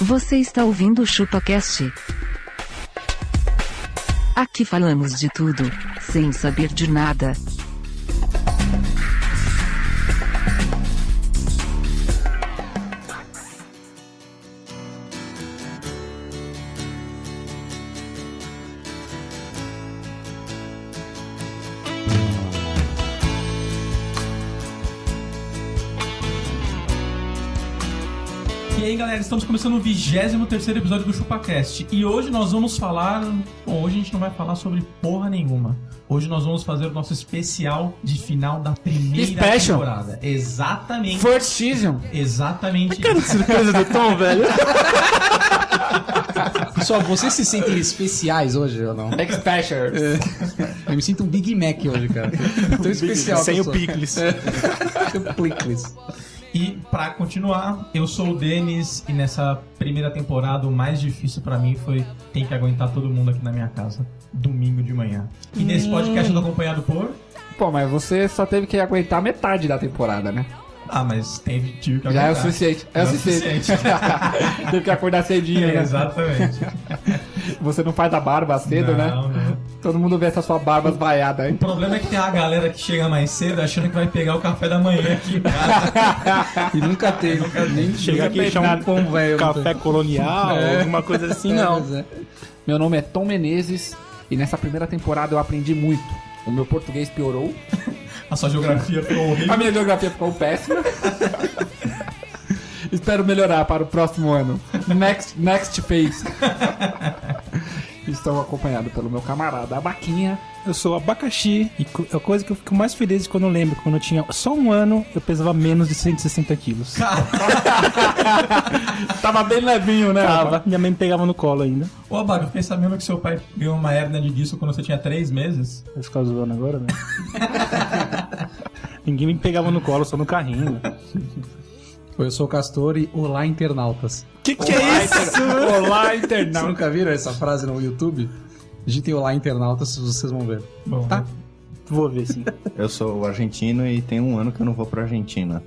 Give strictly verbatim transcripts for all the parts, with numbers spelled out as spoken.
Você está ouvindo o ChupaCast. Aqui falamos de tudo, sem saber de nada. E aí, galera, estamos começando o vigésimo terceiro episódio do ChupaCast. E hoje nós vamos falar... Bom, hoje a gente não vai falar sobre porra nenhuma. Hoje nós vamos fazer o nosso especial de final da primeira Special. temporada. Exatamente. First season. Exatamente. Cara, que surpresa do Tom, velho. Pessoal, vocês se sentem especiais hoje ou não? Special. É. Eu me sinto um Big Mac hoje, cara. Tão especial. Sem o sou. picles. Sem o picles. E pra continuar, eu sou o Denis e nessa primeira temporada o mais difícil pra mim foi ter que aguentar todo mundo aqui na minha casa, domingo de manhã. E nesse podcast eu tô acompanhado por... Pô, mas você só teve que aguentar metade da temporada, né? Ah, mas teve tive que Já aguentar. é o suficiente. É, é o suficiente. Teve que acordar cedinho, É, né? exatamente. Você não faz a barba cedo, não, né? Não. Todo mundo vê essa sua barba esvaiada aí. O problema é que tem uma galera que chega mais cedo achando que vai pegar o café da manhã aqui em casa. E nunca teve. Nunca Nem Chega aqui e chama um pão, velho. café colonial, É. alguma coisa assim, É, não. mas é. Meu nome é Tom Menezes e nessa primeira temporada eu aprendi muito. O meu português piorou, A sua geografia ficou a horrível. minha geografia ficou péssima. Espero melhorar para o próximo ano. Next, next phase. Estou acompanhado pelo meu camarada Abaquinha. Eu sou abacaxi e co- a coisa que eu fico mais feliz quando eu lembro, quando eu tinha só um ano, eu pesava menos de cento e sessenta quilos. Tava bem levinho, né? Tava. Minha mãe me pegava no colo ainda. Ô, Abaca, eu fiquei sabendo que seu pai ganhou uma hérnia de disco quando você tinha três meses. Vai ficar zoando agora, né? Ninguém me pegava no colo, só no carrinho. Eu sou o Castor e olá, internautas. Que que é isso? Olá, Vocês internauta. nunca viram essa frase no YouTube? Digitem olá, internautas, vocês vão ver. Bom, Tá. Vou ver, sim. Eu sou argentino e tem um ano que eu não vou pra Argentina.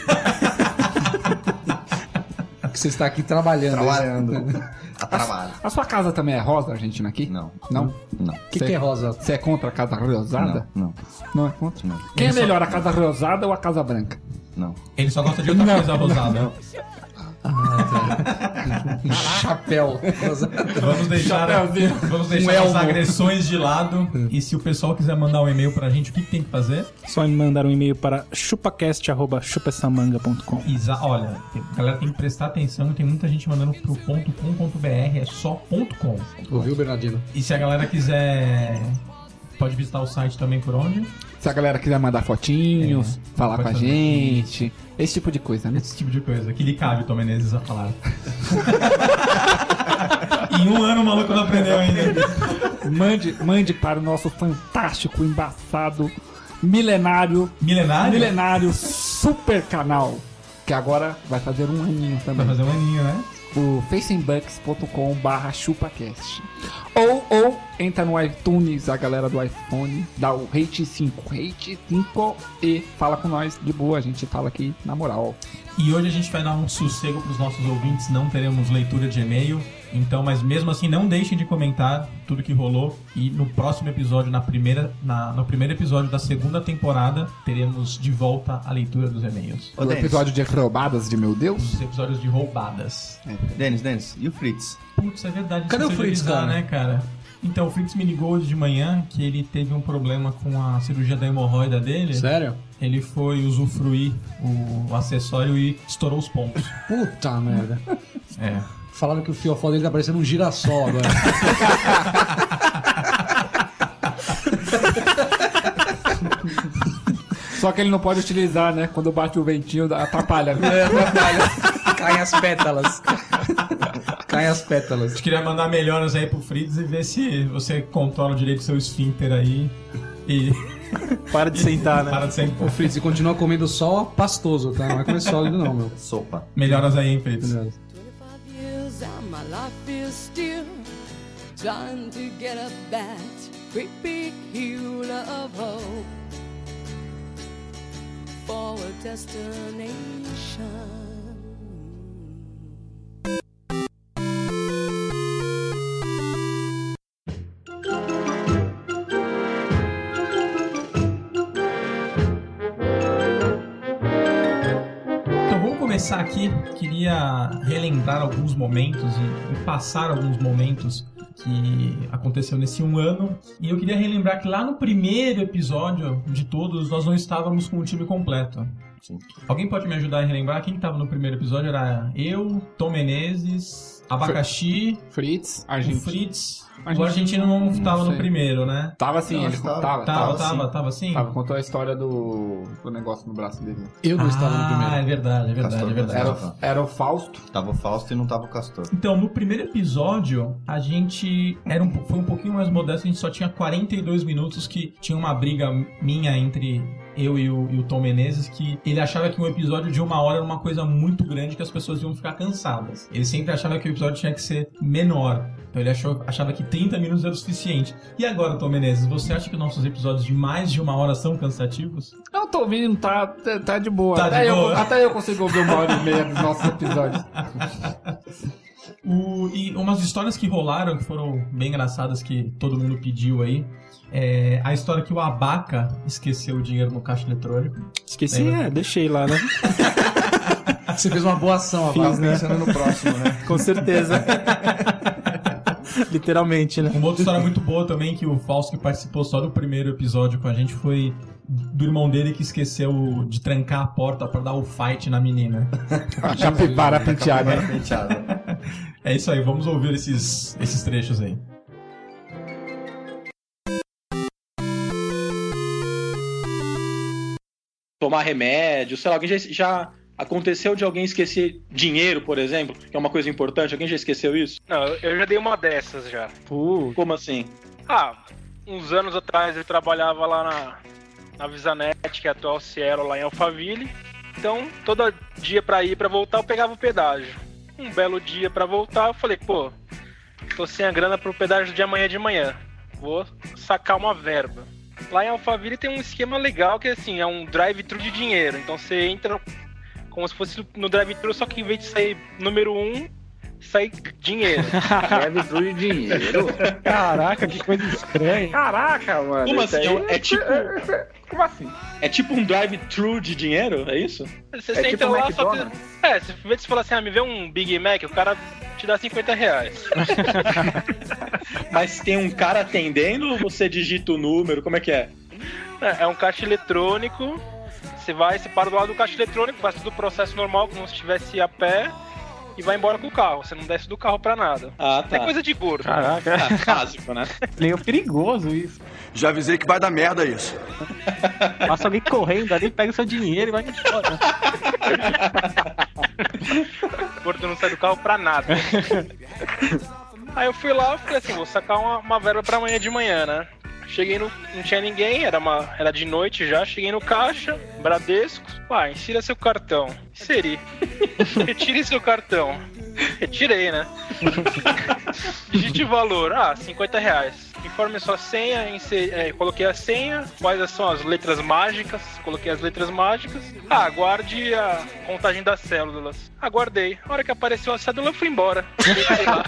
Que você está aqui trabalhando. Trabalhando. A trabalho. A sua casa também é rosa, Argentina, aqui? Não. Não? Não. O que, que é rosa? Você é contra a casa rosada? Não. Não. Não é contra? Não. Quem é Ele só- melhor, a casa rosada ou a casa branca? Não. ele só gosta de outra coisa rosada. Um chapéu. Rosa. Vamos deixar, Chapéuzinho. vamos deixar Um as elmo. agressões de lado. E se o pessoal quiser mandar um e-mail pra gente, o que, que tem que fazer? Só me mandar um e-mail para chupacast arroba chupessamanga ponto com. Exa Olha, tem- a galera tem que prestar atenção. Tem muita gente mandando pro ponto .com ponto br, é só ponto .com. Ouviu, Bernardino? E se a galera quiser, pode visitar o site também por onde? Se a galera quiser mandar fotinhos, É, falar pode com a fazer. gente, esse tipo de coisa, né? Esse tipo de coisa. Que lhe cabe, Tom Menezes, a falar. Em um ano o maluco não aprendeu ainda. Mande, mande para o nosso fantástico, embaçado, milenário, Milenário? milenário super canal, que agora vai fazer um aninho Vai também. fazer um aninho, né? O facebook ponto com barra chupacast. Ou, ou entra no iTunes, a galera do iPhone, dá o rate cinco, rate cinco e fala com nós de boa, a gente fala aqui na moral. E hoje a gente vai dar um sossego pros nossos ouvintes, não teremos leitura de e-mail. Então, mas mesmo assim, não deixem de comentar tudo que rolou. E no próximo episódio, na primeira, na, no primeiro episódio da segunda temporada, teremos de volta a leitura dos e-mails. Ô, O Denis. episódio de roubadas de meu Deus. Os episódios de roubadas. Denis, Denis. E o Fritz? Putz, é verdade. Cadê esqueci o de Fritz, avisar, cara? né, cara? Então, o Fritz me ligou hoje de manhã que ele teve um problema com a cirurgia da hemorroida dele. Sério? Ele foi usufruir o, o acessório e estourou os pontos. Puta merda. É. Falaram que o fiofó dele tá parecendo um girassol agora. Só que ele não pode utilizar, né? Quando bate o ventinho, atrapalha. Né? Caem as pétalas. Caem as pétalas. A gente queria mandar melhoras aí pro Fritz e ver se você controla direito o seu esfíncter aí e Para de sentar, né? para de ser Ô, Fritz, e continua comendo só pastoso, tá? Não é comer sólido não, meu. Sopa. melhoras aí, hein, Fritz? Beleza. twenty-five years and my life is still trying to get up that great big hill of hope for a destination. começar aqui, queria relembrar alguns momentos e, e passar alguns momentos que aconteceu nesse um ano. E eu queria relembrar que lá no primeiro episódio de todos, nós não estávamos com o time completo. Sim. Alguém pode me ajudar a relembrar? Quem estava no primeiro episódio era eu, Tom Menezes, Abacaxi, Fritz, o Argentina. Fritz. O Argentina, argentino não estava não no sei. primeiro, né? Tava assim, Não, ele acho que tava. tava, Tava, tava, tava, assim. tava assim? Tava, contou a história do, do negócio no braço dele. Eu não estava no Ah, primeiro. é verdade, é verdade, Castor é verdade. Era, Tava. era o Fausto. Tava o Fausto e não tava o Castor. Então, no primeiro episódio, a gente era um, foi um pouquinho mais modesto, a gente só tinha quarenta e dois minutos que tinha uma briga minha entre eu e o, e o Tom Menezes, que ele achava que um episódio de uma hora era uma coisa muito grande que as pessoas iam ficar cansadas. Ele sempre achava que o episódio tinha que ser menor. Então ele achou, achava que trinta minutos era o suficiente. E agora, Tom Menezes, você acha que nossos episódios de mais de uma hora são cansativos? Eu tô ouvindo, tá, tá, tá de boa. Tá até, de eu, boa. até eu consigo ouvir uma hora e meia dos nossos episódios. O, e umas histórias que rolaram, que foram bem engraçadas, que todo mundo pediu aí. É a história que o Abaca esqueceu o dinheiro no caixa eletrônico. Esqueci, Lembra? é, deixei lá, né? Você fez uma boa ação, Fiz, Abaca. né? Pensando no próximo, né? Com certeza. Literalmente, né? Uma outra história muito boa também, que o Fausto, que participou só do primeiro episódio com a gente, foi do irmão dele que esqueceu de trancar a porta pra dar o fight na menina. Capivara penteada. Agora penteado. É isso aí, vamos ouvir esses, esses trechos aí. Tomar remédio, sei lá, alguém já, já aconteceu de alguém esquecer dinheiro, por exemplo, que é uma coisa importante, alguém já esqueceu isso? Não, eu já dei uma dessas já. Como assim? Ah, uns anos atrás eu trabalhava lá na, na Visanet, que é a atual Cielo, lá em Alphaville. Então, todo dia pra ir e pra voltar eu pegava o pedágio. Um belo dia pra voltar, eu falei, pô, tô sem a grana pro pedágio de amanhã de manhã. Vou sacar uma verba. Lá em Alphaville tem um esquema legal que assim, é um drive-thru de dinheiro. Então você entra como se fosse no drive-thru, só que em vez de sair número um, sai dinheiro. Drive-thru de dinheiro? Caraca, que coisa estranha. Caraca, mano. Como isso assim? aí- É tipo, Como assim? é tipo um drive-thru de dinheiro, é isso? Você, É você tipo entra lá, só McDonald's? que... É, se, em vez de você falar assim, ah, me vê um Big Mac, o cara te dá cinquenta reais. Mas tem um cara atendendo ou você digita o número, como é que é? É, é um caixa eletrônico. Você vai, você para do lado do caixa eletrônico, faz todo o processo normal, como se estivesse a pé, e vai embora com o carro. Você não desce do carro pra nada. Ah, tá. É coisa de gordo. Caraca, Ah, básico, né? meio perigoso isso. Já avisei que vai dar merda isso. Passa alguém correndo ali, pega o seu dinheiro e vai embora. O gordo não sai do carro pra nada. Aí eu fui lá, falei assim, vou sacar uma, uma verba pra amanhã de manhã, né? Cheguei no... não tinha ninguém, era, uma, era de noite já, cheguei no caixa, Bradesco, pá, insira seu cartão. Inseri. Retire seu cartão. Retirei, né? Digite o valor, ah, cinquenta reais. Informe sua senha, inseri, é, coloquei a senha, quais são as letras mágicas, coloquei as letras mágicas. Ah, aguarde a contagem das células. Aguardei. A hora que apareceu a cédula, eu fui embora. Deixei lá.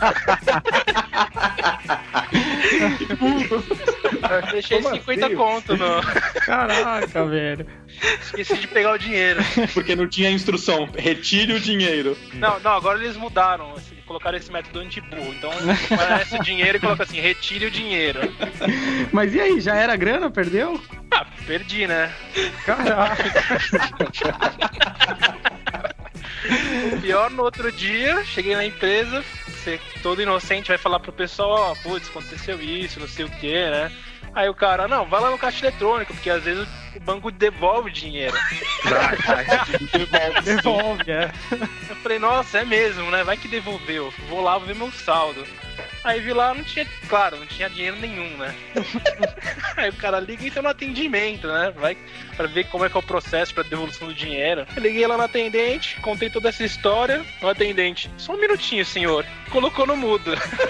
Deixei Como cinquenta assim? conto no... Caraca, velho. Esqueci de pegar o dinheiro. Porque não tinha instrução, retire o dinheiro. Não, não, agora eles mudaram. Assim, colocaram esse método anti-burro. Então, aparece o dinheiro e coloca assim, retire o dinheiro. Mas e aí, já era grana? Perdeu? Ah, perdi, né? Caraca. O pior, no outro dia, cheguei na empresa, você todo inocente vai falar pro pessoal, ó, putz, aconteceu isso, não sei o que, né? Aí o cara, não, vai lá no caixa eletrônico, porque às vezes o banco devolve dinheiro. Devolve. Devolve, é. Eu falei, nossa, é mesmo, né? Vai que devolveu. Vou lá ver meu saldo. Aí vi lá, não tinha, claro, não tinha dinheiro nenhum, né? Aí o cara liga e entra no atendimento, né? Vai pra ver como é que é o processo pra devolução do dinheiro. Eu liguei lá no atendente, contei toda essa história. O atendente, só um minutinho, senhor. Colocou no mudo.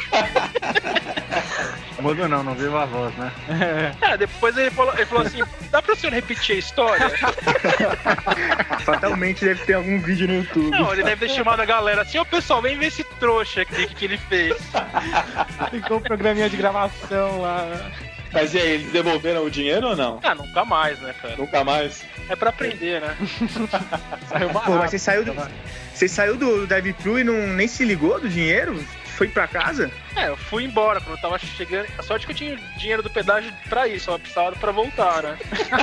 Mudo não, não viu a voz, né? É, depois ele falou, ele falou assim, dá pra senhor repetir a história? Fatalmente deve ter algum vídeo no YouTube. Não, ele deve ter chamado a galera assim, ô pessoal, vem ver esse trouxa aqui, o que, que ele fez. Ficou um programinha de gravação lá. Mas e aí, eles devolveram o dinheiro ou não? Ah, nunca mais, né, cara? Nunca mais? É pra aprender, né? Saiu Pô, barato. mas você saiu do, Você saiu do drive-thru e não, nem se ligou do dinheiro? Foi pra casa? É, eu fui embora quando eu tava chegando. A sorte que eu tinha dinheiro do pedágio pra isso, só precisava pra voltar, né?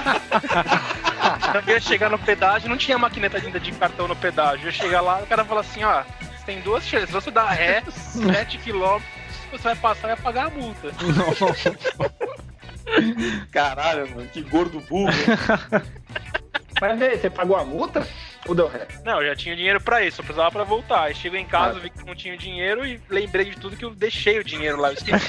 Eu ia chegar no pedágio, não tinha maquineta ainda de cartão no pedágio. Eu ia chegar lá e o cara falou assim: ó, você tem duas chances, se você dá ré, sete quilômetros, você vai passar e vai pagar a multa. Caralho, mano, que gordo burro. Mas aí, você pagou a multa? Ou deu ré? Não, eu já tinha dinheiro pra isso, eu precisava pra voltar. Aí chegou em casa, ah. vi que não tinha dinheiro e lembrei de tudo que eu deixei o dinheiro lá, eu esqueci.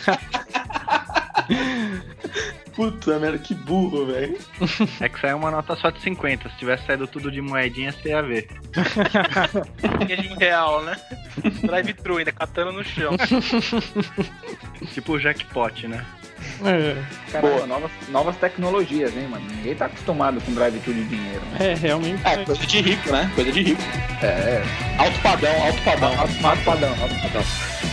Puta merda, que burro, velho. É que saiu uma nota só de cinquenta, se tivesse saído tudo de moedinha, você ia ver. Tinha de um real, né? Drive-thru ainda, catando no chão. Tipo o jackpot, né? É. Caramba, novas, novas tecnologias, hein, mano? Ninguém tá acostumado com drive-thru de dinheiro. Né? É, realmente. É, coisa de rico, né? Coisa de rico. É. Alto padrão, alto padrão. Alto, alto padrão, alto padrão.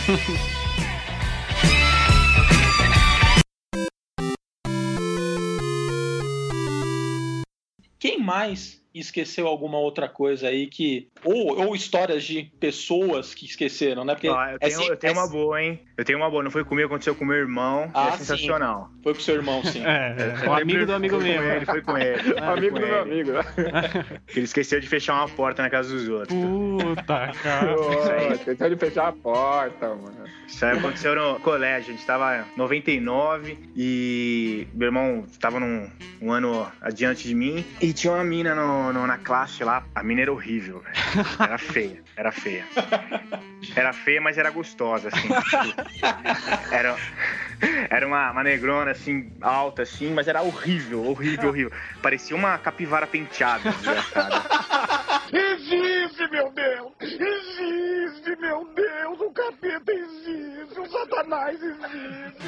Quem mais esqueceu alguma outra coisa aí que... Ou, ou histórias de pessoas que esqueceram, né? Porque ah, eu, tenho, é, eu tenho é... uma boa, hein? Eu tenho uma boa. Não foi comigo, aconteceu com meu irmão. Ah, é sensacional. Sim. Foi com seu irmão, sim. É, é. O amigo do amigo meu. Ele foi com ele. O amigo do meu amigo. Ele esqueceu de fechar uma porta na casa dos outros. Puta, cara. Esqueceu de fechar a porta, mano. Isso aí aconteceu no colégio. A gente tava em noventa e nove e meu irmão tava num um ano adiante de mim. E tinha uma mina no, no, na classe lá. A mina era horrível, velho. Era feia, era feia. Era feia, mas era gostosa, assim. Era, era uma, uma negrona, assim, alta, assim, mas era horrível, horrível, horrível. Parecia uma capivara penteada, desgraçada. Existe, meu Deus! Existe, meu Deus! O capeta existe! O Satanás existe!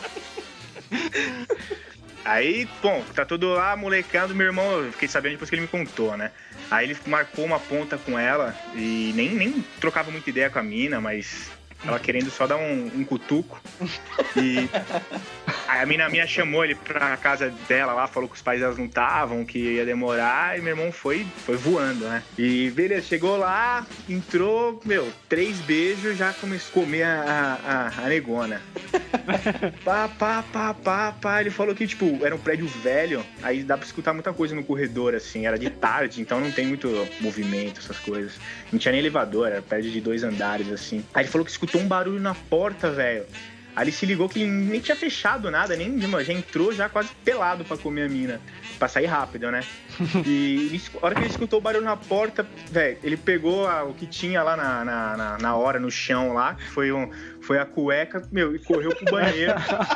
Aí, bom, tá tudo lá, molecando, meu irmão, eu fiquei sabendo depois que ele me contou, né? Aí ele marcou uma ponta com ela e nem, nem trocava muita ideia com a mina, mas ela querendo só dar um, um cutuco. E aí a mina, a mina chamou ele pra casa dela lá, falou que os pais delas não estavam, que ia demorar, e meu irmão foi, foi voando, né? E beleza, chegou lá, entrou, meu, três beijos, já começou a comer a, a, a negona. Pá, pá, pá, pá, pá. Ele falou que, tipo, era um prédio velho, aí dá pra escutar muita coisa no corredor, assim, era de tarde, então não tem muito movimento, essas coisas. Não tinha nem elevador, era prédio de dois andares, assim. Aí ele falou que escutou um barulho na porta, velho. Aí ele se ligou que ele nem tinha fechado nada, nem já entrou já quase pelado pra comer a mina. Pra sair rápido, né? E ele, a hora que ele escutou o barulho na porta, velho, ele pegou a, o que tinha lá na, na, na, na hora, no chão lá, que foi, um, foi a cueca, meu, e correu pro banheiro.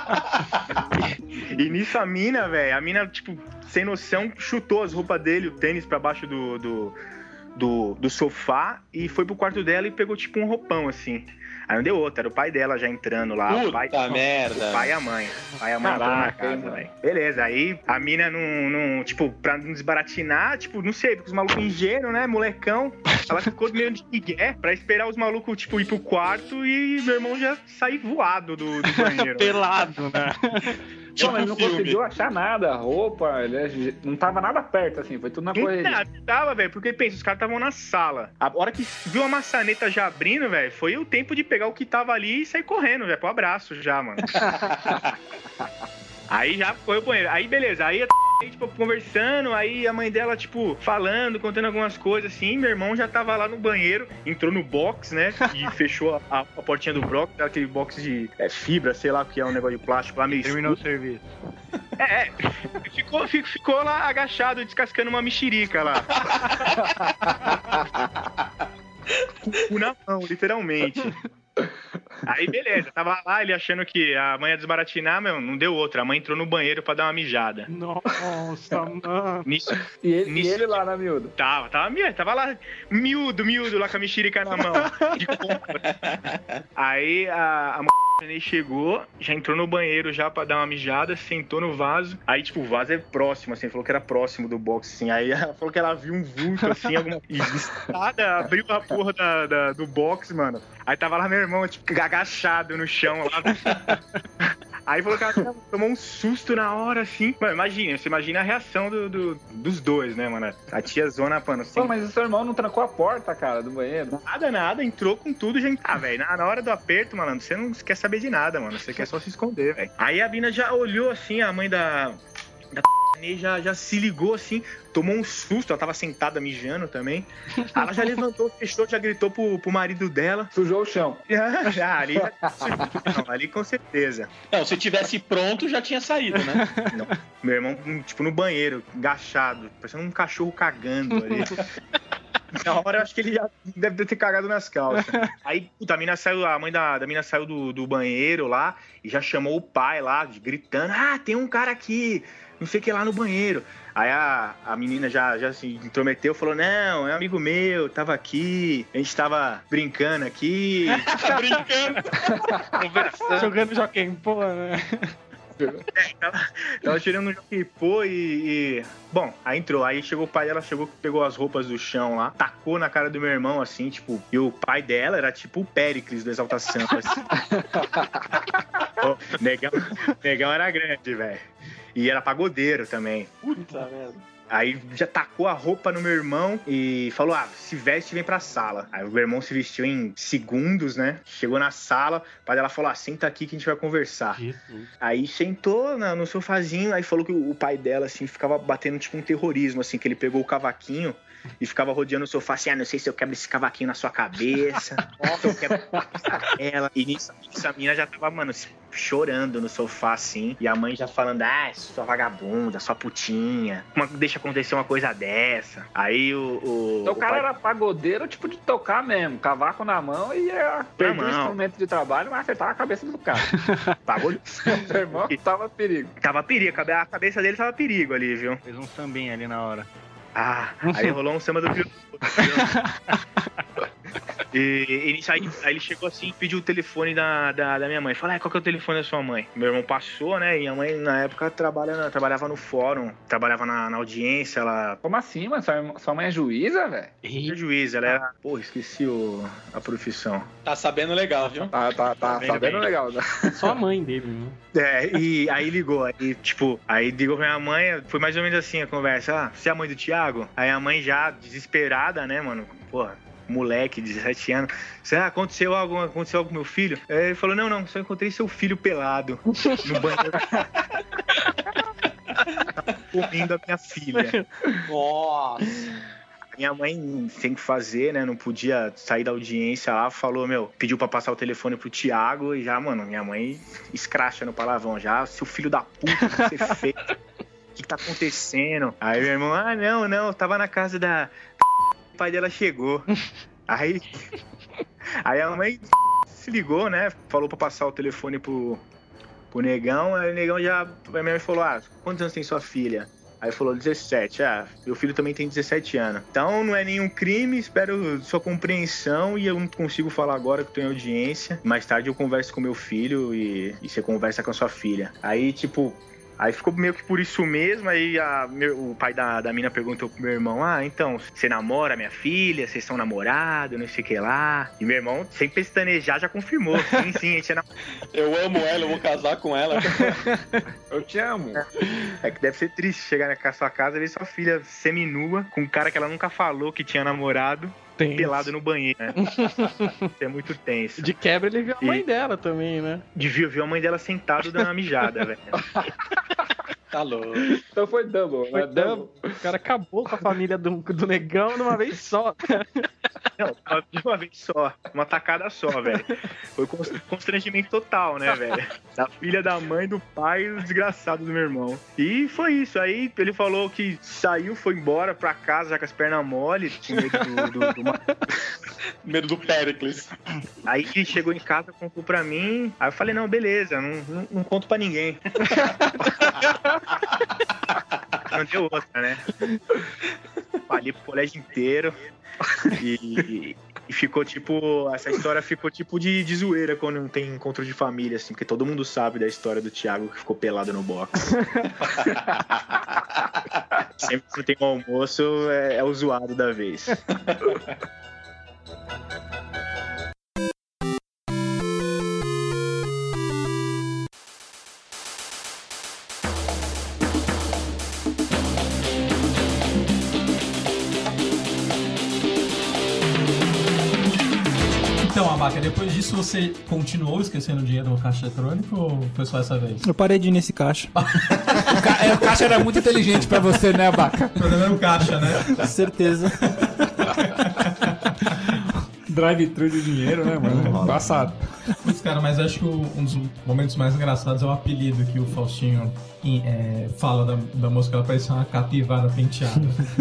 e, e nisso a mina, velho, a mina, tipo, sem noção, chutou as roupas dele, o tênis pra baixo do, do, do, do sofá e foi pro quarto dela e pegou, tipo, um roupão, assim. Aí não deu outra, era o pai dela já entrando lá. Puta o pai, merda. O pai e a mãe. O pai e a mãe entrando na casa, velho. Beleza, aí a mina não, não, tipo, pra não desbaratinar, tipo, não sei, porque os malucos ingênuos, né, molecão, ela ficou meio de migué pra esperar os malucos, tipo, ir pro quarto e meu irmão já sair voado do, do banheiro. Pelado, né? Tipo, não, ele não conseguiu achar nada, roupa, ele não tava nada perto, assim, foi tudo na correria. Não, não tava, velho, porque pensa, os caras estavam na sala. A hora que viu a maçaneta já abrindo, velho, foi o tempo de pegar o que tava ali e sair correndo, velho, pro abraço já, mano. Aí já foi o banheiro. Aí, beleza, aí tipo, conversando, aí a mãe dela, tipo, falando, contando algumas coisas, assim, meu irmão já tava lá no banheiro, entrou no box, né, e fechou a, a portinha do box, aquele box de é, fibra, sei lá o que é, um negócio de plástico lá meio Terminou escuro. o serviço. É, é. Ficou, ficou lá agachado, descascando uma mexerica lá. Com o cu na mão, literalmente. Aí beleza, tava lá ele achando que a mãe ia desbaratinar, meu, não deu outra. A mãe entrou no banheiro pra dar uma mijada. Nossa, mano. Nisso, e, ele, nisso, e ele lá na miúdo? Tava, tava, tava lá miúdo, miúdo, lá com a mexerica na mão. De compra. Aí a, a mulher chegou, já entrou no banheiro já pra dar uma mijada, sentou no vaso. Aí, tipo, o vaso é próximo, assim, falou que era próximo do box, assim. Aí ela falou que ela viu um vulto, assim, alguma... E nada, abriu a porra da, da, do box, mano. Aí tava lá meu irmão, tipo, agachado no chão lá. Aí falou que ela tomou um susto na hora, assim. Mano, imagina, você imagina a reação do, do- dos dois, né, mano? A tia Zona, mano, assim. Pô, mas o seu irmão não trancou a porta, cara, do banheiro? Nada, nada, entrou com tudo, já. Ah, velho, na, na hora do aperto, malandro, você não quer saber de nada, mano. Você quer só se esconder, velho. Aí a mina já olhou assim, a mãe da. da p... já, já se ligou assim, tomou um susto, ela tava sentada mijando também. Ela já levantou, fechou, já gritou pro, pro marido dela. Sujou o chão. Já, já, ali, não, ali com certeza. Não, se tivesse pronto, já tinha saído, né? Não. Meu irmão, tipo, no banheiro, agachado, parecendo um cachorro cagando ali. Na hora eu acho que ele já deve ter cagado nas calças. Aí, puta, a mina saiu, a mãe da, da mina saiu do, do banheiro lá e já chamou o pai lá, gritando: ah, tem um cara aqui, não sei o que lá no banheiro. Aí a, a menina já, já se intrometeu, falou: não, é um amigo meu, tava aqui, a gente tava brincando aqui. Brincando. Conversando. Jogando Joaquim, pô, né? É, tava, tava tirando um joquipô e, e... Bom, aí entrou, aí chegou o pai dela, chegou, pegou as roupas do chão lá, tacou na cara do meu irmão, assim, tipo... E o pai dela era tipo o Péricles do Exalta Samba, assim. O negão, negão era grande, velho. E era pagodeiro também. Puta merda. Aí já tacou a roupa no meu irmão e falou: ah, se veste e vem pra sala. Aí o meu irmão se vestiu em segundos, né? Chegou na sala, o pai dela falou: ah, senta aqui que a gente vai conversar. Jesus. Aí sentou na, no sofazinho, aí falou que o, o pai dela, assim, ficava batendo tipo um terrorismo, assim, que ele pegou o cavaquinho e ficava rodeando o sofá assim: ah, não sei se eu quebro esse cavaquinho na sua cabeça, se eu quebro ela. E nisso, nisso a menina já tava, mano, chorando no sofá, assim, e a mãe já falando: ah, sua vagabunda, sua putinha, uma, deixa acontecer uma coisa dessa. Aí o... O, então, o cara pai... era pagodeiro, tipo, de tocar mesmo, cavaco na mão e ia perder o instrumento de trabalho, mas acertava a cabeça do cara. Pagodeiro. Seu irmão tava perigo. Tava perigo, a cabeça dele tava perigo ali, viu? Fez um sambinha ali na hora. Ah, aí rolou um samba do viu? E, e aí, aí ele chegou assim e pediu o telefone da, da, da minha mãe. Falei: ah, qual que é o telefone da sua mãe? Meu irmão passou, né? E a mãe, na época, trabalha na, trabalhava no fórum, trabalhava na, na audiência. Ela... Como assim, mano? Sua, sua mãe é juíza, velho? É juíza, ela era... Pô, esqueci o, a profissão. Tá sabendo legal, viu? Tá, tá, tá, tá sabendo legal. Né? Só a mãe dele, né? É, e aí ligou, aí tipo, aí ligou pra minha mãe, foi mais ou menos assim a conversa: ah, você é a mãe do Thiago? Aí a mãe já desesperada, né, mano, porra, moleque, dezessete anos, será, aconteceu algo, aconteceu algo com meu filho? Aí ele falou: não, não, só encontrei seu filho pelado no banheiro. Comendo a minha filha. Nossa. Minha mãe tem que fazer, né? Não podia sair da audiência lá. Falou, meu, pediu pra passar o telefone pro Thiago. E já, mano, minha mãe escracha no palavrão já. Seu filho da puta, o que você fez? O que, que tá acontecendo? Aí meu irmão: ah, não, não, eu tava na casa da... O pai dela chegou. Aí... Aí a mãe se ligou, né? Falou pra passar o telefone pro, pro negão. Aí o negão já... A minha mãe falou: ah, quantos anos tem sua filha? Aí falou: dezessete. Ah, meu filho também tem dezessete anos. Então não é nenhum crime, espero sua compreensão. E eu não consigo falar agora que eu tô em audiência. Mais tarde eu converso com meu filho e, e você conversa com a sua filha. Aí, tipo... Aí ficou meio que por isso mesmo. Aí a, meu, o pai da, da mina perguntou pro meu irmão: ah, então, você namora minha filha? Vocês são namorados? Não sei o que lá. E meu irmão, sem pestanejar, já confirmou: sim, sim, a gente é namorado. Eu amo ela, eu vou casar com ela. Eu te amo. É que deve ser triste chegar na sua casa e ver sua filha seminua com um cara que ela nunca falou que tinha namorado. Tenso. Pelado no banheiro, né? Isso é muito tenso. De quebra ele viu a mãe e... dela também, né? Devia ver a mãe dela sentada dando uma mijada, velho. Tá louco. Então foi double, foi né? double. O cara acabou com a família do, do negão de uma vez só. Não, de uma vez só. Uma tacada só, velho. Foi constrangimento total, né, velho? Da filha, da mãe, do pai e do desgraçado do meu irmão. E foi isso. Aí ele falou que saiu, foi embora pra casa já com as pernas mole, com medo do... do, do uma... medo do Péricles. Aí ele chegou em casa, contou pra mim. Aí eu falei: não, beleza, não, não, não conto pra ninguém. Não deu outra, né? Falei pro colégio inteiro. E, e ficou tipo... Essa história ficou tipo de, de zoeira quando não tem encontro de família, assim. Porque todo mundo sabe da história do Thiago que ficou pelado no box. Sempre que tem um almoço, é, é o zoado da vez. Abaca, depois disso você continuou esquecendo dinheiro no caixa eletrônico ou foi só essa vez? Eu parei de ir nesse caixa. O, ca... é, o caixa era muito inteligente pra você, né, Abaca? O problema era o caixa, né? Com certeza. Drive-thru de dinheiro, né, mano? Passado. Putz, cara, mas acho que o, um dos momentos mais engraçados é o apelido que o Faustinho é, fala da, da música. Ela parece uma capivara penteada.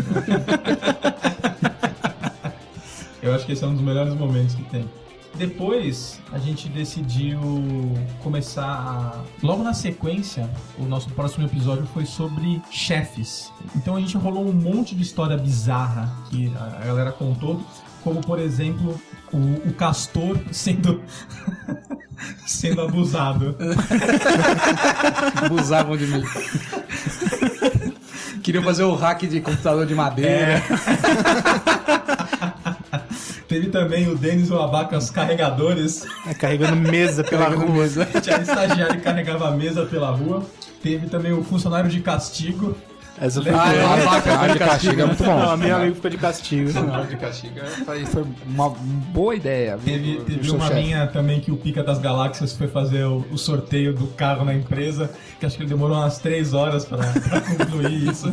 Eu acho que esse é um dos melhores momentos que tem. Depois, a gente decidiu começar a... Logo na sequência, o nosso próximo episódio foi sobre chefes. Então a gente rolou um monte de história bizarra que a galera contou. Como, por exemplo, o, o Castor sendo, sendo abusado. Abusavam de mim. Queriam fazer o hack de computador de madeira. É. Teve também o Denis e o Abaca, os carregadores. É, carregando mesa pela Carregando rua. mesa. Tinha estagiário que carregava a mesa pela rua. Teve também o funcionário de castigo. Essa foi Ah, é, boa. a vaca de castigo é muito bom. Não, a minha amiga ficou de castigo. Não, de castigo. Aí foi uma boa ideia. viu, Teve, do- teve do seu uma chefe. minha também que o Pica das Galáxias foi fazer o, o sorteio do carro na empresa, que acho que ele demorou umas três horas pra, pra concluir isso.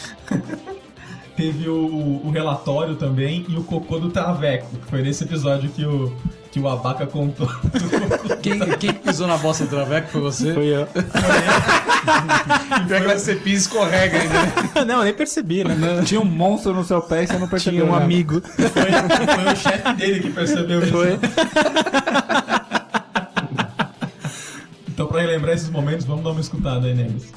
Teve o, o relatório também e o cocô do Traveco, que foi nesse episódio que o, que o Abaca contou. Quem, quem pisou na bosta do Traveco foi você? Foi eu. Pior que você pisa e escorrega ainda, né? Não, eu nem percebi, né? Tinha um monstro no seu pé e você não percebeu. Tinha um né? amigo. Foi, foi o chefe dele que percebeu isso. Foi. Então, pra relembrar esses momentos, vamos dar uma escutada aí neles.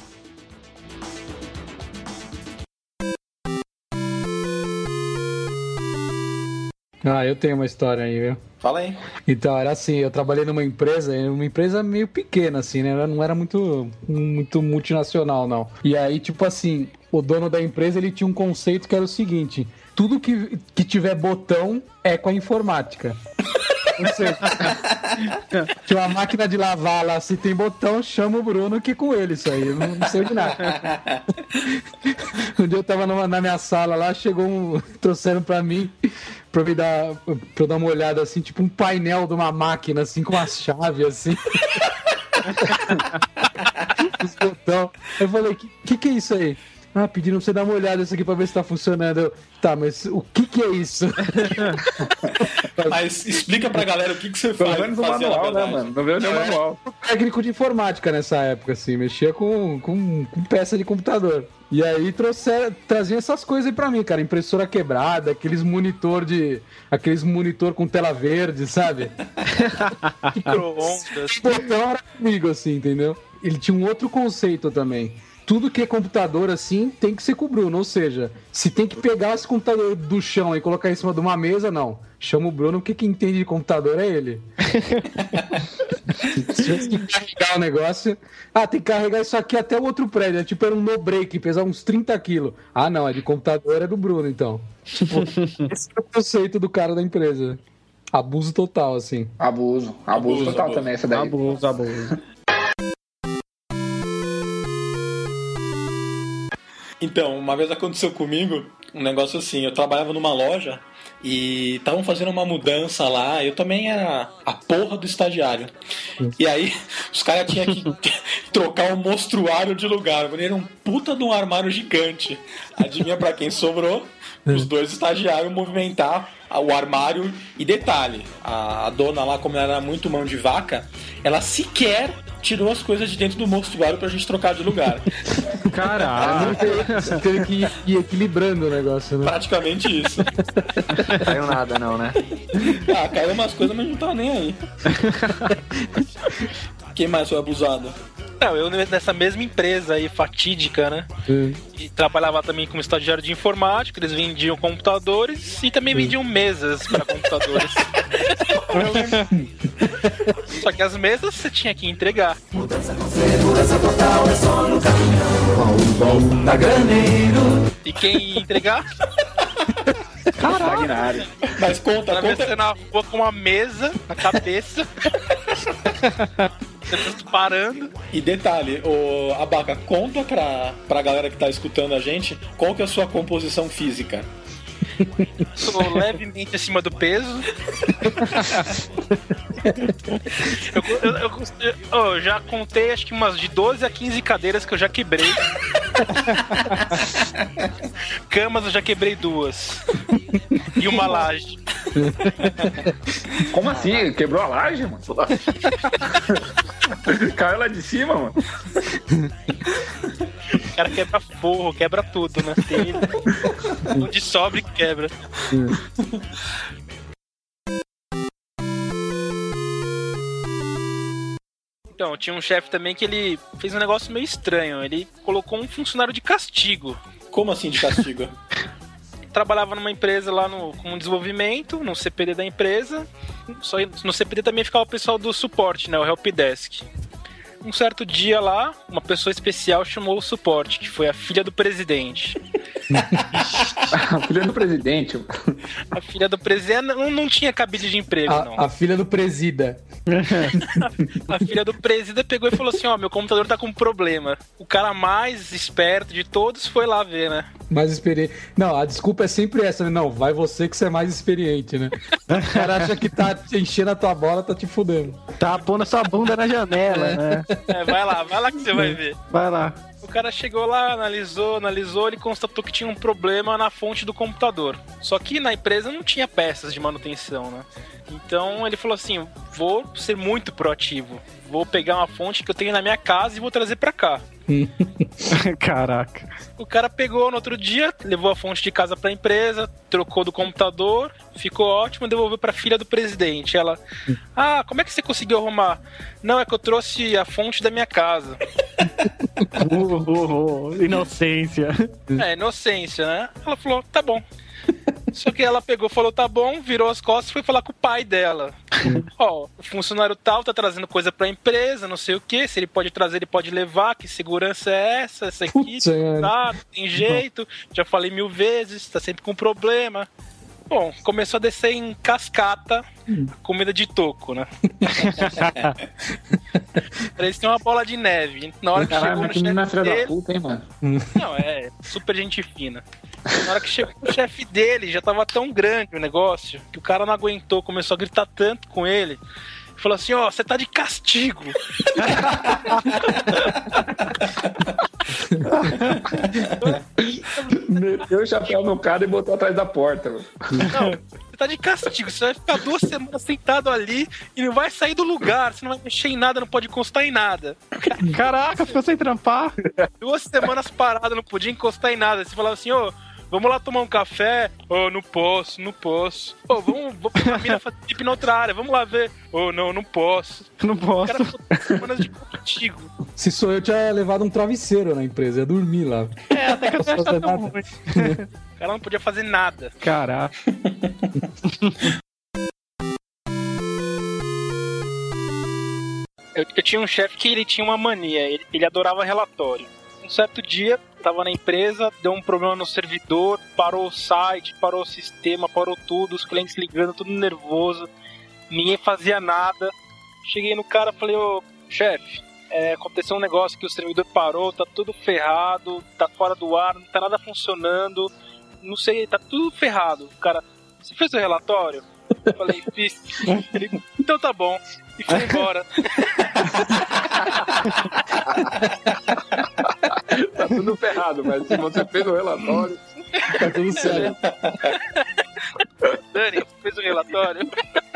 Ah, eu tenho uma história aí, viu? Fala aí. Então, era assim, eu trabalhei numa empresa, uma empresa meio pequena, assim, né? Ela não era muito, muito multinacional, não. E aí, tipo assim, o dono da empresa, ele tinha um conceito que era o seguinte: tudo que, que tiver botão é com a informática. Ou seja, tinha uma máquina de lavar lá, se tem botão, chama o Bruno que é com ele isso aí, eu não, não sei de nada. Um dia eu tava numa, na minha sala lá, chegou um, trouxeram pra mim, pra me dar, pra eu dar uma olhada assim, tipo um painel de uma máquina, assim, com as chaves, assim. Os botão. Eu falei, que, que que é isso aí? Ah, pediram pra você dar uma olhada nisso aqui pra ver se tá funcionando. Eu, tá, mas o que que é isso? Mas explica pra galera o que, que você Pelo faz. menos o fazer, na manual, né, verdade. mano? Não veio nem o manual. Técnico de informática nessa época, assim, mexia com, com, com peça de computador. E aí trouxeram, traziam essas coisas aí pra mim, cara, impressora quebrada, aqueles monitor de... aqueles monitor com tela verde, sabe? Micro-ondas. O botão era comigo, assim, entendeu? Ele tinha um outro conceito também. Tudo que é computador, assim, tem que ser com o Bruno. Ou seja, se tem que pegar esse computador do chão e colocar em cima de uma mesa, não. Chama o Bruno, porque quem entende de computador é ele. Se tivesse que carregar o negócio... Ah, tem que carregar isso aqui até o outro prédio. É tipo, era um no-break, pesar uns trinta quilos. Ah, não, é de computador, é do Bruno, então. Tipo, esse é o conceito do cara da empresa. Abuso total, assim. Abuso. Abuso, Abuso, total abuso. também, essa daí. Abuso, abuso. Então, uma vez aconteceu comigo um negócio assim, eu trabalhava numa loja e estavam fazendo uma mudança lá, eu também era a porra do estagiário. E aí, os caras tinham que trocar o mostruário de lugar, era um puta de um armário gigante. Adivinha pra quem sobrou? Os dois estagiários movimentar o armário. E detalhe, a, a dona lá, como ela era muito mão de vaca, ela sequer tirou as coisas de dentro do mostruário pra gente trocar de lugar. Caralho. Teve que ir, ir equilibrando o negócio, né? Praticamente isso. Caiu nada não, né? Ah, caiu umas coisas, mas não tava nem aí. Quem mais foi abusado? Não, eu nessa mesma empresa aí, fatídica, né? Hum. E trabalhava também como estagiário de informática, eles vendiam computadores e também vendiam mesas para computadores. Só que as mesas você tinha que entregar. Mudança com segurança total é só no caminhão. Da Graneiro. E quem ia entregar? Caralho. Mas conta, Tava conta. você na rua com uma mesa na cabeça. Você parando. E detalhe, o Abaca, conta pra, pra galera que tá escutando a gente qual que é a sua composição física. Sou levemente acima do peso. eu, eu, eu, eu, eu já contei acho que umas de doze a quinze cadeiras que eu já quebrei. Camas eu já quebrei duas. E uma laje. Como assim? Quebrou a laje, mano? Caiu lá de cima, mano. O cara quebra forro, quebra tudo, né? Tem... Onde sobra quebra. Então, tinha um chefe também que ele fez um negócio meio estranho. Ele colocou um funcionário de castigo. Como assim de castigo? Trabalhava numa empresa lá no, com desenvolvimento, no C P D da empresa. Só no C P D também ficava o pessoal do suporte, né? O helpdesk. Um certo dia lá, uma pessoa especial chamou o suporte, que foi a filha do presidente. A filha do presidente? A filha do presidente não, não tinha cabide de emprego, a, não. A filha do presida. A filha do presida pegou e falou assim, ó, meu computador tá com um problema. O cara mais esperto de todos foi lá ver, né? Mais experiente. Não, a desculpa é sempre essa, né? Não, vai você que você é mais experiente, né? O cara acha que tá enchendo a tua bola, tá te fudendo. Tá pondo a sua bunda na janela, né? É, vai lá, vai lá que você vai ver. Vai lá. O cara chegou lá, analisou, analisou, ele constatou que tinha um problema na fonte do computador. Só que na empresa não tinha peças de manutenção, né? Então ele falou assim, vou ser muito proativo. Vou pegar uma fonte que eu tenho na minha casa e vou trazer pra cá. Caraca. O cara pegou no outro dia, levou a fonte de casa pra empresa, trocou do computador, ficou ótimo, devolveu pra filha do presidente. Ela, ah, como é que você conseguiu arrumar? Não, é que eu trouxe a fonte da minha casa. oh, oh, oh. Inocência. É, inocência, né? Ela falou, tá bom. Só que ela pegou, falou, tá bom, virou as costas e foi falar com o pai dela. Ó, o funcionário tal tá trazendo coisa pra empresa, não sei o que, se ele pode trazer, ele pode levar, que segurança é essa, essa equipe, tá, não tem jeito, já falei mil vezes, tá sempre com problema. Bom, começou a descer em cascata comida de toco, né? Parecia uma bola de neve. Na hora que Caralho, chegou no chefe dele... da puta, hein, mano? Não, é super gente fina. Na hora que chegou o chefe dele, já tava tão grande o negócio, que o cara não aguentou, começou a gritar tanto com ele. Falou assim, ó, oh, você tá de castigo. Meteu o chapéu no cara e botou atrás da porta. Mano. Não, você tá de castigo. Você vai ficar duas semanas sentado ali e não vai sair do lugar. Você não vai mexer em nada, não pode encostar em nada. Caraca, ficou sem trampar. Duas semanas parado, não podia encostar em nada. Você falava assim, ô... Oh, vamos lá tomar um café? Oh, não posso, não posso. Oh, vamos, vamos pra mina fazer tipo na outra área, vamos lá ver. Oh, não, não posso. Não posso. O cara ficou semanas de contigo. Se sou eu, tinha levado um travesseiro na empresa, ia dormir lá. É, até que eu não tá tão ruim. O cara não podia fazer nada. Caraca. Eu, eu tinha um chefe que ele tinha uma mania, ele, ele adorava relatório. Um certo dia, tava na empresa, deu um problema no servidor, parou o site, parou o sistema, parou tudo, os clientes ligando, tudo nervoso, ninguém fazia nada. Cheguei no cara e falei, ô chefe, é, aconteceu um negócio que o servidor parou, tá tudo ferrado, tá fora do ar, não tá nada funcionando, não sei, tá tudo ferrado. O cara, você fez o relatório? Eu falei, fiz. Ele, então tá bom. E foi embora. Tá tudo ferrado, mas se você fez o relatório, tá tudo certo. Dani, você fez o relatório?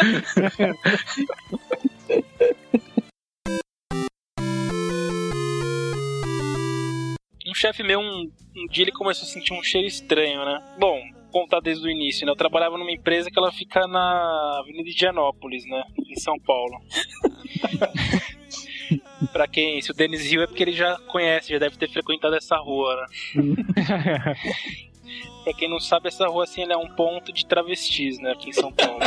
Um chefe meu, um, um dia ele começou a sentir um cheiro estranho, né? Bom, vou contar desde o início, né? Eu trabalhava numa empresa que ela fica na Avenida Indianópolis, né? Em São Paulo. Pra quem, se o Denis riu é porque ele já conhece, já deve ter frequentado essa rua, né? Pra quem não sabe, essa rua assim, ela é um ponto de travestis, né? Aqui em São Paulo.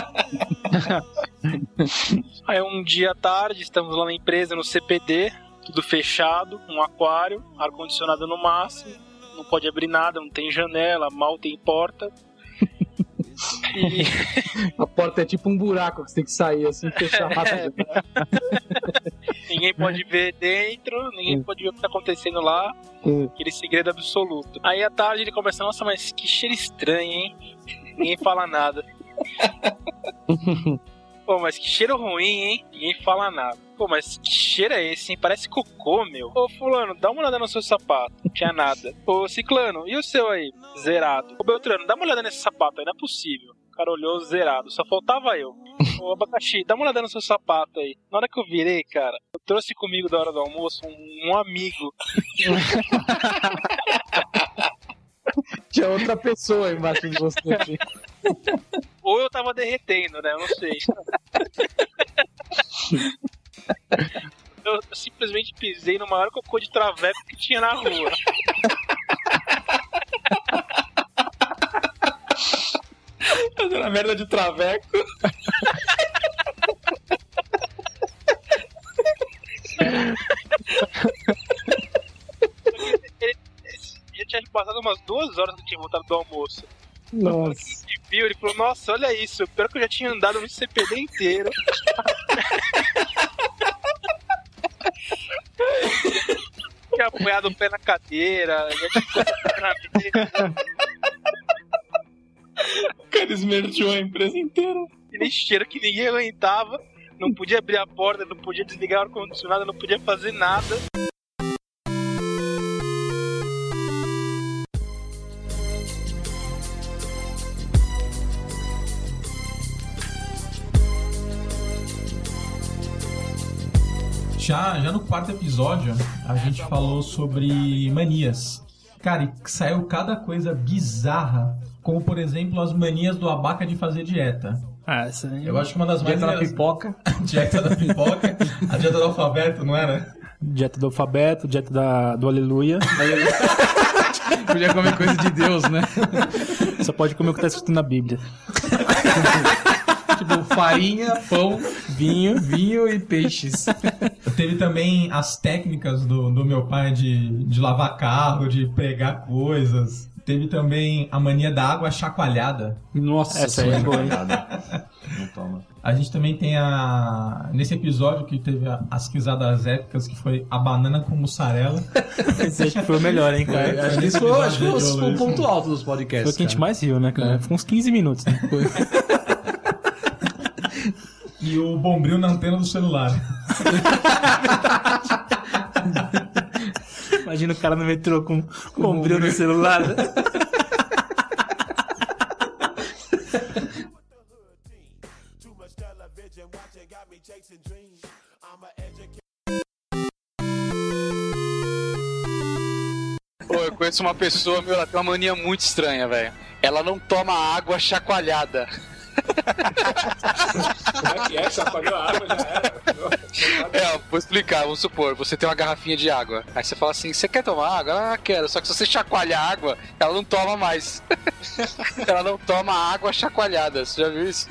Aí um dia à tarde, estamos lá na empresa, no C P D, tudo fechado, um aquário, ar-condicionado no máximo, não pode abrir nada, não tem janela, mal tem porta. E... A porta é tipo um buraco que você tem que sair assim e fechar rápido. É, Ninguém pode ver dentro, ninguém pode ver o que tá acontecendo lá. Aquele segredo absoluto. Aí à tarde ele começa, nossa, mas que cheiro estranho, hein? Ninguém fala nada. Pô, mas que cheiro ruim, hein? Ninguém fala nada. Pô, mas que cheiro é esse, hein? Parece cocô, meu. Ô, fulano, dá uma olhada no seu sapato. Não tinha nada. Ô, ciclano, e o seu aí? Zerado. Ô, Beltrano, dá uma olhada nesse sapato aí, não é possível. O cara olhou, zerado. Só faltava eu. Ô, abacaxi, dá uma olhada no seu sapato aí. Na hora que eu virei, cara, eu trouxe comigo da hora do almoço um, um amigo. Tinha outra pessoa embaixo de você. Ou eu tava derretendo, né? Eu não sei. Eu simplesmente pisei no maior cocô de traveco que tinha na rua. Fazendo a merda de traveco. Ele, já tinha passado umas duas horas que eu tinha voltado do almoço. Nossa. Ele viu, ele falou, nossa, olha isso. Pior que eu já tinha andado no C P D inteiro. Tinha apoiado o pé na cadeira. Já tinha na mesa. O cara esmerdeou a empresa inteira. Aquele cheiro que ninguém aguentava. Não podia abrir a porta, não podia desligar o ar-condicionado, não podia fazer nada. Já, já no quarto episódio, a gente falou sobre manias. Cara, e saiu cada coisa bizarra, como por exemplo as manias do Abaca de fazer dieta. Ah, essa aí... Eu acho que uma das mais... Dieta da pipoca. Dieta da pipoca. A dieta do alfabeto, não era? Dieta do alfabeto, dieta da, do aleluia. Podia comer coisa de Deus, né? Só pode comer o que tá escrito na Bíblia. Tipo, farinha, pão, vinho, vinho e peixes. Teve também as técnicas do, do meu pai de, de lavar carro, de pregar coisas. Teve também a mania da água chacoalhada. Nossa, essa aí é boa, hein? Não toma. A gente também tem a... Nesse episódio que teve a, as risadas épicas, que foi a banana com mussarela. Esse acho que foi o melhor, hein, cara? É, acho que isso foi, acho que foi o ponto alto dos podcasts. Foi o que a gente mais riu, né, cara? É. Ficou uns quinze minutos, né? Foi. E o bombril na antena do celular. Imagina o cara no metrô com o bombril no celular. Pô, eu conheço uma pessoa, meu, ela tem uma mania muito estranha, velho. Ela não toma água chacoalhada. Como é que é? Chacoalhou a água, já era. É, vou explicar, vamos supor, você tem uma garrafinha de água. Aí você fala assim, você quer tomar água? Ah, quero. Só que se você chacoalhar a água, ela não toma mais. Ela não toma água chacoalhada. Você já viu isso?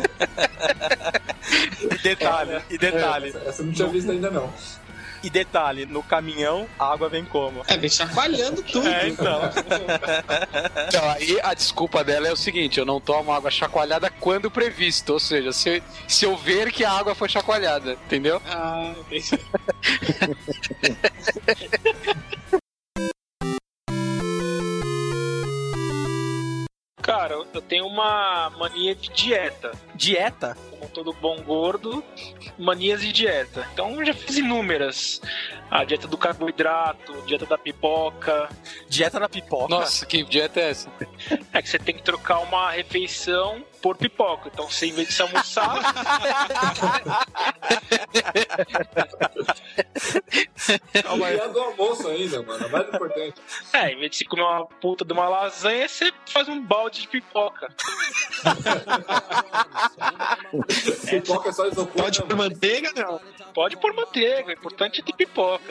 E detalhe, e detalhe. É, essa eu não tinha visto ainda não. E detalhe, no caminhão a água vem como? É, vem chacoalhando tudo. É, então. Então, aí a desculpa dela é o seguinte, eu não tomo água chacoalhada quando previsto, ou seja, se, se eu ver que a água foi chacoalhada, entendeu? Ah, entendi. Cara, eu tenho uma mania de dieta. Dieta? Como todo bom gordo, manias de dieta. Então eu já fiz inúmeras. A dieta do carboidrato, dieta da pipoca. Dieta da pipoca? Nossa, que dieta é essa? É que você tem que trocar uma refeição por pipoca. Então você, em vez de se almoçar... Calma aí. É do almoço ainda, mano. É mais importante. É, em vez de você comer uma puta de uma lasanha, você faz um balde de pipoca. Pipoca é só isopor. Pode pôr manteiga, não? Pode pôr manteiga, o importante é ter pipoca.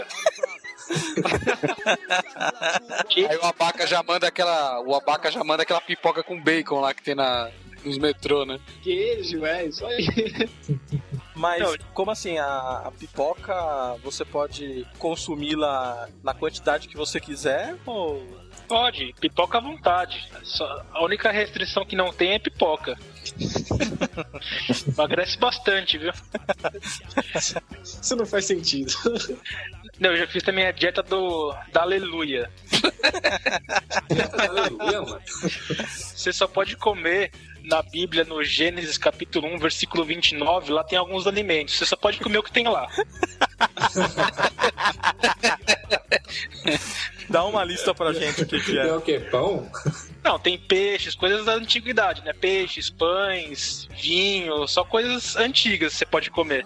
Aí o Abaca já manda aquela. O Abaca já manda aquela pipoca com bacon lá que tem na, nos metrô, né? Queijo, é, isso aí. Mas não, como assim? A, a pipoca você pode consumi-la na quantidade que você quiser ou... Pode, pipoca à vontade. Só, a única restrição que não tem é pipoca. Emagrece bastante, viu? Isso não faz sentido. Não, eu já fiz também a dieta do da aleluia. Dieta da aleluia, mano? Você só pode comer na Bíblia, no Gênesis capítulo um, versículo vinte e nove, lá tem alguns alimentos. Você só pode comer o que tem lá. Dá uma lista pra gente o que, que é. É o quê? Pão? Não, tem peixes, coisas da antiguidade, né? Peixes, pães, vinho, só coisas antigas você pode comer.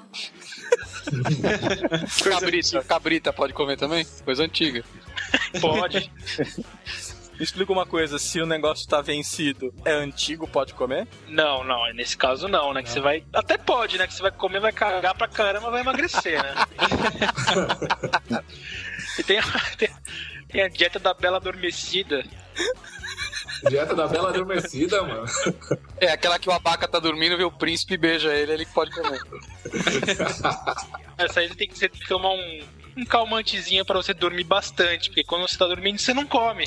Cabrita, cabrita pode comer também? Coisa antiga. Pode. Me explica uma coisa, se o negócio tá vencido, é antigo, pode comer? Não, não, nesse caso não, né? Que você vai. Até pode, né? Que você vai comer, vai cagar pra caramba, vai emagrecer, né? E tem a, tem, tem a dieta da Bela Adormecida. Dieta da Bela Adormecida, mano. É, aquela que o abaca tá dormindo, vê o príncipe e beija ele, ele que pode comer. Essa aí tem que, você tem que tomar um, um calmantezinho pra você dormir bastante, porque quando você tá dormindo, você não come.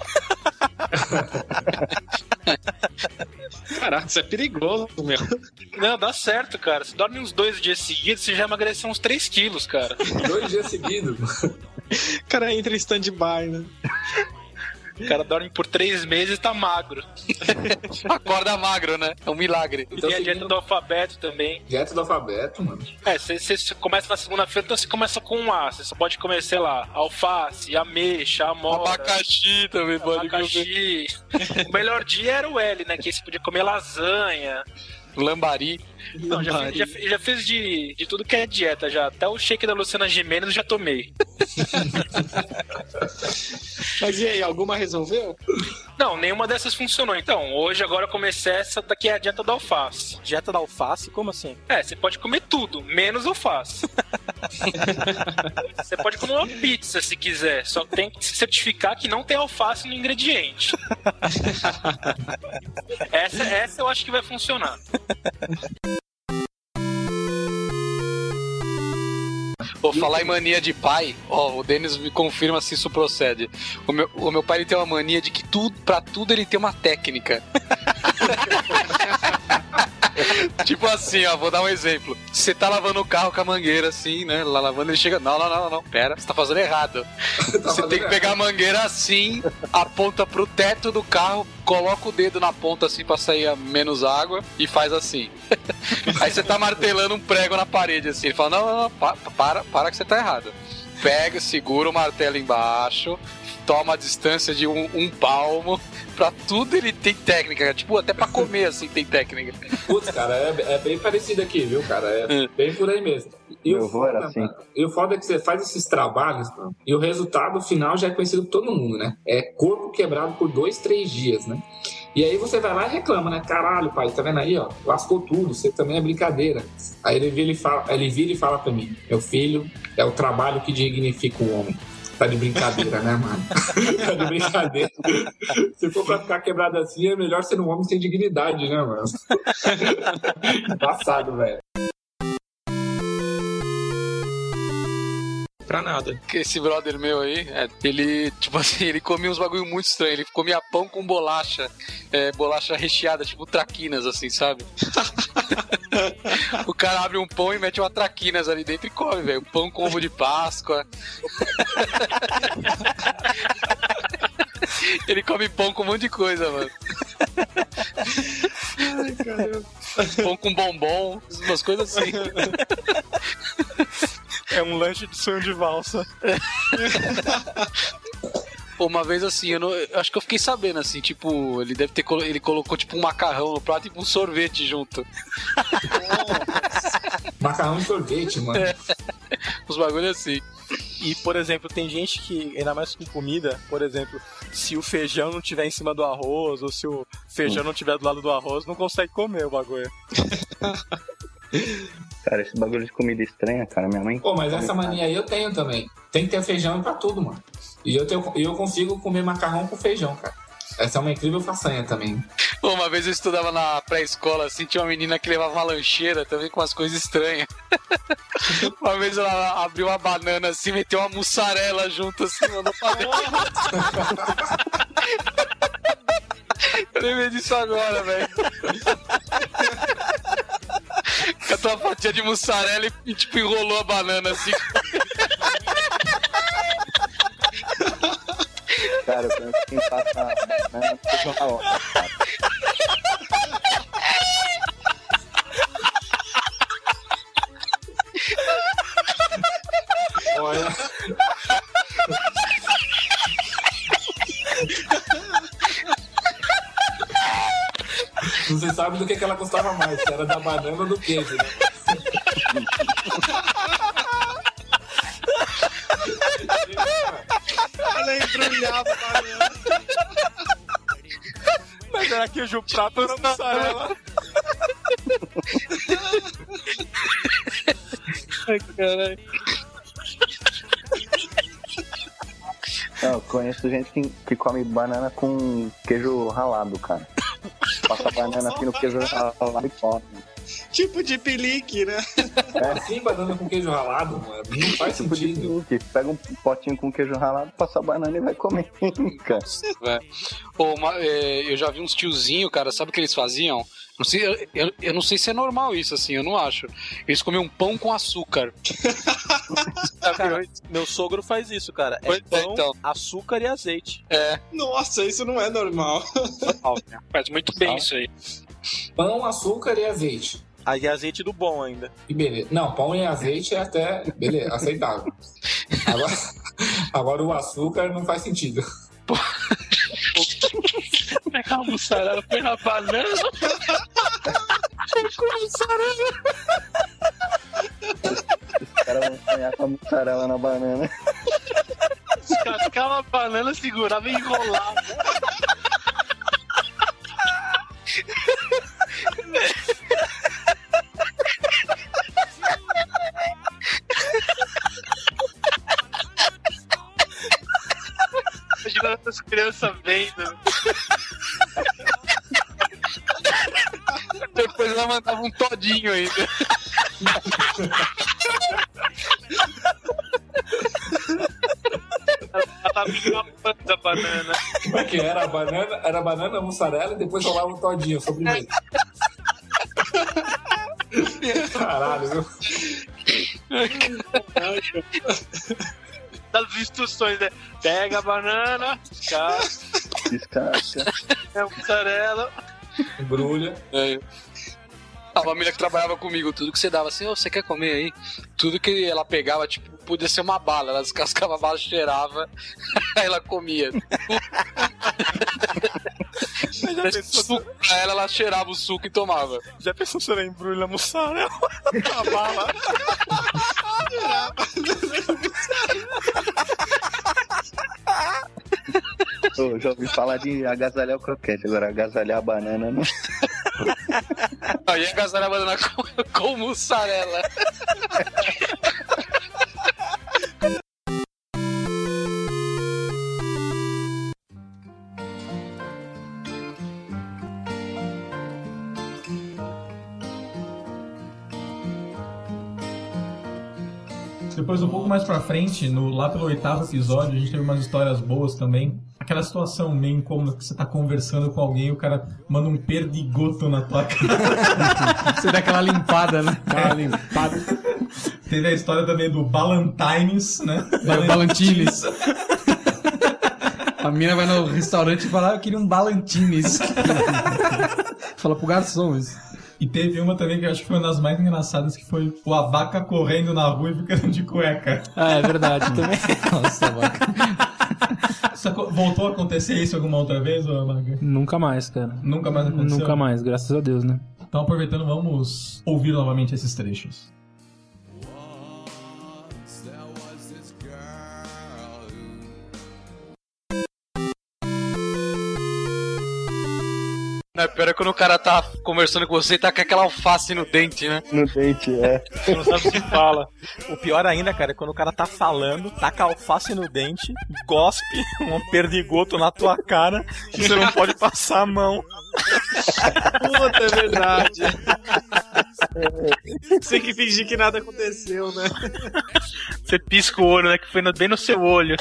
Caraca, isso é perigoso, meu. Não, dá certo, cara. Você dorme uns dois dias seguidos, você já emagreceu uns três quilos, cara. Dois dias seguidos? O cara entra em stand-by, né? O cara dorme por três meses e tá magro. Acorda magro, né? É um milagre. E então, tem a dieta seguindo... do alfabeto também. Dieta do alfabeto, mano. É, você começa na segunda-feira, então você começa com um A. Você só pode comer, sei lá, alface, ameixa, amora. Abacaxi também pode comer. Abacaxi. O melhor dia era o L, né? Que você podia comer lasanha. Lambari. Não, já fiz, já, já fiz de, de tudo que é dieta já. Até o shake da Luciana Gimenez já tomei. Mas e aí, alguma resolveu? Não, nenhuma dessas funcionou. Então, hoje agora eu comecei essa daqui, é a dieta da alface. Dieta da alface? Como assim? É, você pode comer tudo, menos alface. Você pode comer uma pizza se quiser, só tem que se certificar que não tem alface no ingrediente. Essa, essa eu acho que vai funcionar. Vou falar em mania de pai, ó, o Denis me confirma se isso procede. O meu, o meu pai ele tem uma mania de que tudo, pra tudo ele tem uma técnica. Tipo assim, ó, vou dar um exemplo. Você tá lavando o carro com a mangueira assim, né? Lá lavando, ele chega, não, não, não, não, pera, você tá fazendo errado. Tá você tem que pegar a mangueira assim, aponta pro teto do carro, coloca o dedo na ponta assim pra sair a menos água e faz assim. Aí você tá martelando um prego na parede assim, ele fala, não, não, não, para, para, para que você tá errado. Pega, segura o martelo embaixo, toma a distância de um, um palmo. Pra tudo ele tem técnica, tipo, até pra comer assim tem técnica. Putz, cara, é, é bem parecido aqui, viu, cara? É bem por aí mesmo. E Meu o avô foda, era assim. mano, e o foda é que você faz esses trabalhos, mano, e o resultado final já é conhecido por todo mundo, né? É corpo quebrado por dois, três dias, né? E aí você vai lá e reclama, né? Caralho, pai, tá vendo aí, ó? Lascou tudo, você também é brincadeira. Aí ele vira e fala, ele vira e fala pra mim, meu filho, é o trabalho que dignifica o homem. Tá de brincadeira, né, mano? Tá de brincadeira. Se for pra ficar quebrado assim, é melhor ser um homem sem dignidade, né, mano? Passado, velho. Pra nada. Esse brother meu aí, é, ele, tipo assim, ele comia uns bagulho muito estranho. Ele comia pão com bolacha, é, bolacha recheada, tipo traquinas, assim, sabe? O cara abre um pão e mete uma traquinas ali dentro e come, velho. Pão com ovo de Páscoa. Ele come pão com um monte de coisa, mano. Ai, caramba. Pão com bombom, umas coisas assim. É um lanche de sonho de valsa. Uma vez assim, eu, não, eu acho que eu fiquei sabendo assim, tipo, ele deve ter ele colocou tipo um macarrão no prato e um sorvete junto. Macarrão e sorvete, mano. É. Os bagulhos assim. E, por exemplo, tem gente que, ainda mais com comida, por exemplo, se o feijão não tiver em cima do arroz, ou se o feijão não tiver do lado do arroz, não consegue comer o bagulho. Cara, esse bagulho de comida estranha, cara, minha mãe... Pô, mas essa mania aí eu tenho também. Tem que ter feijão pra tudo, mano. E eu, tenho, eu consigo comer macarrão com feijão, cara. Essa é uma incrível façanha também. Uma vez eu estudava na pré-escola, assim, tinha uma menina que levava uma lancheira também com umas coisas estranhas. Uma vez ela abriu uma banana assim, meteu uma mussarela junto assim, mandou pra dentro. Eu lembrei disso agora, velho. Eu tava fatia de mussarela e, tipo, enrolou a banana assim. Cara, eu penso que quem passa a banana fica uma hora, cara. Olha. Você sabe do que, que ela gostava mais, se era da banana ou do queijo, né? Ela embrulhava a banana. Mas era queijo prato ou era mussarela? Ai, caralho. Não, eu conheço gente que, que come banana com queijo ralado, cara. Passa a banana assim no queijo ralado e come. Tipo de pelique, né? É assim, banana com queijo ralado, mano. Não faz tipo sentido. De pega um potinho com queijo ralado, passa a banana e vai comer, cara. É. Pô, uma, é, eu já vi uns tiozinhos, cara, sabe o que eles faziam? Não sei, eu, eu, eu não sei se é normal isso, assim, eu não acho. Eles comiam pão com açúcar. Cara, meu sogro faz isso, cara. É Pois é, pão, então. açúcar e azeite. É. Nossa, isso não é normal. Faz muito bem isso aí. Pão, açúcar e azeite. Aí é azeite do bom ainda. E beleza. Não, pão e azeite é até, beleza, aceitável. Agora, agora o açúcar não faz sentido. Pegar a mussarela, pegar a banana. Com mussarela. Os caras vão sonhar com a mussarela na banana. Cascava a banana, segurava e enrolava. Imagina essas crianças vendo. Depois ela mandava um todinho ainda. Ela tava engapando a banana. Como é que era? A banana, era a banana, mussarela e depois rolava um todinho, sobremesa. Caralho, viu? Das instruções, né? Pega a banana, descasca, descasca, é mussarela, embrulha. É. A família que trabalhava comigo, tudo que você dava assim, oh, você quer comer aí? Tudo que ela pegava, tipo, podia ser uma bala. Ela descascava a bala, cheirava, aí ela comia. Suco pra ela, ela cheirava o suco e tomava. Já pensou se ela embrulha mussarela? A bala. Eu já ouvi falar de agasalhar o croquete, agora agasalhar a banana não. Aí agasalhar a banana com, com mussarela. Depois, um pouco mais pra frente, no, lá pelo oitavo episódio, a gente teve umas histórias boas também. Aquela situação meio incômoda que você tá conversando com alguém e o cara manda um perdigoto na tua cara. Você dá aquela limpada, né? Aquela limpada. Teve a história também do Ballantines, né? É, Ballantines. A mina vai no restaurante e fala, ah, eu queria um Ballantines. Fala pro garçom isso. E teve uma também que eu acho que foi uma das mais engraçadas, que foi o Abaca correndo na rua e ficando de cueca. Ah, é verdade também. Nossa, Abaca. Voltou a acontecer isso alguma outra vez, ou Abaca? Nunca mais, cara. Nunca mais aconteceu? Nunca mais, graças a Deus, né? Então, aproveitando, vamos ouvir novamente esses trechos. Não, pior é quando o cara tá conversando com você e tá com aquela alface no dente, né? No dente, é. Você não sabe o que fala. O pior ainda, cara, é quando o cara tá falando, taca a alface no dente, gospe um perdigoto na tua cara e você não pode passar a mão. Puta, é verdade. Você que fingir que nada aconteceu, né? Você pisca o olho, né? Que foi no, bem no seu olho.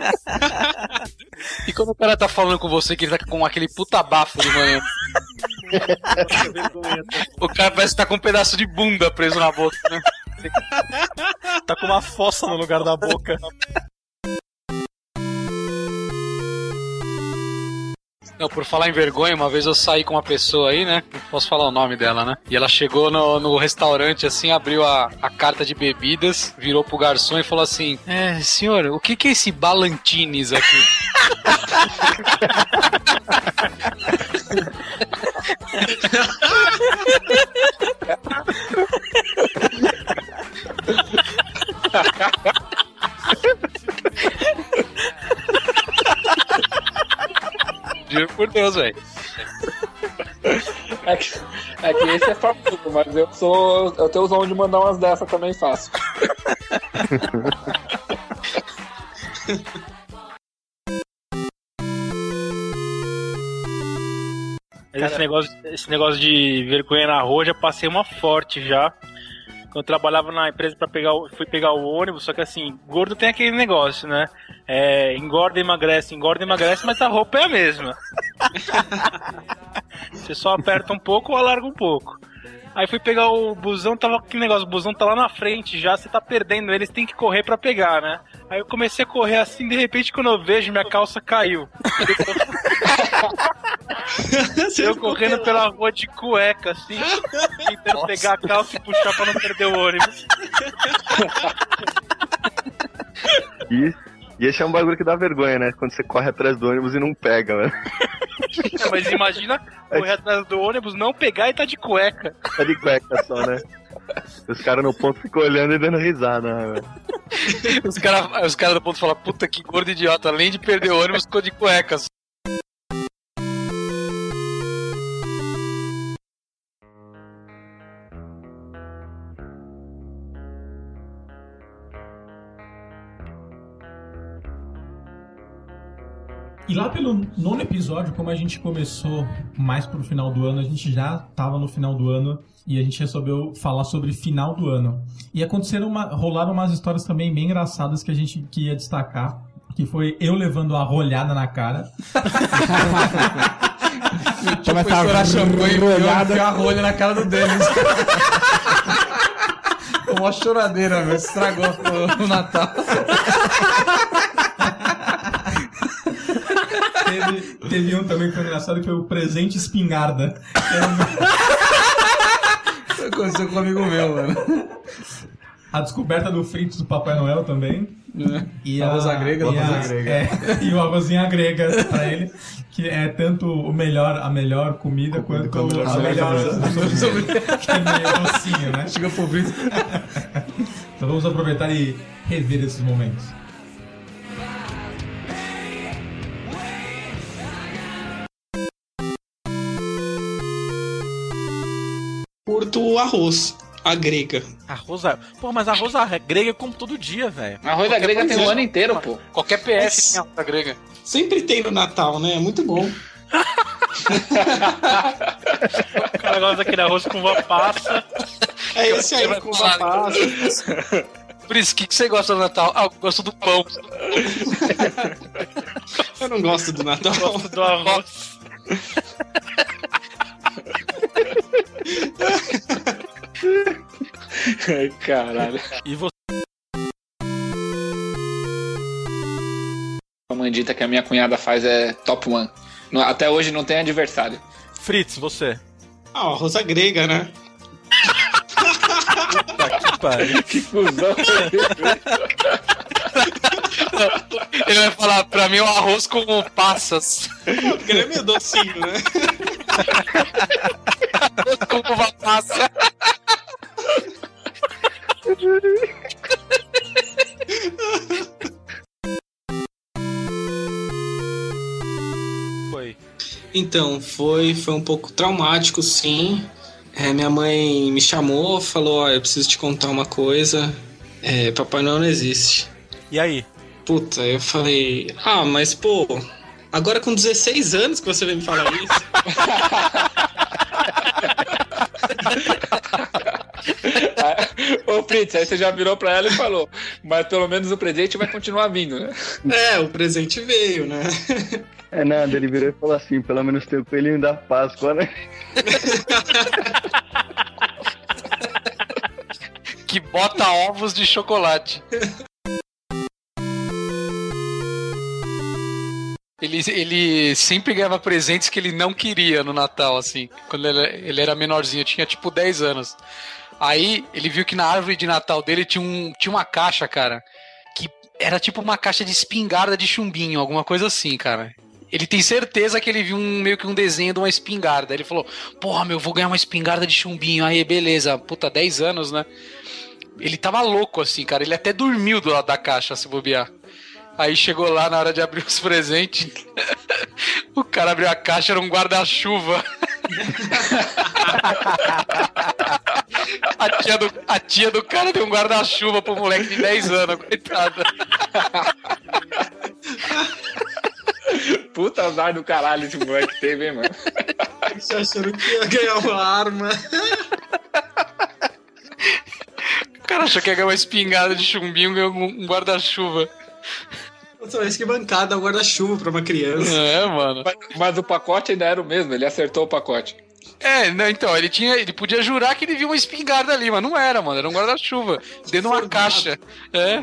E quando o cara tá falando com você que ele tá com aquele puta bafo de manhã. O cara parece que tá com um pedaço de bunda preso na boca, né? Tá com uma fossa no lugar da boca. Não, por falar em vergonha, uma vez eu saí com uma pessoa aí, né? Não posso falar o nome dela, né? E ela chegou no, no restaurante, assim, abriu a, a carta de bebidas, virou pro garçom e falou assim: É, senhor, o que que é esse Ballantines aqui? Juro por Deus, velho. É que, é que esse é famoso, mas eu sou. Eu tenho usão de mandar umas dessas também fácil. Mas esse negócio, esse negócio de vergonha na rua, já passei uma forte já. Quando eu trabalhava na empresa para pegar, o, fui pegar o ônibus, só que assim, gordo tem aquele negócio, né? É, engorda, emagrece, engorda, emagrece, mas a roupa é a mesma. Você só aperta um pouco ou alarga um pouco. Aí fui pegar o busão, tava aquele negócio, o busão tá lá na frente já, você tá perdendo eles, tem que correr pra pegar, né? Aí eu comecei a correr assim, de repente quando eu vejo, minha calça caiu. Eu correndo pela rua de cueca, assim, tentando Nossa. pegar a calça e puxar pra não perder o ônibus. E, e esse é um bagulho que dá vergonha, né? Quando você corre atrás do ônibus e não pega, velho. É, mas imagina correr atrás do ônibus, não pegar e tá de cueca. Tá de cueca só, né? Os caras no ponto ficam olhando e dando risada, né, velho? Os caras os cara do ponto falam: puta que gordo idiota, além de perder o ônibus, ficou de cuecas. E lá pelo nono episódio, como a gente começou mais pro final do ano, a gente já tava no final do ano e a gente resolveu falar sobre final do ano. E aconteceram uma, rolaram umas histórias também bem engraçadas que a gente queria destacar, que foi eu levando a rolhada na cara. Tipo, foi estourar champanhe e enfiar a rolha na cara do Denis. Uma choradeira, velho. Estragou o, o Natal. Teve, teve um também que foi engraçado, que foi o presente espingarda. Isso aconteceu com um amigo meu, mano. A descoberta do Fritz do Papai Noel também. É. E a arroz grega, e, a, grega. É, e o arrozinha grega pra ele, que é tanto o melhor, a melhor comida com quanto com a melhor sobremesa. Que é meio docinho, né? Chega pro Fritz. Então vamos aproveitar e rever esses momentos. Curto o arroz, a grega. Arroz a... Pô, mas arroz a grega eu como todo dia, velho. Arroz a grega tem o ano inteiro, pô. Qualquer P S tem arroz a grega. Sempre tem no Natal, né? É muito bom. O cara gosta daquele arroz com uva passa. É esse aí, com uva passa. Por isso, o que, que você gosta do Natal? Ah, eu gosto do pão. Eu não gosto do Natal. Eu gosto do arroz. Ai, caralho. E você? A mandita que a minha cunhada faz é top one. Até hoje não tem adversário. Fritz, você? Ah, arroz a grega, né? Puta que pariu. Que cuzão. Ele vai falar, pra mim, é um arroz com passas. Não, porque ele é meio docinho, né? Arroz com uva passa. Foi. Então, foi, foi um pouco traumático, sim. É, minha mãe me chamou, falou, ó, eu preciso te contar uma coisa. É, Papai Noel não existe. E aí? Puta, eu falei, ah, mas pô, agora com dezesseis anos que você veio me falar isso. Ô Fritz, aí você já virou pra ela e falou, mas pelo menos o presente vai continuar vindo, né? É, o presente veio, né? É nada, ele virou e falou assim, pelo menos tem o coelhinho da Páscoa, né? Que bota ovos de chocolate. Ele, ele sempre ganhava presentes que ele não queria no Natal, assim. Quando ele, ele era menorzinho, tinha tipo dez anos. Aí ele viu que na árvore de Natal dele tinha, um, tinha uma caixa, cara, que era tipo uma caixa de espingarda de chumbinho, alguma coisa assim, cara. Ele tem certeza que ele viu um, meio que um desenho de uma espingarda. Ele falou, porra, meu, vou ganhar uma espingarda de chumbinho. Aí, beleza, puta, dez anos, né? Ele tava louco, assim, cara. Ele até dormiu do lado da caixa, se bobear. Aí chegou lá na hora de abrir os presentes. O cara abriu a caixa, era um guarda-chuva. A tia, do, a tia do cara deu um guarda-chuva pro moleque de dez anos, coitado. Puta azar do caralho esse moleque teve, hein, mano? Você achando que ia ganhar uma arma. O cara achou que ia ganhar uma espingarda de chumbinho, ganhou um guarda-chuva. Nossa, mas que bancada, um guarda-chuva pra uma criança. É, mano. Mas, mas o pacote ainda era o mesmo, ele acertou o pacote. É, não, então, ele tinha. Ele podia jurar que ele viu uma espingarda ali, mas não era, mano. Era um guarda-chuva. Dentro de uma caixa. É.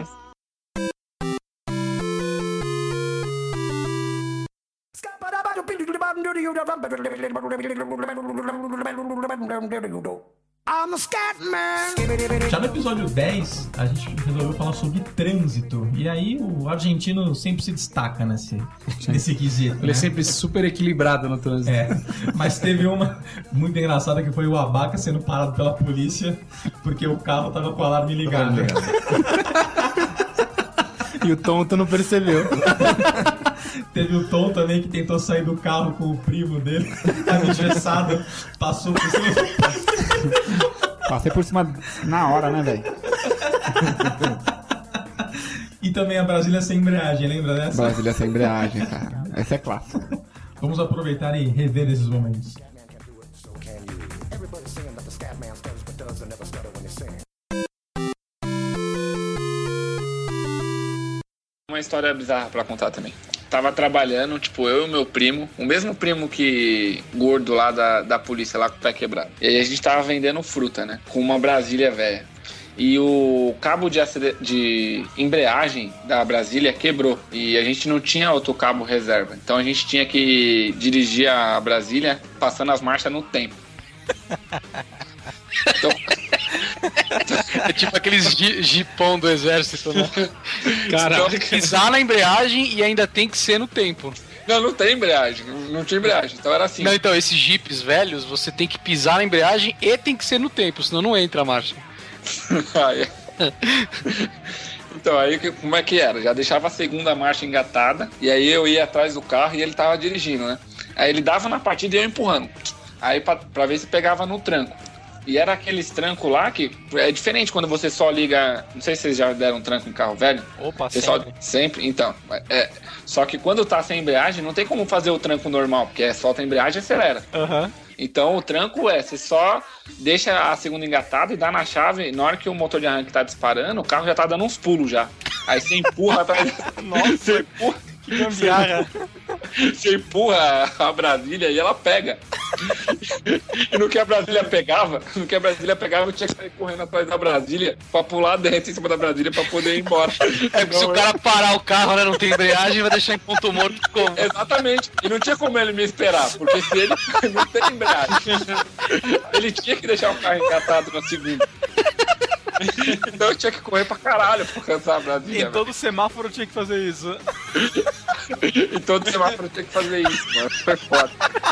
Já no episódio dez, a gente resolveu falar sobre trânsito. E aí o argentino sempre se destaca nesse, nesse quesito. Ele né? é sempre super equilibrado no trânsito. É, mas teve uma muito engraçada que foi o Abaca sendo parado pela polícia porque o carro tava com o alarme ligado. E o tonto não percebeu. Teve o Tom também que tentou sair do carro com o primo dele, tava engessado, passou por cima. Passei por cima na hora, né, velho? E também a Brasília sem embreagem, lembra dessa? Brasília sem embreagem, cara. Essa é clássica. Vamos aproveitar e rever esses momentos. Uma história bizarra pra contar também. Tava trabalhando, tipo, eu e o meu primo, o mesmo primo que gordo lá da, da polícia, lá com o pé quebrado. E aí a gente tava vendendo fruta, né? Com uma Brasília velha. E o cabo de, aceder, de embreagem da Brasília quebrou. E a gente não tinha outro cabo reserva. Então a gente tinha que dirigir a Brasília passando as marchas no tempo. Então... É tipo aqueles jipão do exército, né? Caraca. Então, pisar na embreagem e ainda tem que ser no tempo. Não, não tem embreagem, não tinha embreagem, então era assim. Não, então, esses jipes velhos, você tem que pisar na embreagem e tem que ser no tempo, senão não entra a marcha. Então, aí como é que era? Já deixava a segunda marcha engatada, e aí eu ia atrás do carro e ele tava dirigindo, né? Aí ele dava na partida e eu empurrando. Aí pra, pra ver se pegava no tranco. E era aqueles trancos lá que é diferente quando você só liga. Não sei se vocês já deram um tranco em carro velho. Opa, você sempre. Só, sempre? Então. É, só que quando tá sem embreagem, não tem como fazer o tranco normal, porque é solta a embreagem e acelera. Uhum. Então o tranco é, você só deixa a segunda engatada e dá na chave. Na hora que o motor de arranque tá disparando, o carro já tá dando uns pulos já. Aí você empurra pra... Nossa, você empurra. Que gambiarra. Você empurra a Brasília e ela pega. E no que a Brasília pegava, no que a Brasília pegava, eu tinha que sair correndo atrás da Brasília pra pular dentro em cima da Brasília pra poder ir embora. É porque se o cara parar o carro, né, não tem embreagem, vai deixar em ponto morto como? Exatamente. E não tinha como ele me esperar, porque se ele não tem embreagem, ele tinha que deixar o carro engatado na segunda. Então eu tinha que correr pra caralho pra alcançar a Brasília. Em todo velho. Semáforo tinha que fazer isso. Em todo semáforo tinha que fazer isso, mano. Foi foda.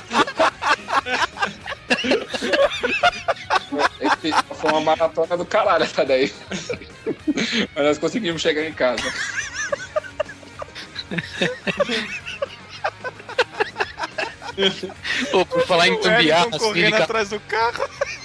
Foi uma maratona do caralho essa daí. Mas nós conseguimos chegar em casa. Pô, por falar em gambiarra, correndo assim, atrás do carro.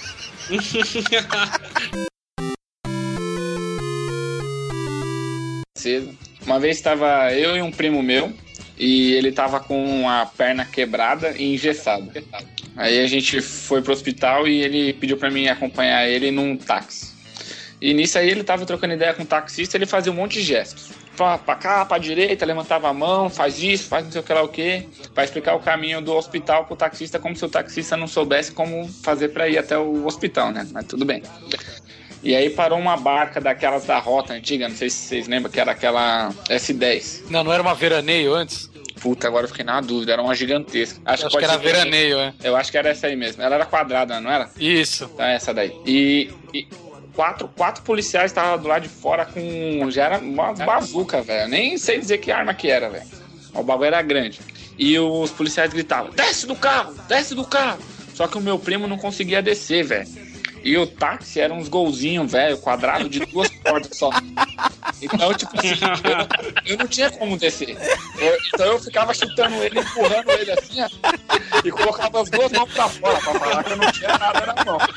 Uma vez estava eu e um primo meu e ele tava com a perna quebrada e engessado. Aí a gente foi pro hospital e ele pediu pra mim acompanhar ele num táxi. E nisso aí ele tava trocando ideia com o taxista, ele fazia um monte de gestos. pra, pra cá, pra direita, levantava a mão, faz isso, faz não sei o que lá o que, pra explicar o caminho do hospital pro taxista, como se o taxista não soubesse como fazer pra ir até o hospital, né? Mas tudo bem. E aí parou uma barca daquelas da rota antiga, não sei se vocês lembram, que era aquela S dez. Não, não era uma veraneio antes? Puta, agora eu fiquei na dúvida, era uma gigantesca. Acho, acho que, que era veraneio, é. Eu acho que era essa aí mesmo. Ela era quadrada, não era? Isso. Então é essa daí. E, e quatro, quatro policiais estavam do lado de fora com... Já era uma bazuca, velho. Nem sei dizer que arma que era, velho. O bagulho era grande. E os policiais gritavam, desce do carro, desce do carro. Só que o meu primo não conseguia descer, velho. E o táxi era uns golzinhos, velho, quadrado de duas portas só. Então, tipo assim, eu, eu não tinha como descer. Eu, então eu ficava chutando ele, empurrando ele assim, ó, e colocava as duas mãos pra fora, pra falar que eu não tinha nada na mão.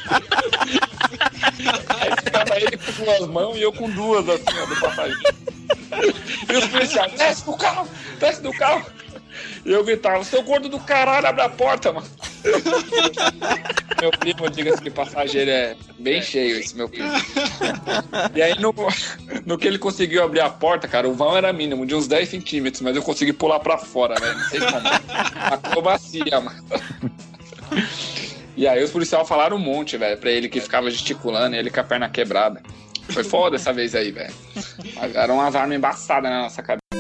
Aí ficava ele com duas mãos e eu com duas, assim, ó, do passageiro. E os policiais, desce do carro, desce do carro. E eu gritava, seu gordo do caralho, abre a porta, mano. Meu primo, diga-se de passageiro, é bem cheio esse meu primo. E aí, no, no que ele conseguiu abrir a porta, cara, o vão era mínimo, de uns dez centímetros, mas eu consegui pular pra fora, velho. Não sei como. Acrobacia, mano. E aí os policiais falaram um monte, velho, pra ele que ficava gesticulando, ele com a perna quebrada. Foi foda essa vez aí, velho. Eram umas armas embaçadas na nossa cabeça.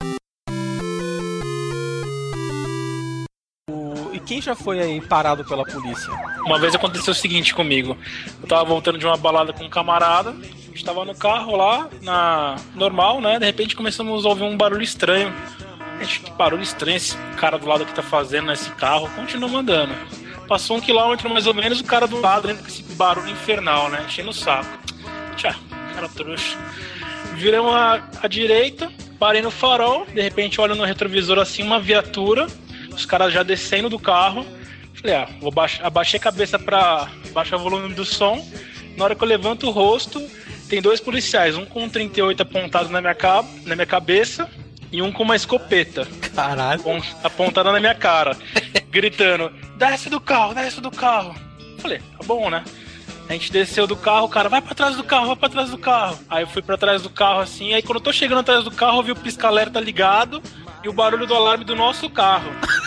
Quem já foi aí parado pela polícia? Uma vez aconteceu o seguinte comigo. Eu tava voltando de uma balada com um camarada. A gente tava no carro lá, na normal, né? De repente começamos a ouvir um barulho estranho. A gente, que barulho estranho esse cara do lado que tá fazendo nesse carro. Continuamos andando. Passou um quilômetro mais ou menos, o cara do lado ainda com esse barulho infernal, né? Enchendo o saco. Tchá, cara trouxa. Viramos a, a direita, parei no farol. De repente olho no retrovisor assim, uma viatura. Os caras já descendo do carro. Falei, ah, vou baixar, abaixei a cabeça pra baixar o volume do som. Na hora que eu levanto o rosto, tem dois policiais, um com um trinta e oito apontado na minha, cab- na minha cabeça e um com uma escopeta. Caralho. Apontada na minha cara, gritando, desce do carro, desce do carro. Falei, tá bom, né? A gente desceu do carro, o cara, vai pra trás do carro, vai pra trás do carro. Aí eu fui pra trás do carro assim, aí quando eu tô chegando atrás do carro, eu vi o pisca-alerta ligado e o barulho do alarme do nosso carro.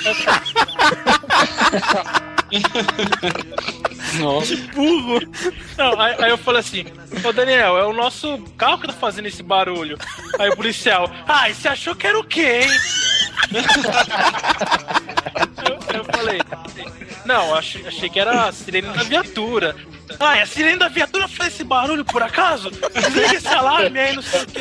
Nossa, burro! Não, aí, aí eu falei assim, ô Daniel, é o nosso carro que tá fazendo esse barulho. Aí o policial, ah, e você achou que era o quê, hein? eu, eu falei, não, achei, achei que era a sirene da viatura. Ah, é a sirene da viatura faz esse barulho por acaso? Desliga esse alarme aí, não sei o quê.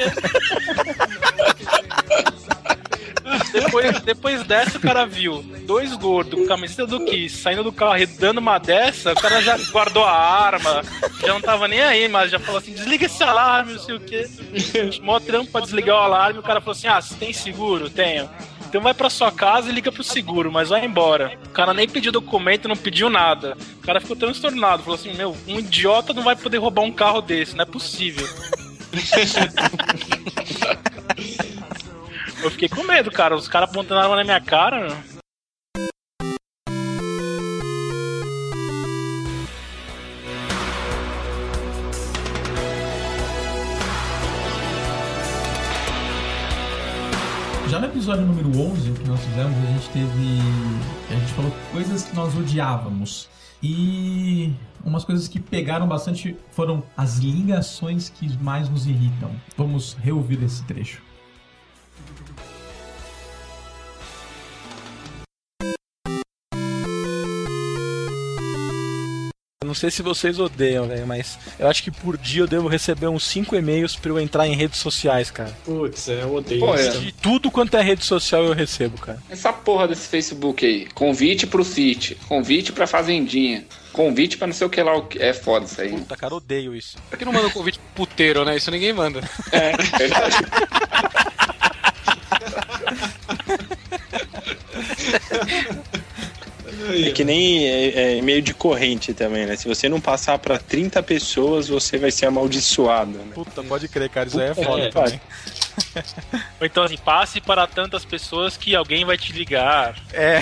Depois, depois dessa, o cara viu dois gordos com camiseta do Kiss saindo do carro e dando uma dessa, o cara já guardou a arma, já não tava nem aí, mas já falou assim, desliga esse alarme, não sei o quê. Mó trampo pra desligar o alarme, o cara falou assim, ah, você tem seguro? Tenho. Então vai pra sua casa e liga pro seguro, mas vai embora. O cara nem pediu documento, não pediu nada. O cara ficou transtornado, falou assim, meu, um idiota não vai poder roubar um carro desse, não é possível. Eu fiquei com medo, cara. Os caras apontando a arma na minha cara. Já no episódio número onze, que nós fizemos, a gente teve... A gente falou coisas que nós odiávamos. E umas coisas que pegaram bastante foram as ligações que mais nos irritam. Vamos reouvir esse trecho. Não sei se vocês odeiam, velho, mas eu acho que por dia eu devo receber uns cinco e-mails pra eu entrar em redes sociais, cara. Putz, eu odeio Pô, isso. de tudo quanto é rede social eu recebo, cara. Essa porra desse Facebook aí. Convite pro sítio. Convite pra fazendinha. Convite pra não sei o que lá. É foda isso aí. Puta, cara, odeio isso. Por que não manda um convite pro puteiro, né? Isso ninguém manda. É, verdade. É que nem é, é meio de corrente também, né? Se você não passar pra trinta pessoas, você vai ser amaldiçoado, né? Puta, pode crer, cara. Isso aí é foda é, também. Ou então assim, passe para tantas pessoas que alguém vai te ligar. É.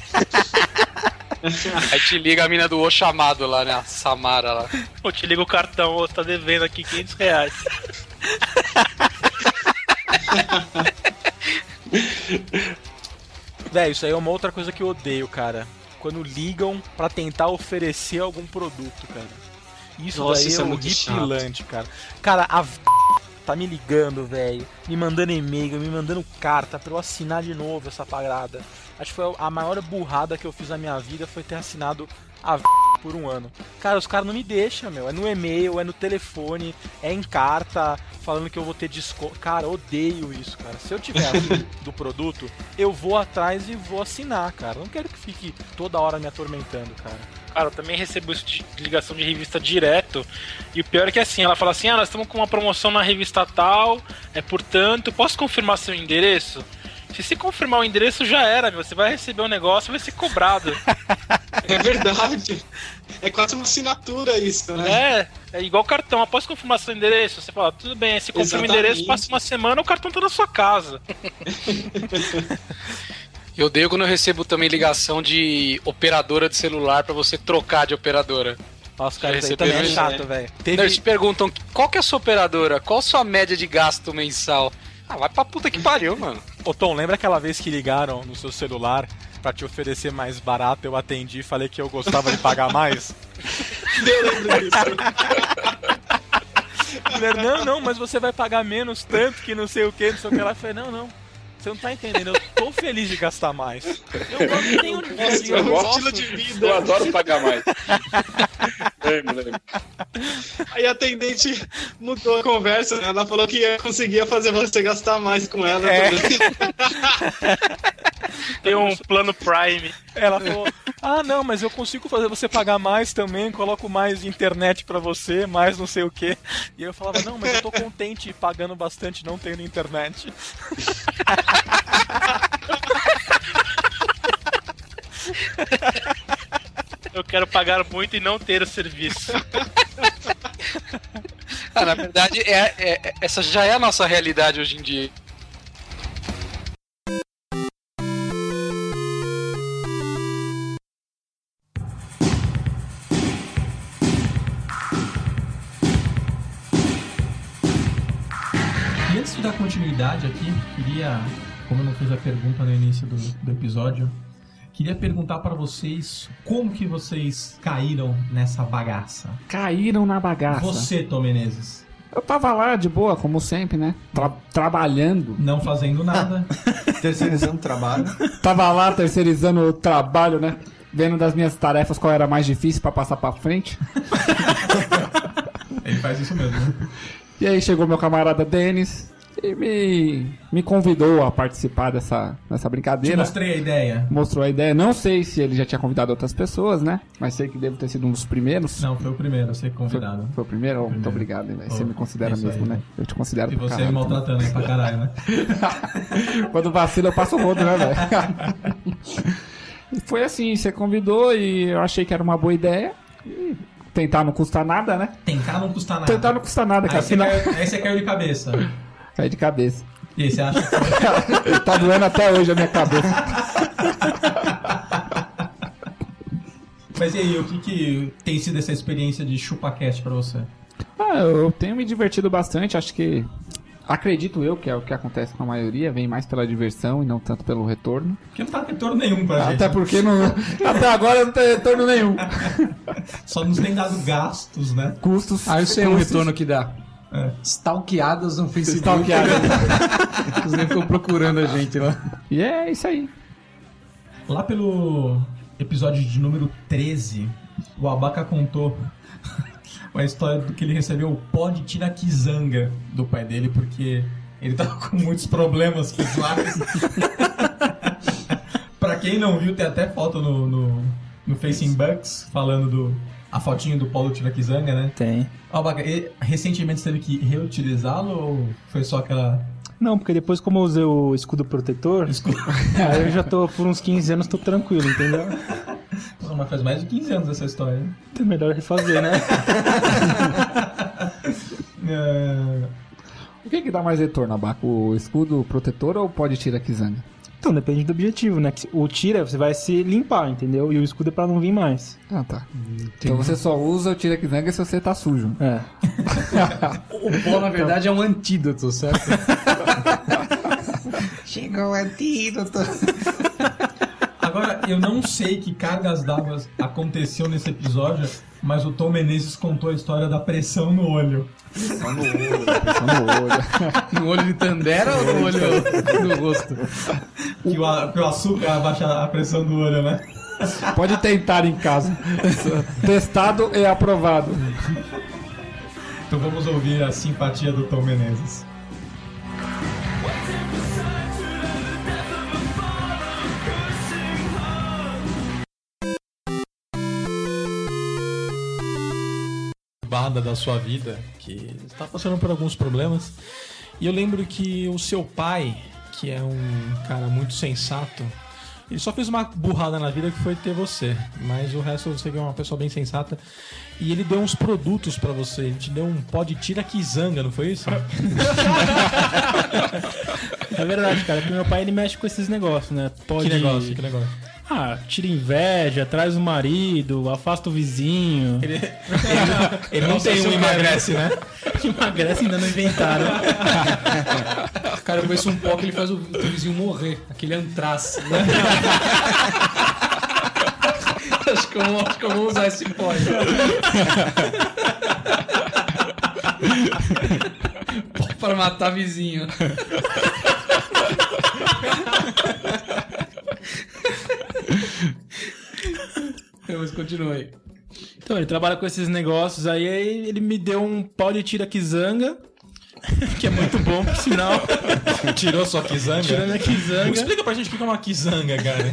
Aí te liga a mina do O chamado lá, né? A Samara lá. Ou te liga o cartão, ô, você tá devendo aqui quinhentos reais. Véi, isso aí é uma outra coisa que eu odeio, cara. Quando ligam pra tentar oferecer algum produto, cara. Isso Nossa, daí isso é é muito horripilante, cara. Cara, a v... tá me ligando, velho. Me mandando e-mail, me mandando carta pra eu assinar de novo essa parada. Acho que foi a maior burrada que eu fiz na minha vida, foi ter assinado a v... por um ano. Cara, os caras não me deixam, meu. É no e-mail, é no telefone, é em carta, falando que eu vou ter desconto. Cara, eu odeio isso, cara. Se eu tiver aqui do produto, eu vou atrás e vou assinar, cara. Eu não quero que fique toda hora me atormentando, cara. Cara, eu também recebo isso de ligação de revista direto. E o pior é que assim, ela fala assim, ah, nós estamos com uma promoção na revista tal, é portanto, posso confirmar seu endereço? Se você confirmar o endereço, já era, meu. Você vai receber o negócio e vai ser cobrado. É verdade. É quase uma assinatura isso, né? É, é igual cartão. Após confirmar seu endereço, você fala, tudo bem, aí você confirma o endereço, passa uma semana, o cartão tá na sua casa. Eu odeio quando eu recebo também ligação de operadora de celular pra você trocar de operadora. Nossa, cara, isso aí também é chato, velho. Teve... Eles perguntam, qual que é a sua operadora? Qual a sua média de gasto mensal? Ah, vai pra puta que pariu, mano. Ô Tom, lembra aquela vez que ligaram no seu celular pra te oferecer mais barato? Eu atendi e falei que eu gostava de pagar mais? Eu lembro disso. Não, não, mas você vai pagar menos tanto que não sei o que, não sei o que lá. Eu falei, não, não. Você não tá entendendo, eu tô feliz de gastar mais. Eu não tenho Nossa, eu gosto de vida. Eu adoro pagar mais. lembro, lembro. Aí a atendente mudou a conversa, né? Ela falou que conseguia fazer você gastar mais com ela. É. Tem um plano Prime. Ela falou, ah não, mas eu consigo fazer você pagar mais também, coloco mais internet pra você, mais não sei o que. E eu falava, não, mas eu tô contente pagando bastante não tendo internet. Eu quero pagar muito e não ter o serviço. Ah, na verdade, é, é, essa já é a nossa realidade hoje em dia. E antes de dar continuidade aqui, queria, como eu não fiz a pergunta no início do, do episódio, queria perguntar pra vocês como que vocês caíram nessa bagaça. Caíram na bagaça. Você, Tom Menezes. Eu tava lá de boa, como sempre, né? Tra- trabalhando. Não fazendo nada. Terceirizando o trabalho. Tava lá terceirizando o trabalho, né? Vendo das minhas tarefas qual era mais difícil pra passar pra frente. Ele faz isso mesmo, né? E aí chegou meu camarada Denis e me, me convidou a participar dessa, dessa brincadeira. Te mostrei a ideia. Mostrou a ideia. Não sei se ele já tinha convidado outras pessoas, né? Mas sei que deve ter sido um dos primeiros. Não, foi o primeiro, eu sei convidado. Foi, foi o primeiro? Oh, muito obrigado, velho. Você oh, me considera mesmo, aí, né? Eu te considero e pra você caralho, me maltratando aí pra caralho, né? Quando vacila eu passo o rodo, né, velho? E foi assim, você convidou e eu achei que era uma boa ideia. E tentar não custa nada, né? Tentar não custa nada. Tentar não custa nada, cara. Aí você, caiu, aí você caiu de cabeça. Caiu de cabeça. E aí, você acha que foi? Tá doendo até hoje a minha cabeça. Mas e aí, o que, que tem sido essa experiência de ChupaCast pra você? Ah, eu tenho me divertido bastante, acho que... Acredito eu que é o que acontece com a maioria, vem mais pela diversão e não tanto pelo retorno. Porque não tá retorno nenhum pra Até gente. Até porque não, até agora não tem retorno nenhum. Só nos tem dado gastos, né? Custos. Ah, eu sei um custos. retorno que dá. É. Stalkeadas no Facebook. Stalkeadas. Os nem ficam procurando a gente lá. E é isso aí. Lá pelo episódio de número treze, o Abaca contou a história do que ele recebeu o pó de tirakizanga do pai dele, porque ele tava com muitos problemas pessoais. Pra quem não viu, tem até foto no, no, no Facing Bucks falando do a fotinho do pó do tirakizanga, né? Tem. Ó, Abaca, e, recentemente você teve que reutilizá-lo ou foi só aquela... Não, porque depois como eu usei o escudo protetor, escudo. Aí eu já tô por uns quinze anos, tô tranquilo, entendeu? Não, mas faz mais de quinze anos essa história, né? É melhor refazer, né? é... O que que dá mais retorno, Abaca? O escudo protetor ou o pó de tirakizanga? Então, depende do objetivo, né? O tira, você vai se limpar, entendeu? E o escudo é pra não vir mais. Ah, tá. Entendi. Então você só usa o tirakizanga se você tá sujo. É. O pó, na verdade, é um antídoto, certo? igual antídoto. Agora, eu não sei que cargas d'água aconteceu nesse episódio, mas o Tom Menezes contou a história da pressão no olho. Pressão no olho, pressão no olho. No olho de Tandera ou no olho no rosto? Que o, que o açúcar abaixa a pressão do olho, né? Pode tentar em casa. Testado e aprovado. Então vamos ouvir a simpatia do Tom Menezes. Bada da sua vida, que está passando por alguns problemas. E eu lembro que o seu pai, que é um cara muito sensato, ele só fez uma burrada na vida que foi ter você. Mas o resto você é uma pessoa bem sensata. E ele deu uns produtos pra você. Ele te deu um pó de tira-quizanga, não foi isso? É verdade, cara. Porque meu pai ele mexe com esses negócios, né? Pode... Que negócio? Que negócio? Ah, tira inveja, traz o marido, afasta o vizinho. Ele, ele, ele não tem um emagrece, né? Emagrece ainda não inventaram. Cara, eu conheço um pó que ele faz o vizinho morrer. Aquele antrace. Né? acho, que eu vou, acho que eu vou usar esse pó aí. Pó para matar vizinho. Mas continua aí. Então, ele trabalha com esses negócios aí, aí ele me deu um pau de tira-quizanga, que é muito bom, por sinal. Tirou sua quizanga? Tirou minha quizanga. Explica pra gente o que é uma quizanga, cara.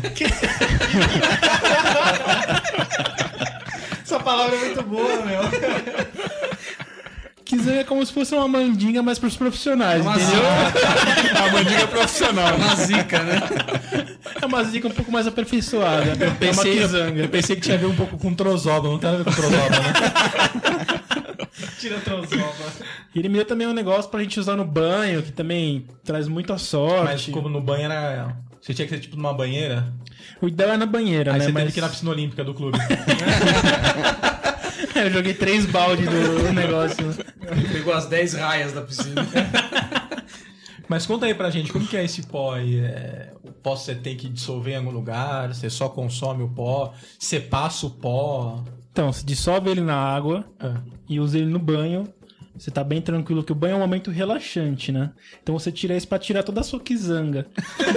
Essa palavra é muito boa, meu. Quizanga é como se fosse uma mandinga, mas pros profissionais, uma entendeu? Zica. Uma mandinga profissional. É uma zica, né? É uma zica um pouco mais aperfeiçoada. Eu pensei, é uma eu, eu pensei que tinha a ver um pouco com trozoba, não tem a ver com trozoba, né? Tira trozoba. E ele me deu também um negócio pra gente usar no banho, que também traz muita sorte. Mas como no banho era... Você tinha que ser tipo numa banheira? O ideal é na banheira, Aí né? você Mas... teve que ir na piscina olímpica do clube. Eu joguei três baldes do negócio. Pegou as dez raias da piscina. Mas conta aí pra gente, como que é esse pó aí? É, o pó você tem que dissolver em algum lugar? Você só consome o pó? Você passa o pó? Então, você dissolve ele na água ah. e usa ele no banho. Você tá bem tranquilo, que o banho é um momento relaxante, né? Então você tira isso pra tirar toda a sua quizanga.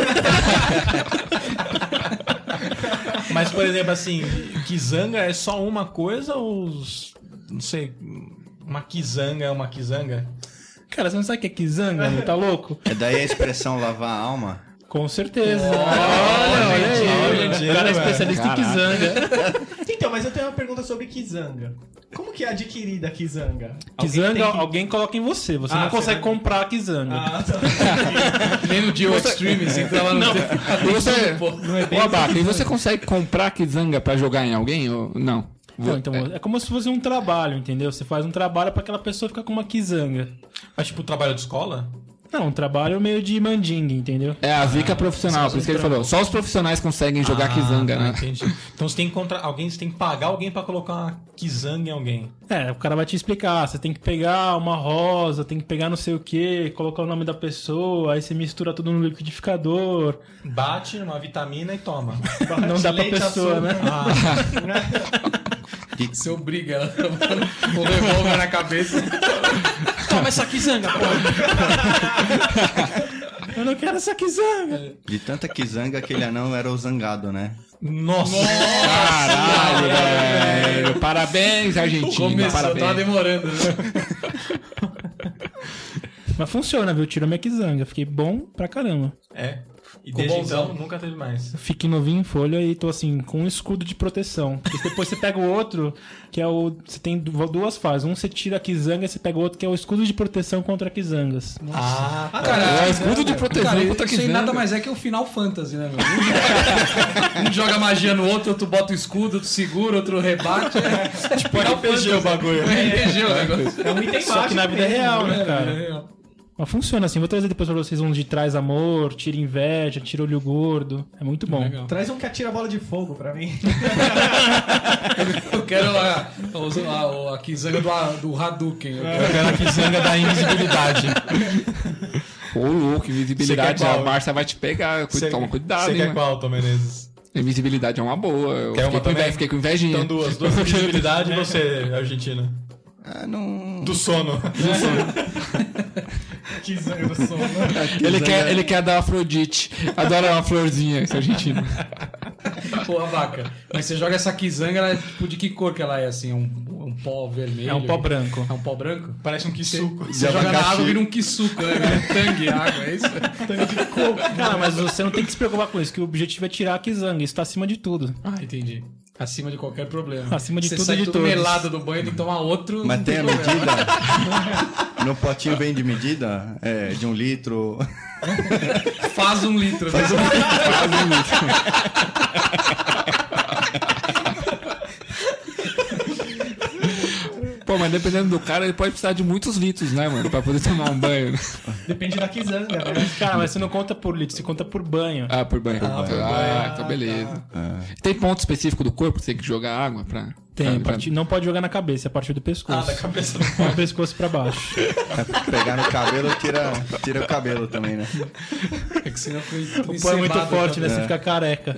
Mas, por exemplo, assim, quizanga é só uma coisa ou... Não sei, uma quizanga é uma quizanga? Cara, você não sabe o que é quizanga? Tá louco? É daí a expressão lavar a alma? Com certeza. Oh, olha, olha aí. O cara é especialista Caraca. em quizanga. Então, mas eu tenho uma pergunta sobre quizanga. Como que é adquirida a quizanga? Quizanga, alguém, que... alguém coloca em você. Você ah, não consegue você... comprar a quizanga. Ah, tá. Nem no Dio Extreme, assim, entra lá no... Não, no... você... Não é bem Ô, Abaca, e você consegue comprar quizanga pra jogar em alguém ou não? Não, então, é. é como se fosse um trabalho, entendeu? Você faz um trabalho pra aquela pessoa ficar com uma quizanga. Mas tipo, trabalho de escola? Não, um trabalho meio de mandinga, entendeu? É a zica ah, profissional, por isso que ele falou. Só os profissionais conseguem jogar ah, quizanga, né? Entendi. Então você tem que encontrar alguém, você tem que pagar alguém pra colocar uma quizanga em alguém. É, o cara vai te explicar. Você tem que pegar uma rosa, tem que pegar não sei o que, colocar o nome da pessoa, aí você mistura tudo no liquidificador. Bate numa vitamina e toma. Não dá pra pessoa, açúcar, né? Ah. Você obriga ela a tomar um revólver na cabeça. Toma essa quizanga, pô. Eu não quero essa quizanga. De tanta quizanga, aquele anão era o zangado, né? Nossa! Caralho, velho! Parabéns, Argentina! Começou, parabéns. tava demorando, né? Mas funciona, viu? Tirou minha quizanga. Fiquei bom pra caramba. É. E desde então, nunca teve mais. Fiquei novinho em folha e tô assim, com um escudo de proteção. E depois você pega o outro, que é o... Você tem duas fases. Um você tira a quizanga e você pega o outro, que é o escudo de proteção contra quizangas. Nossa. Ah, ah cara, é o escudo de proteção cara, contra isso quizanga. Isso aí nada mais é que o Final Fantasy, né, meu? Um joga, um joga magia no outro, outro bota o escudo, outro segura, outro rebate. É, tipo, R P G o bagulho. É R P G o negócio. É um item Só que na vida mesmo, real, né, é, cara? É real. Mas funciona assim. Vou trazer depois pra vocês uns de traz amor, tira inveja, tira olho gordo. É muito bom. Legal. Traz um que atira bola de fogo pra mim. Eu quero a, a, a quizanga do, do Hadouken. Eu quero a quizanga da invisibilidade. Ô, louco, invisibilidade, Você quer a qual? Márcia vai te pegar. Você- Toma cuidado, Você hein, quer mano. qual, Tom Menezes? Invisibilidade é uma boa. Eu Quer fiquei, uma com também? inveja, fiquei com invejinha. Então duas, duas invisibilidade e você, Argentina. Ah, não... Do sono. Kizanga do sono. Ele quer, ele quer dar Afrodite. Adora uma florzinha, esse argentino. Porra, vaca. Mas você joga essa Kizanga, ela é tipo de que cor que ela é assim? É um, um pó vermelho? É um pó branco. É um pó branco? Parece um quisuco. Você joga na água, vira um quisuco, né? Vira um tangue, água, é isso? Tangue de coco. Cara, mas você não tem que se preocupar com isso, que o objetivo é tirar a Kizanga. Isso tá acima de tudo. Ah, entendi. Acima de qualquer problema. Acima de você tudo sai e de tudo todos. melado do banho, tem que tomar outro. Mas não tem a problema. medida? No potinho vem de medida? É, de um litro. Faz um litro. Faz um litro. Faz um litro. Pô, mas dependendo do cara, ele pode precisar de muitos litros, né, mano? Pra poder tomar um banho. Depende da Kizanga, né? Cara, mas você não conta por litro, você conta por banho. Ah, por banho. Ah, por Ah, banho. então beleza. É. Tem ponto específico do corpo que você tem que jogar água pra... Tem, a pra- partir- não pode jogar na cabeça, é a partir do pescoço. Ah, da cabeça não Do pescoço pra baixo. É, pegar no cabelo, tira, tira o cabelo também, né? É que senão foi O pó é muito forte, né? Você É. fica careca.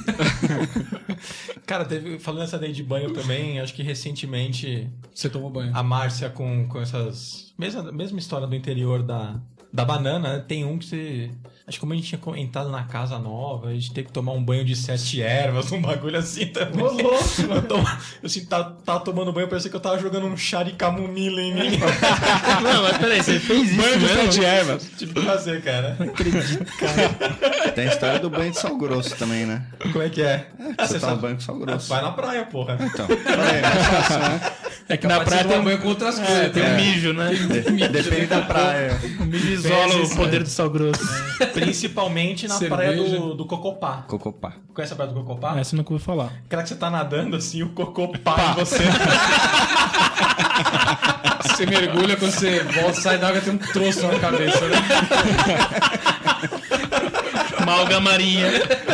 Cara, teve, falando nessa daí de banho também, acho que recentemente Você tomou banho. a Márcia com, com essas... Mesma, mesma história do interior da, da banana, né? Tem um que você... Acho que como a gente tinha comentado na casa nova, a gente teve que tomar um banho de sete ervas, um bagulho assim também. Ô, louco! Eu, tom, eu assim, tava, tava tomando banho, parecia que eu tava jogando um chá de camomila em mim. Não, mas peraí, você fez isso Banho de mesmo? sete ervas. Tive que fazer, cara. Não acredito, cara. Tem a história do banho de sal grosso também, né? Como é que é? É, você toma banho com sal grosso. Vai na praia, porra. Então, é mais fácil, né? É que na praia tem um, banho com outras é, coisas. tem um É. mijo, né? De- depende da praia. O mijo isola Fezes, o poder né? do sal grosso. Principalmente na Cerveja. praia do, do Cocopá. Cocopá. Conhece a praia do Cocopá? Essa eu nunca ouvi falar. Aquela que você tá nadando assim, o Cocopá em você. Você mergulha, quando você volta, sai da água, tem um troço na cabeça, né? Malga marinha.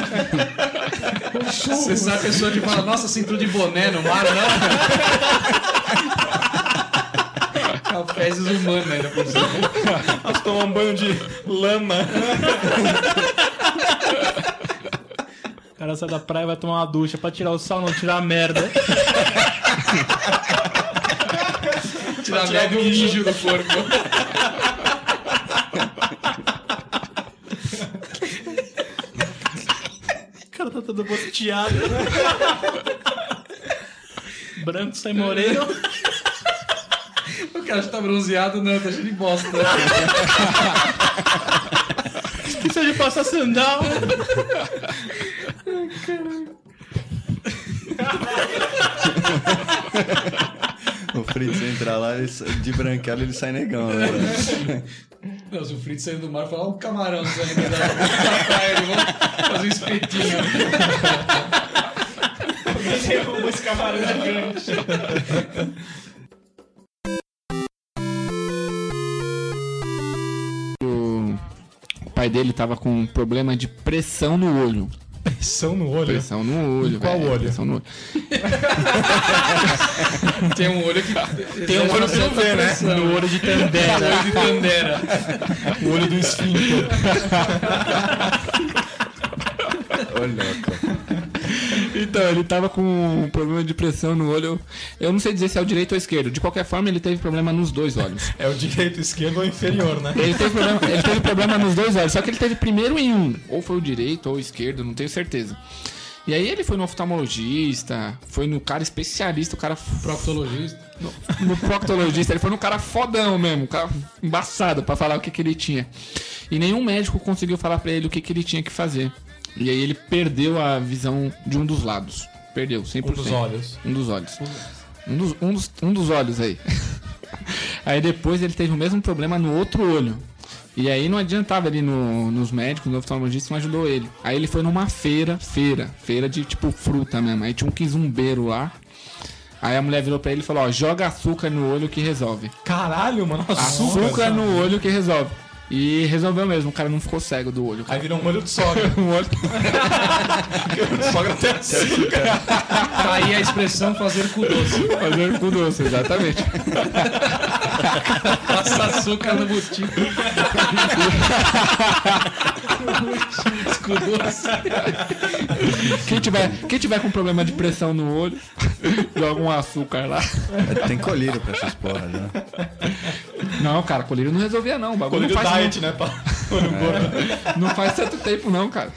Você sabe a pessoa que fala, nossa, cintura de boné no mar, não? É o fezes humano ainda por cima. Nós tomamos um banho de lama. O cara sai da praia e vai tomar uma ducha pra tirar o sal, não tirar a merda. Tirar leve o mijo do corpo. O cara tá todo bosteado. Branco sai moreno. O cara já tá bronzeado, não, tá cheio de bosta. Esqueceu de passar sandal. O Fritz entra lá, ele, sa- de branquelo ele sai negão, né? Não, se o Fritz sair do mar e falar, um camarão saindo da da praia, ele vai fazer um espetinho. Derruba esse camarão gigante. O o pai dele tava com um problema de pressão no olho. Pressão no olho? Pressão no olho. Em qual velho, olho? Pressão no olho. Tem um olho que... Tem um olho que você não vê, né? No olho de Tandera. No olho de Tandera. O olho do esfíncter. Ô, louco. Então, ele tava com um problema de pressão no olho. Eu não sei dizer se é o direito ou o esquerdo. De qualquer forma, ele teve problema nos dois olhos. É o direito, esquerdo ou inferior, né? Ele teve, problema, ele teve problema nos dois olhos, só que ele teve primeiro em um. Ou foi o direito ou o esquerdo, não tenho certeza. E aí ele foi no oftalmologista, foi no cara especialista, o cara... Proctologista. No, no proctologista, ele foi no cara fodão mesmo, um cara embaçado pra falar o que, que ele tinha. E nenhum médico conseguiu falar pra ele o que, que ele tinha que fazer. E aí ele perdeu a visão de um dos lados. Perdeu, cem por cento. Um dos olhos. Um dos olhos. Um dos, um dos, um dos olhos aí. Aí depois ele teve o mesmo problema no outro olho. E aí não adiantava ele ir no, nos médicos, no oftalmologista, não ajudou ele. Aí ele foi numa feira, feira, feira de tipo fruta mesmo. Aí tinha um quizumbeiro lá. Aí a mulher virou pra ele e falou, ó, joga açúcar no olho que resolve. Caralho, mano. Açúcar, Açúcar no olho que resolve. E resolveu mesmo, o cara não ficou cego do olho. Aí virou um olho de sogra. um olho... Porque o olho de sogra tem açúcar. Tá aí a expressão fazer cu doce. Fazer cu doce, exatamente. Passa açúcar no butinho. Escudoso. Quem tiver, quem tiver com problema de pressão no olho, joga um açúcar lá. Tem colírio pra essas porras, né? Não, cara, colírio não resolvia não. O bagulho Colírio não faz diet, não. né? Pá? É. Não faz tanto tempo não, cara.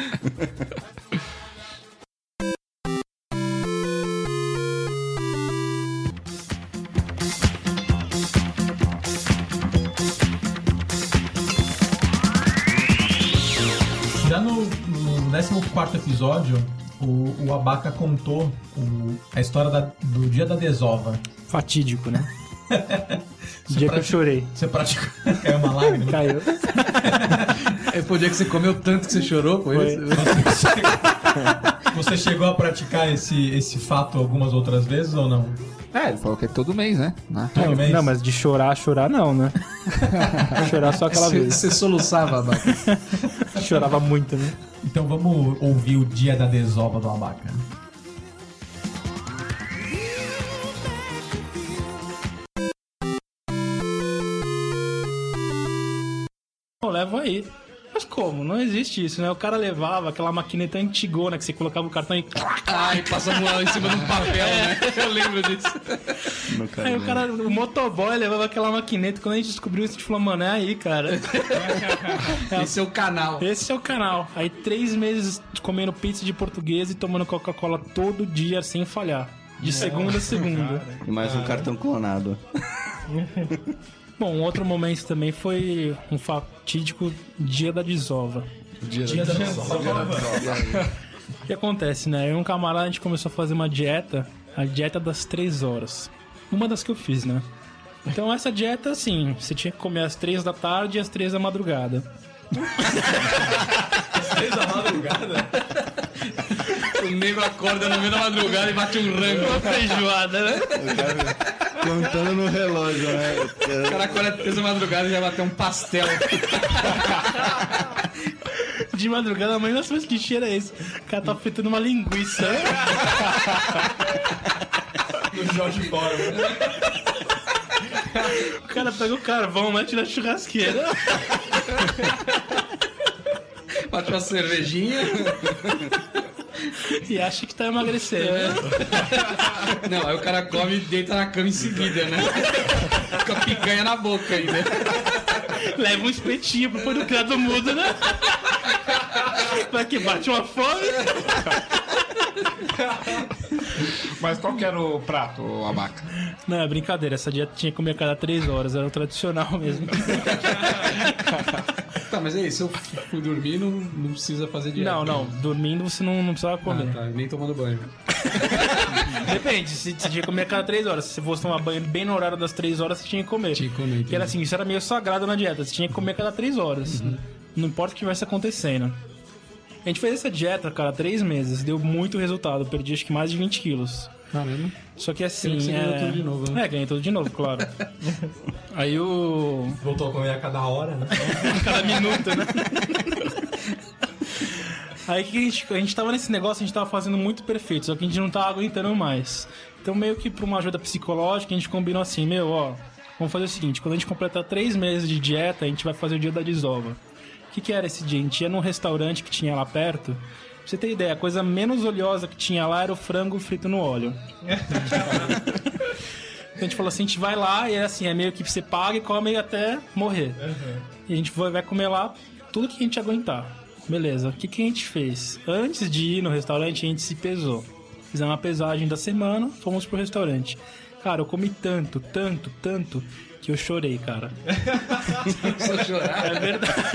Já no, no décimo quarto episódio, o, o Abaca contou o, a história da- do dia da desova. Fatídico, né? Você dia que eu pratica- chorei. Você praticou. Caiu uma lágrima? Caiu. É pro dia que você comeu tanto que você chorou, foi Foi. isso? Você chegou a praticar esse, esse fato algumas outras vezes ou não? É, ele falou que é todo mês, né? Todo Não, mês? não, mas de chorar, chorar não, né? Chorar só aquela Você, vez. você soluçava, Abaca. Chorava muito, né? Então vamos ouvir o dia da desova do Abaca. Eu levo aí. Mas como? Não existe isso, né? O cara levava aquela maquineta antigona que você colocava o cartão e... Ai, passa em cima de um papel, né? Eu lembro disso. Aí o cara, o motoboy levava aquela maquineta. Quando a gente descobriu isso, a gente falou, mano, é aí, cara. Esse é o canal. Esse é o canal. Aí três meses comendo pizza de português e tomando Coca-Cola todo dia sem falhar. De segunda a segunda. E mais um cartão clonado. Bom, um outro momento também foi um fatídico dia da desova. Dia, dia da desova. O que acontece, né? Eu e um camarada, a gente começou a fazer uma dieta, a dieta das três horas. Uma das que eu fiz, né? Então essa dieta, assim, você tinha que comer às três da tarde e às três da madrugada. Às três da madrugada? O nego acorda no meio da madrugada e bate um rango. Uma feijoada, né? Contando no relógio, né? O cara acorda às três da madrugada e já bateu um pastel. De madrugada, amanhã, nossa, mas que cheiro é esse? O cara tá fritando uma linguiça. No Jorge Bora. O cara pega o carvão, mete na churrasqueira. Bate uma cervejinha. E acha que tá emagrecendo. Não, aí o cara come e deita na cama em seguida, né? Com a picanha na boca ainda. Leva um espetinho pro pôr no criado mudo, né? Pra que bate uma fome. Mas qual que era o prato, o Abaca? Não, é brincadeira. Essa dieta tinha que comer a cada três horas. Era o tradicional mesmo. Tá, mas é isso. Se eu fui dormir, não, não precisa fazer dieta. Não, não. Dormindo você não, não precisava comer. Ah, tá. Nem tomando banho. Depende. Se você tinha que comer a cada três horas. Se você fosse tomar banho bem no horário das três horas, você tinha que comer. Tinha que comer. Porque era assim, isso era meio sagrado na dieta. Você tinha que comer a cada três horas. Uhum. Não importa o que estivesse acontecendo. A gente fez essa dieta, cara, três meses. Deu muito resultado. Eu perdi acho que mais de vinte quilos. Caramba. Só que assim. Você é... ganhou tudo de novo, né? É, ganhei tudo de novo, claro. Aí o. Voltou a comer a cada hora, né? A cada minuto, né? Aí que a gente, a gente tava nesse negócio, a gente tava fazendo muito perfeito, só que a gente não tava aguentando mais. Então, meio que pra uma ajuda psicológica, a gente combinou assim: meu, ó, vamos fazer o seguinte, quando a gente completar três meses de dieta, a gente vai fazer o dia da desova. O que, que era esse dia? A gente ia num restaurante que tinha lá perto. Pra você ter ideia, a coisa menos oleosa que tinha lá era o frango frito no óleo. Então a gente falou assim, a gente vai lá e é assim, é meio que você paga e come até morrer. Uhum. E a gente vai comer lá tudo que a gente aguentar. Beleza, o que, que a gente fez? Antes de ir no restaurante, a gente se pesou. Fizemos uma pesagem da semana, fomos pro restaurante. Cara, eu comi tanto, tanto, tanto, que eu chorei, cara. Só chorar? É verdade.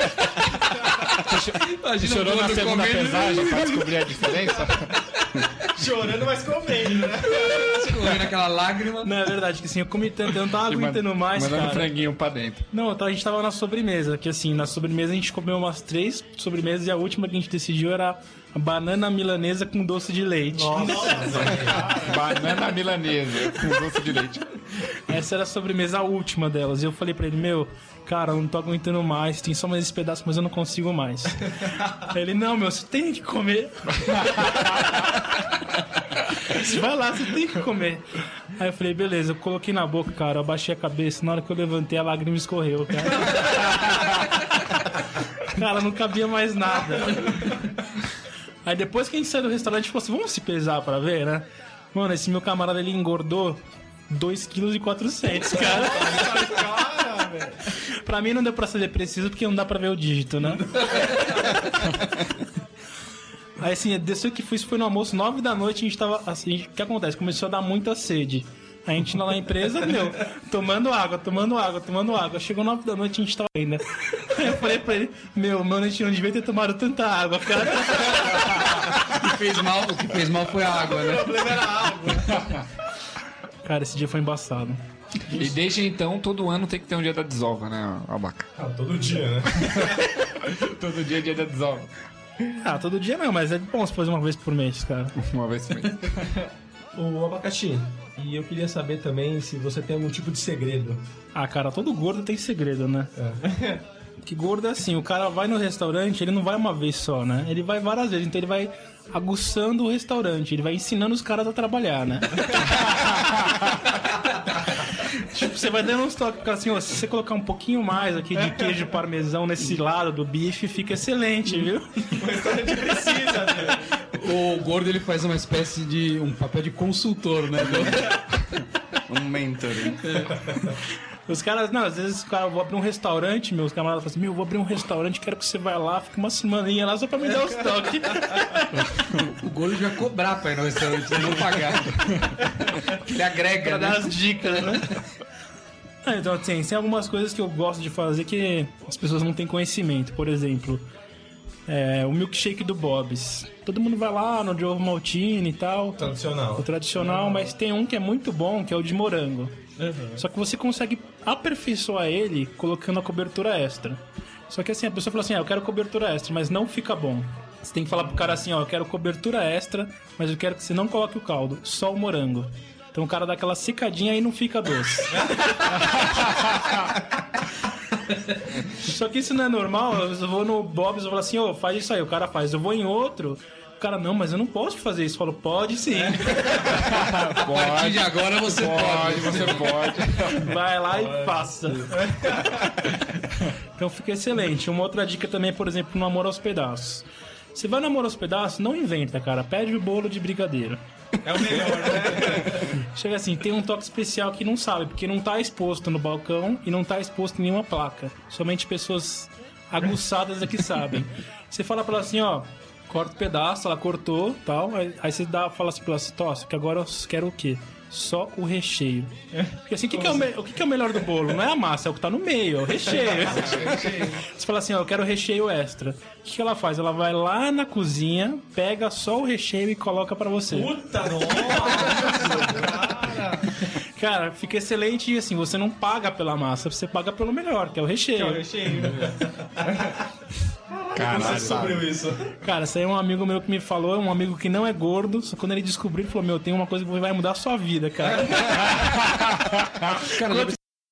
Você chorou na segunda pesagem pra descobrir a diferença? Chorando, mas comendo, né? Escorrendo aquela lágrima. Não, é verdade, que assim, eu comi tanto, eu não tava aguentando mais, mandando cara. franguinho pra dentro. Não, a gente tava na sobremesa, que assim, na sobremesa a gente comeu umas três sobremesas e a última que a gente decidiu era banana milanesa com doce de leite. Nossa, banana milanesa com doce de leite. Essa era a sobremesa, a última delas. E eu falei pra ele, meu, cara, eu não tô aguentando mais, tem só mais esse pedaço, mas eu não consigo mais. Aí ele, não, meu, você tem que comer. Você vai lá, você tem que comer. Aí eu falei, beleza, eu coloquei na boca, cara, eu abaixei a cabeça, na hora que eu levantei, a lágrima escorreu, cara. Cara, não cabia mais nada. Aí depois que a gente saiu do restaurante, a gente falou assim, vamos se pesar pra ver, né? Mano, esse meu camarada, ele engordou dois vírgula quatro quilos, cara. Cara, velho. Pra mim não deu pra saber preciso, porque não dá pra ver o dígito, né? Aí assim, desceu que foi, isso foi no almoço, nove da noite, a gente tava assim, o que acontece? Começou a dar muita sede. A gente lá na empresa, meu, tomando água, tomando água, tomando água. Chegou nove da noite e a gente tava ainda. Aí eu falei pra ele, meu, mano, a gente não devia ter tomado tanta água, cara. O que fez mal, o que fez mal foi a água, né? O problema era a água. Cara, esse dia foi embaçado. E desde então, todo ano tem que ter um dia da desova, né, Abaca? Ah, todo dia, né? Todo dia é dia da desova. Ah, todo dia não, mas é bom se fazer uma vez por mês, cara. Uma vez por mês. O Abacaxi, e eu queria saber também se você tem algum tipo de segredo. Ah, cara, todo gordo tem segredo, né? É. Que gordo é assim, o cara vai no restaurante, ele não vai uma vez só, né? Ele vai várias vezes, então ele vai aguçando o restaurante, ele vai ensinando os caras a trabalhar, né? Tipo, você vai dando uns toques, assim, ó, se você colocar um pouquinho mais aqui de queijo parmesão nesse lado do bife, fica excelente, viu? O restaurante precisa, né? O gordo, ele faz uma espécie de um papel de consultor, né? Um mentor. Os caras, não, às vezes os caras vão abrir um restaurante, meus camaradas falam assim, meu, eu vou abrir um restaurante, quero que você vá lá, fica uma semaninha lá só pra me dar os toques. O gordo já cobrar pra ir no restaurante, não pagar. Ele agrega, pra né? dar as dicas, né? Ah, então, assim, tem algumas coisas que eu gosto de fazer que as pessoas não têm conhecimento. Por exemplo, é, o milkshake do Bob's. Todo mundo vai lá no de ovo maltine e tal. Tradicional. O tradicional, mas tem um que é muito bom, que é o de morango. Uhum. Só que você consegue aperfeiçoar ele colocando a cobertura extra. Só que assim, a pessoa fala assim, ah, eu quero cobertura extra, mas não fica bom. Você tem que falar pro cara assim, ó, eu quero cobertura extra, mas eu quero que você não coloque o caldo, só o morango. Então o cara dá aquela secadinha e não fica doce. Só que isso não é normal. Eu vou no Bob's e falo assim, ô, oh, faz isso aí. O cara faz. Eu vou em outro, o cara, não, mas eu não posso fazer isso. Eu falo, pode sim. Pode. A partir de agora você pode. Pode, você pode. Vai lá e faça. Então fica excelente. Uma outra dica também, por exemplo, no Amor aos Pedaços. Você vai no Amor aos Pedaços, não inventa, cara. Pede o bolo de brigadeiro. É o melhor, né? Chega assim, tem um toque especial que não sabe, porque não tá exposto no balcão e não tá exposto em nenhuma placa. Somente pessoas aguçadas é que sabem. Você fala pra ela assim, ó, corta o pedaço, ela cortou, tal, aí, aí você dá, fala assim pra ela assim, tosse, que agora eu quero o quê? Só o recheio. Porque assim, o que, que, é o, me... o que, que é o melhor do bolo? Não é a massa, é o que tá no meio, é o recheio. Você fala assim, ó, eu quero recheio extra. O que, que ela faz? Ela vai lá na cozinha, pega só o recheio e coloca pra você. Puta, nossa! Cara, fica excelente e assim, você não paga pela massa, você paga pelo melhor, que é o recheio. Que é o recheio. Caralho, sobre isso. Cara, isso aí é um amigo meu que me falou, um amigo que não é gordo, só quando ele descobriu, ele falou, meu, tem uma coisa que vai mudar a sua vida, cara. Cara,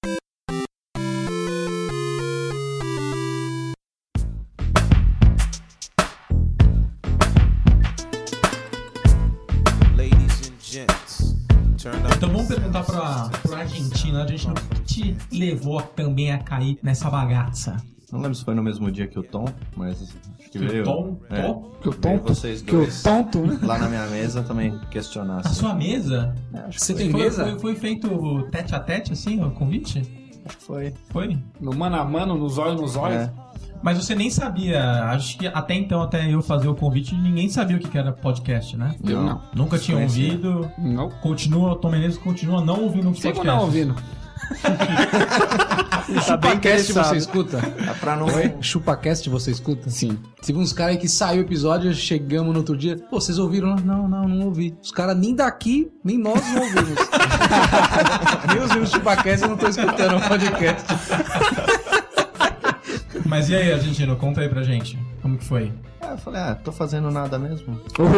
então vamos perguntar pra, pra Argentina. A Argentina, o que te levou também a cair nessa bagaça? Não lembro se foi no mesmo dia que o Tom, mas acho que Que o veio. Tom? É, Tom? Que o veio tonto? vocês Que o dois tonto, né? lá na minha mesa também questionar. A sua mesa? É, acho que Você foi. tem Foi- mesa? Foi, foi feito tete a tete, assim, o convite? Acho que foi. Foi? No mano a mano, nos olhos nos olhos. É. Mas você nem sabia, acho que até então, até eu fazer o convite, ninguém sabia o que era podcast, né? Eu não. Nunca tinha Desconhecia. ouvido. Não. Continua, o Tom Menezes continua não ouvindo os Sigo podcasts. não ouvindo. Tá bem ChupaCast interessado. você escuta? Pra não... Oi? ChupaCast você escuta? Sim. Teve uns caras aí que saiu o episódio, chegamos no outro dia. Pô, vocês ouviram? Não, não, não ouvi. Os caras nem daqui, nem nós não ouvimos. Nem os vimos ChupaCast, eu não tô escutando o podcast. Mas e aí, Argentino, conta aí pra gente. Como que foi? É, falei, ah, tô fazendo nada mesmo.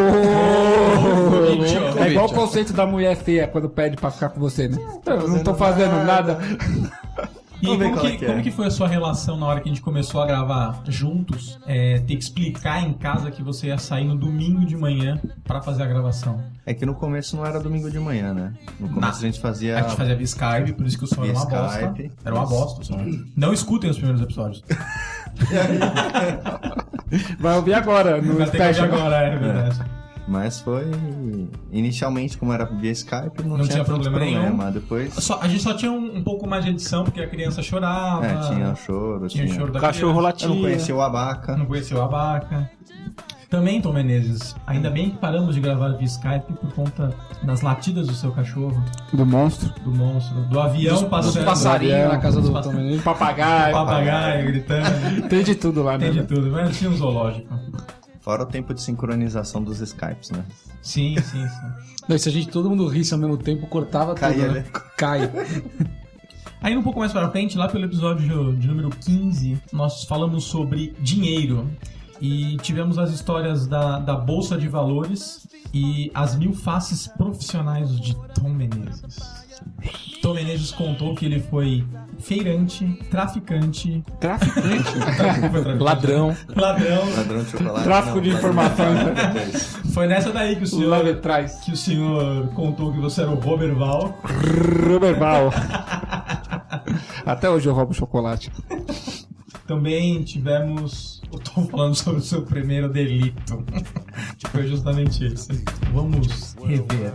Oh, é igual o conceito da mulher feia quando pede pra ficar com você, né? Eu não tô fazendo nada. E como que, que como que foi a sua relação na hora que a gente começou a gravar juntos? É, ter que explicar em casa que você ia sair no domingo de manhã pra fazer a gravação. É que no começo não era domingo de manhã, né? No começo Na, a gente fazia... A gente fazia via Skype, por isso que o som era uma bosta. Era uma bosta o som. Não escutem os primeiros episódios. Vai ouvir agora, no Vai ter que ouvir agora, é verdade. É. Mas foi... Inicialmente, como era via Skype, não, não tinha, tinha problema, problema nenhum. Depois... Só, a gente só tinha um, um pouco mais de edição, porque a criança chorava. É, tinha choro. Tinha, tinha choro da cachorro latia. Eu não conhecia o Abaca. Não conhecia o Abaca. Também, Tom Menezes, ainda bem que paramos de gravar via Skype por conta das latidas do seu cachorro. Do monstro. Do monstro. Do avião dos, passando. Dos passarinhos na casa do pass... Tom Menezes. Papagaio. Papagaio gritando. Tem de tudo lá, né? Tem de tudo, mas tinha um zoológico. Fora o tempo de sincronização dos Skypes, né? Sim, sim, sim. Não, se a gente todo mundo risse ao mesmo tempo, cortava Cai tudo, né? Cai. Aí um pouco mais pra frente, lá pelo episódio de número quinze, nós falamos sobre dinheiro. E tivemos as histórias da, da Bolsa de Valores e as mil faces profissionais de Tom Menezes. Tom Menezes contou que ele foi feirante, traficante... Traficante? Ladrão. Ladrão. Ladrão de chocolate. Tráfico não, de informações. Foi nessa daí que o senhor... Leve trás. Que o senhor contou que você era o Roberval. Roberval. Até hoje eu roubo chocolate. Também tivemos... Eu tô falando sobre o seu primeiro delito. Foi justamente isso. Vamos rever.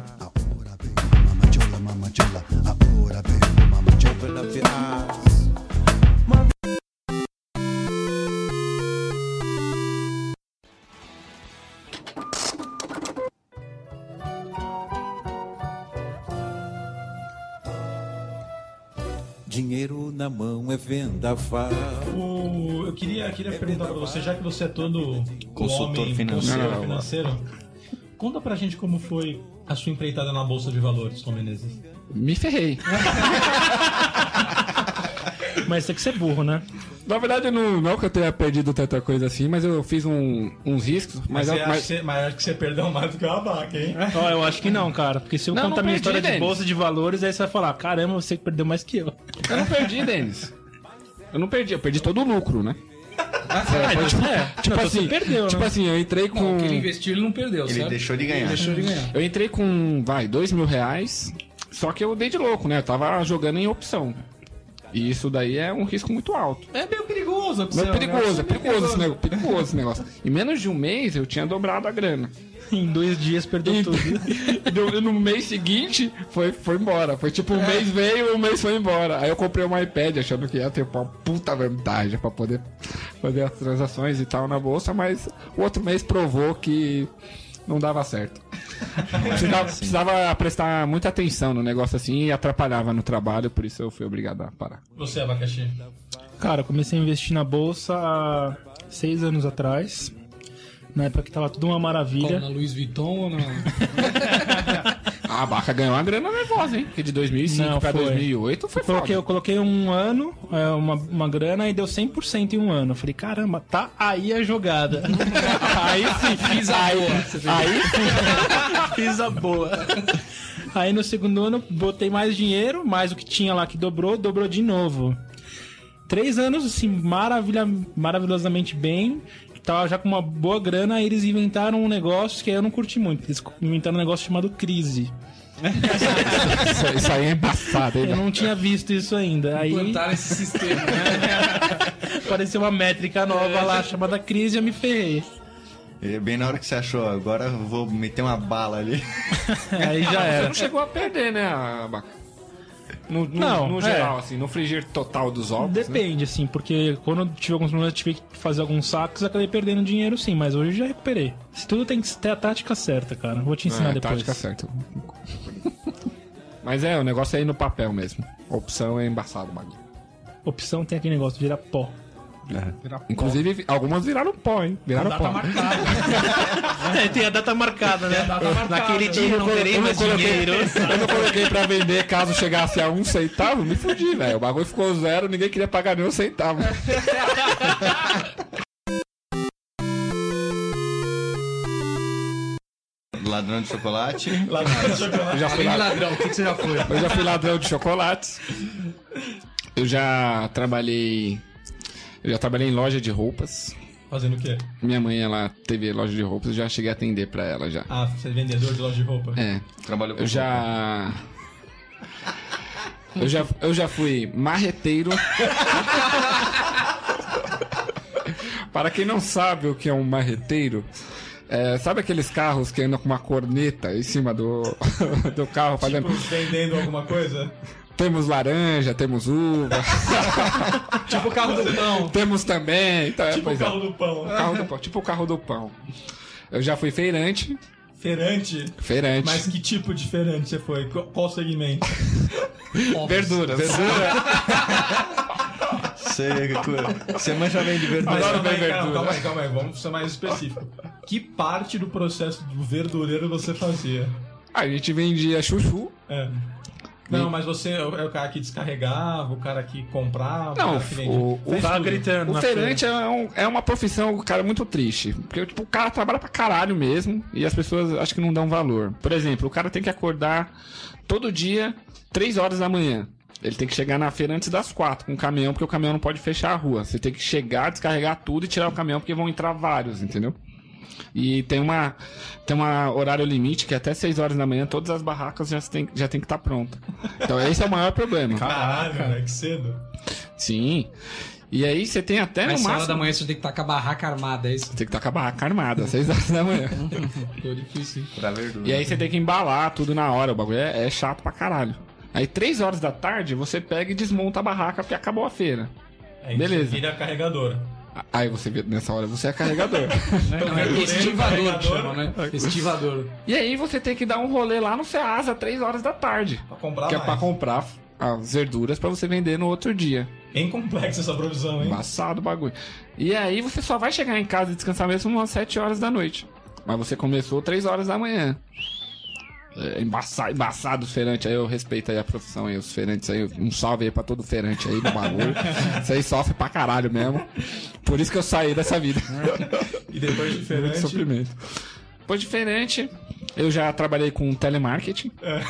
Dinheiro na mão é vendaval. O... Eu queria, queria perguntar pra você, já que você é todo consultor homem, financeiro, consultor financeiro, conta pra gente como foi a sua empreitada na Bolsa de Valores, Tom Menezes. Me ferrei. Mas tem que ser burro, né? Na verdade, não, não que eu tenha perdido tanta coisa assim, mas eu fiz um, uns riscos. Mas, Mas, eu, mas... mas... Você, mas acho que você perdeu mais do que o Abaca, hein? Ó, eu acho que não, cara. Porque se eu Não, contar não minha perdi, história de Denis. bolsa de valores, aí você vai falar, caramba, você que perdeu mais que eu. Eu não perdi, Denis. Eu não perdi, eu perdi todo o lucro, né? Ah, foi, tipo, é. tipo Não, assim, você perdeu, tipo né? assim, eu entrei com... Não, o que ele investiu, ele não perdeu, Ele certo? deixou de ganhar. Ele deixou de ganhar. Eu entrei com, vai, dois mil reais, só que eu dei de louco, né? Eu tava jogando em opção. E isso daí é um risco muito alto. É meio perigoso, Mas é perigoso, é perigoso esse negócio, perigoso esse negócio. Em menos de um mês eu tinha dobrado a grana. Em dois dias perdeu E- tudo. E no, no mês seguinte foi, foi embora. Foi tipo, um mês veio, um mês foi embora. Aí eu comprei um iPad achando que ia ter uma puta vantagem pra poder fazer as transações e tal na bolsa, mas o outro mês provou que não dava certo. Precisava, precisava prestar muita atenção no negócio assim e atrapalhava no trabalho, por isso eu fui obrigado a parar. Você, Abacaxi. Cara, eu comecei a investir na bolsa há seis anos atrás. Na época que tava tudo uma maravilha. Na Louis Vuitton ou na... A Abaca ganhou uma grana nervosa, hein? Porque de dois mil e cinco Não, pra foi. dois mil e oito foi eu coloquei, foda. eu coloquei um ano, é, uma, uma grana e deu cem por cento em um ano. Eu falei, caramba, tá aí a jogada. Aí sim, fiz a aí, boa. Aí fiz a boa. Aí no segundo ano botei mais dinheiro, mais o que tinha lá que dobrou, dobrou de novo. Três anos, assim, maravilha, maravilhosamente bem. Tava já com uma boa grana, aí eles inventaram um negócio que eu não curti muito. Eles inventaram um negócio chamado crise. Isso, isso aí é embaçado, hein? Eu não tinha visto isso ainda. Aí Implantaram esse sistema, né? apareceu uma métrica nova lá chamada crise e eu me ferrei. E bem na hora que você achou, agora eu vou meter uma bala ali. Aí já Você era. não chegou a perder, né, Abaca? No, no, Não, no é. geral, assim, no frigir total dos ovos. Né? Depende, assim, porque quando eu tive alguns problemas, eu tive que fazer alguns sacos, acabei perdendo dinheiro sim, mas hoje eu já recuperei. Isso tudo tem que ter a tática certa, cara. Vou te ensinar É, depois. tática certa. Mas é, o negócio é ir no papel mesmo. A opção é embaçado, bagulho. Opção tem aquele negócio, vira pó. Inclusive, algumas viraram pó, hein? Viraram Data pó. marcada. É, tem a data marcada, né? data marcada. Naquele dia Eu não não terei eu mais não coloquei- dinheiro. Eu não coloquei pra vender caso chegasse a um centavo, me fudi, velho. O bagulho ficou zero, ninguém queria pagar nem um centavo. ladrão de chocolate. Ladrão de chocolate. Eu já fui Além de la- ladrão, o que, que você já foi? Eu já fui ladrão de chocolates. Eu já trabalhei. Eu já trabalhei em loja de roupas. Fazendo o quê? Minha mãe, ela teve loja de roupas, eu já cheguei a atender pra ela já. Ah, você é vendedor de loja de roupa? É. Trabalhou com Eu já. Eu já, eu já fui marreteiro. Para quem não sabe o que é um marreteiro, é, sabe aqueles carros que andam com uma corneta em cima do, do carro fazendo. Tipo, vendendo alguma coisa? Temos laranja, temos uva. Tipo o carro do pão. Temos também. Então, é, Tipo pois o carro é. do pão. O carro do pão. Tipo o carro do pão. Eu já fui feirante. Feirante? Feirante. Mas que tipo de feirante você foi? Qual- Qual segmento? Verduras. Você, você manja bem de Mas verdura. calma aí, calma, calma aí, calma aí, vamos ser mais específico. Que parte do processo do verdureiro você fazia? A gente vendia chuchu. É. Não, mas você é o cara que descarregava, o cara que comprava, Não, o cara que vendia. o, o, Fez tudo. o feirante é, um- é uma profissão, cara, muito triste. Porque tipo, o cara trabalha pra caralho mesmo e as pessoas acho que não dão valor. Por exemplo, o cara tem que acordar todo dia, três horas da manhã. Ele tem que chegar na feira antes das quatro com o caminhão, porque o caminhão não pode fechar a rua. Você tem que chegar, descarregar tudo e tirar o caminhão, porque vão entrar vários, entendeu? E tem uma tem uma horário limite que até seis horas da manhã todas as barracas já tem, já tem que estar pronta. Então esse é o maior problema. Caralho, cara, que cedo. Sim. E aí você tem até Mas no seis máximo... horas da manhã você tem que estar com a barraca armada, é isso? Tem que estar com a barraca armada, seis horas da manhã. Ficou difícil, hein? Pra verdura. E aí você tem que embalar tudo na hora, o bagulho é, é chato pra caralho. Aí três horas da tarde você pega e desmonta a barraca porque acabou a feira. Aí Beleza. você vira carregador. Aí você vê, nessa hora você é carregador. Não, é estivador que chama, né? Estivador. E aí você tem que dar um rolê lá no Ceasa três horas da tarde. Pra comprar que mais. é pra comprar as verduras pra você vender no outro dia. Bem complexa essa provisão, hein? Embaçado o bagulho. E aí você só vai chegar em casa e descansar mesmo umas sete horas da noite. Mas você começou três horas da manhã. É, embaçado, embaçado os feirantes aí, eu respeito aí a profissão aí, os feirantes aí, um salve aí pra todo feirante aí do bagulho. Isso aí sofre pra caralho mesmo. Por isso que eu saí dessa vida. E depois de Muito feirante... sofrimento. Depois de feirante, eu já trabalhei com telemarketing. É.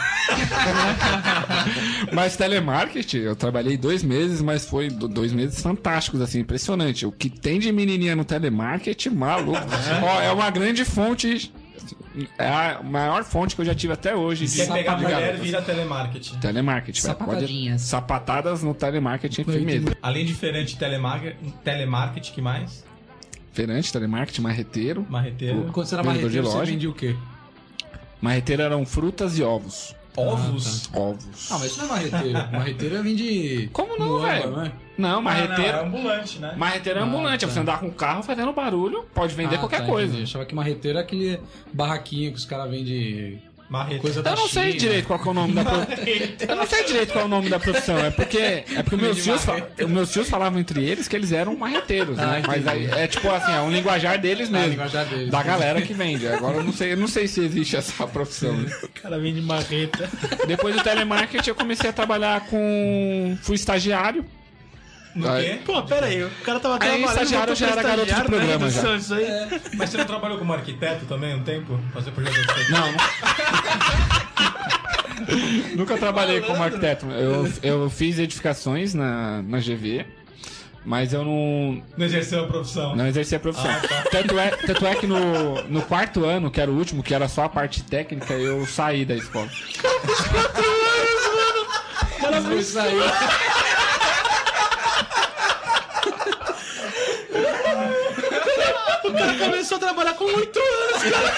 Mas telemarketing, eu trabalhei dois meses, mas foi do- dois meses fantásticos, assim, impressionante. O que tem de menininha no telemarketing, maluco. Ó, é uma grande fonte, é a maior fonte que eu já tive até hoje. De, Quer pegar de mulher, garotas. vira telemarketing. Telemarketing, velho. Pode- Sapatadinhas. Sapatadas no telemarketing firmeza. Além de feirante telemarketing, telemarketing, que mais? Feirante, telemarketing, marreteiro. Marreteiro. Quando você era vendedor marreteiro, de você loja. vendia o quê? Marreteiro eram frutas e ovos. Ovos? Ovos. Ah, mas isso não é marreteiro. Marreteiro vende... Como não, moamba, velho? não é? Não, marreteiro. Não, não, é ambulante, né? Marreteiro é Ah, ambulante, é tá. você andar com o carro fazendo barulho, pode vender Ah, qualquer tá, coisa. entendi. Eu achava que marreteiro é aquele barraquinho que os caras vendem... Marreteiro. Coisa da Eu não sei China. direito qual que é o nome da profissão. Eu não sei direito qual é o nome da profissão. É porque, é porque meus, tios, fa- meus tios falavam entre eles que eles eram marreteiros, Ah, né? Mas aí é tipo assim, é um linguajar deles Ah, mesmo. linguajar deles. Da galera que vende. Agora eu não sei, eu não sei se existe essa profissão. Né? O cara vende marreta. Depois do telemarketing eu comecei a trabalhar com. Fui estagiário. No Aí- quê? Pô, pera aí, o cara tava Aí, trabalhando... estagiário voltou já pra era garoto de estagiário, programa, né? já. Isso aí. Mas você não trabalhou como arquiteto também um tempo? Fazer projeto de arquiteto? Não, não. Nunca trabalhei como arquiteto. Eu, eu fiz edificações na, na G V, mas eu não, Não exerceu a profissão? não exerci a profissão. Ah, tá. Tanto é, tanto é que no, no quarto ano, que era o último, que era só a parte técnica, eu saí da escola. O cara foi sair. O cara começou a trabalhar com oito anos, cara.